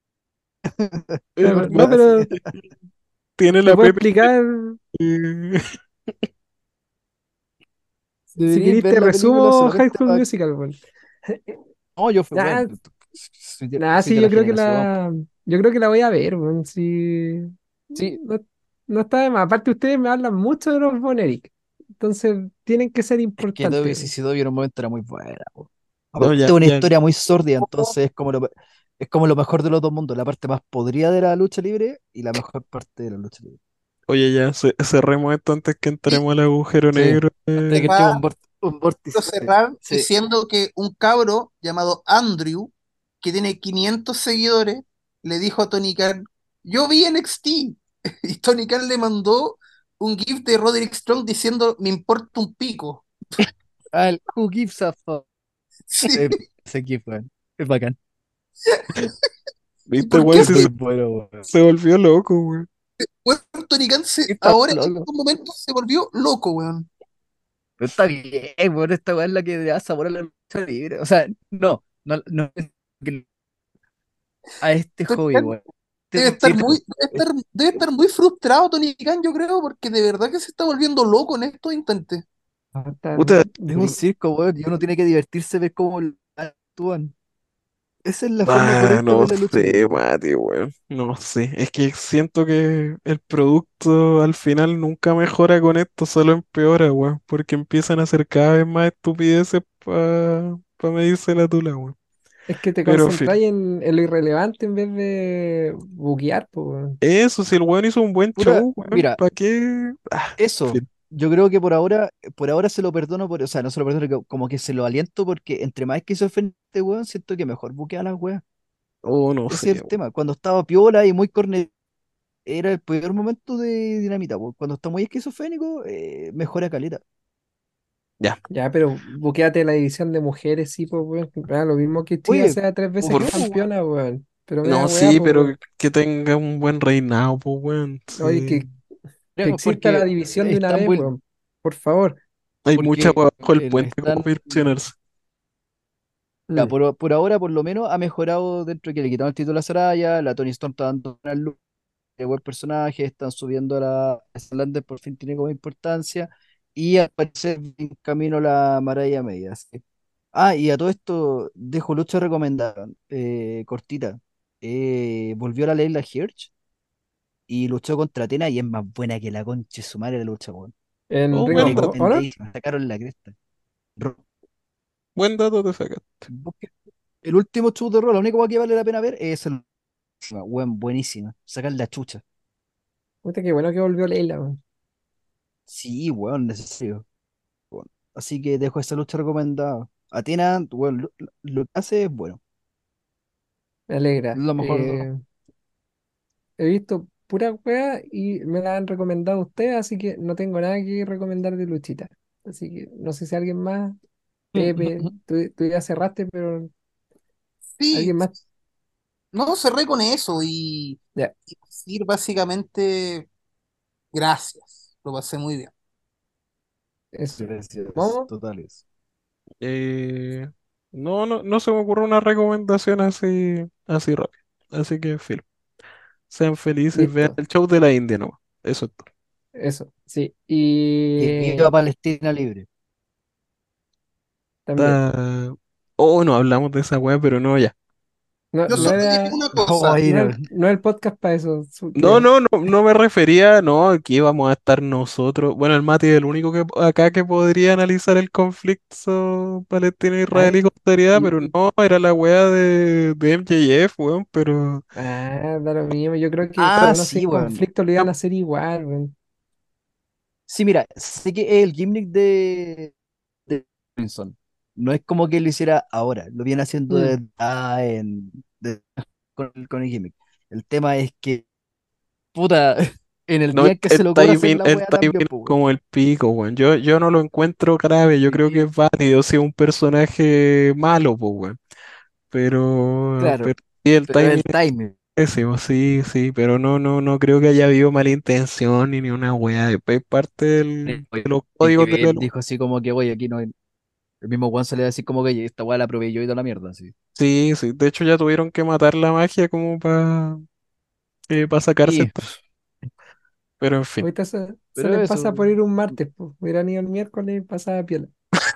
Es Eh, Una No, verdad. así. pero Tiene te la puedo Pepe. explicar. eh, Si Deberíais querés ver te la película resumo High solamente School para. Musical, weón. No, yo fui, Nah, bueno, soy de, nah, soy sí, de yo la creo que generación. la. Yo creo que la voy a ver, weón. Sí. Sí, No, no está de más. Aparte, ustedes me hablan mucho de los Boneric. Entonces, tienen que ser es que Dobby, importantes, sí, weón. sí, Dobby en un momento era muy buena, po. No, Aparte, ya, una ya. historia muy sórdida, entonces es como lo, es como lo mejor de los dos mundos, la parte más podrida de la lucha libre y la mejor parte de la lucha libre. Oye, ya, ce- cerremos esto antes que Y entremos al agujero Sí, negro. antes de que eh. entremos va un, vor- un a vórtice. cerrar Sí. diciendo que un cabro llamado Andrew, que tiene quinientos seguidores, le dijo a Tony Khan, yo vi N X T. Y Tony Khan le mandó un GIF de Roderick Strong diciendo, me importa un pico. Ah, el Who Gives a Fuck. Sí. Eh, ese GIF, weón. Es bacán. ¿Y ¿Viste, por weón? qué Es Si se, muy se, bueno, weón. se volvió loco, weón. weón, Tony Khan se, Está ahora en loco. estos momentos se volvió loco, weón? Pero está bien, weón. Esta weón es la que le da sabor a la lucha libre. O sea, no, no, no es que- a este Tony hobby, Khan weón. Este debe estar muy, circo. debe estar, debe estar muy frustrado Tony Khan, yo creo, porque de verdad que se está volviendo loco en estos instantes. Va a estar Puta, Es un duri- circo, weón, y uno tiene que divertirse, ver cómo actúan. Esa es la forma ah, correcta de no ver la lucha sé, libre. Mati, weón. No sé. Es que siento que el producto al final nunca mejora con esto, solo empeora, weón. Porque empiezan a hacer cada vez más estupideces para pa medirse la tula, weón. Es que te Pero, fin. concentráis en, en lo irrelevante en vez de buquear, pues, weón. Eso, si el weón hizo un buen Pura, show, weón, mira, ¿para qué? Ah, eso, fin. yo creo que por ahora, por ahora se lo perdono, por, o sea, no se lo perdono, que- como que se lo aliento porque entre más que se ofende este weón, siento que mejor buquea a las weas. Oh, no sé, Ese es el weón. tema. Cuando estaba piola y muy corne, era el peor momento de Dinamita, po. Cuando está muy esquizofrénico, eh, mejora caleta. Ya. Ya, pero buquéate la división de mujeres, sí, pues, weón. Ah, lo mismo que Chivas Oye, sea tres veces Por buquea, pues, weón. campeona, weón. Pero me da No, weá, sí, pues, pero weón. que tenga un buen reinado, pues, weón. Oye, Sí. que, que Buquea exista la porque división de una están vez, muy, weón. Por favor. Hay mucha porque agua bajo el el- puente como están, para ilusionarse. ya, Mm. por, por ahora, por lo menos, ha mejorado dentro de que le quitaron el título a Saraya, la Tony Storm está dando una luz de buen personaje, están subiendo a la Slander, por fin tiene como importancia, y al parecer en camino la Maraya Media. ¿Sí? Ah, y a todo esto dejo lucha recomendada, eh, cortita. Eh, volvió la Leila Hirsch y luchó contra Atena y es más buena que la concha de su madre la lucha, weón. En Oh, Ring of buen dato, Honor. Recomendadísima, sacaron la cresta. Ro- buen dato te sacas. busque- El último show de rol, la única cosa que vale la pena ver es el weón, buenísima. Sacan la chucha. Puta, qué bueno que volvió Leila, weón. Sí, weón, necesario. Weón. Así que dejo esa lucha recomendada. Atena, weón, lo, lo- lo que hace es bueno. Me Es alegra. lo mejor de todo. Eh, he visto pura weá y me la han recomendado ustedes, así que no tengo nada que recomendar de luchita. Así que no sé si alguien más, Pepe, tú, tú ya cerraste, pero Sí, alguien más. no cerré con eso y, Ya, y decir básicamente gracias, lo pasé muy bien. eso. Gracias, ¿Vamos? totales. Eh, no, no, no se me ocurre una recomendación así, así rápido. Así que, filo. Sean felices, vean Listo. el show de la India, no. Eso es todo. Eso, sí. Que Y viva Palestina libre. también. Está- Oh, no hablamos de esa weá, pero no, ya. No, Yo no solo dije era, una No, cosa, ahí no no. es, no es el podcast para eso, su- No, creo. no, no, no me refería, no, aquí vamos a estar nosotros. Bueno, el Mati es el único que acá que podría analizar el conflicto palestino-israelí Ay, con seriedad, pero y, no, era la weá de, de M J F, weón, pero ah, da lo mismo. Yo creo que Ah, conoce sí, el weón. conflicto lo Yo, iban a hacer igual, weón. Sí, mira, sé que es el gimmick de, de Robinson. No es como que lo hiciera ahora, lo viene haciendo Mm. desde ah, en, de- con, el, con el gimmick. El tema es que, puta, en el No, día en que se el le ocurre hacer timing, la el wea timing también, es pues, weón. como el pico, weón. Yo, yo no lo encuentro grave, yo creo que Sí, es válido si es un personaje malo, pues, weón. Pero, pero claro, sí, el pero timing el timing. es pésimo, sí, sí, pero no, no, no creo que haya habido mala intención ni, ni una weá. Es parte del- de Oye, los que códigos de la él lucha. dijo así como que, oye, aquí no hay. El mismo Juan sale a decir como que "Oye, esta weá la probé yo y toda la mierda, así. Sí, sí, de hecho ya tuvieron que matar la magia como para sacarse el... Sí, pa- Pero en fin. Ahorita se, se pero les eso. pasa por ir un martes, pues. Hubieran ido el miércoles y pasaba piola.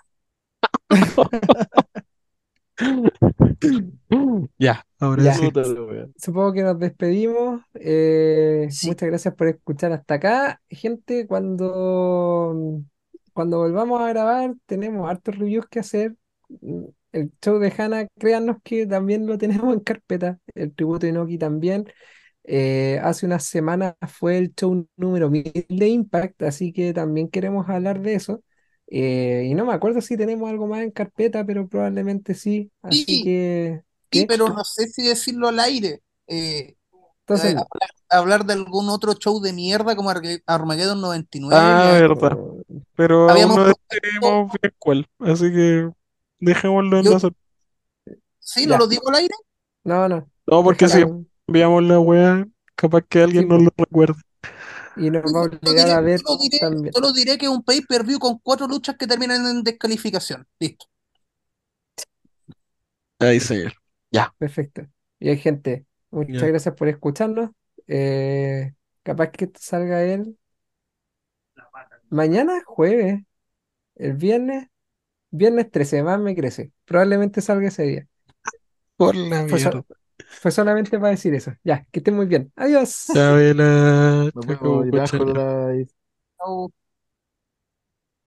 Ya, ahora Ya, sí. Puta la wea. supongo que nos despedimos. Eh, Sí, muchas gracias por escuchar hasta acá. Gente, cuando, cuando volvamos a grabar, tenemos hartos reviews que hacer. Mm, El show de Hannah, créanos que también lo tenemos en carpeta. El tributo de Inoki también. Eh, hace unas semanas fue el show número mil de Impact, así que también queremos hablar de eso. Eh, y no me acuerdo si tenemos algo más en carpeta, pero probablemente sí. Así Sí, que, sí, ¿qué? pero no sé si decirlo al aire. Eh, Entonces eh, no. hablar, hablar de algún otro show de mierda como Arge- Armageddon noventa y nueve, Ah, ya verdad. Oh, Pero aún habíamos no propuesto, decidimos bien cuál. Así que dejémoslo en yo la sorpresa. sí, no lo ya. digo al aire. No, no. No, porque si Déjalo. enviamos la weá, capaz que Sí, alguien no pues. lo recuerde. Y nos va a Solo obligar diré, a ver solo diré, también. solo diré que es un pay-per-view con cuatro luchas que terminan en descalificación. Listo. Ahí, señor. Ya. Perfecto. Y hay gente. Muchas Ya. gracias por escucharnos. Eh, capaz que esto salga él mañana, jueves, el viernes. Viernes trece más me crece. Probablemente salga ese día. Por la Fue, mierda. so- fue solamente para decir eso. Ya, que estén muy bien. Adiós. Ya, vela. nos vemos, Chao, yo trabajo cochana. la Chao.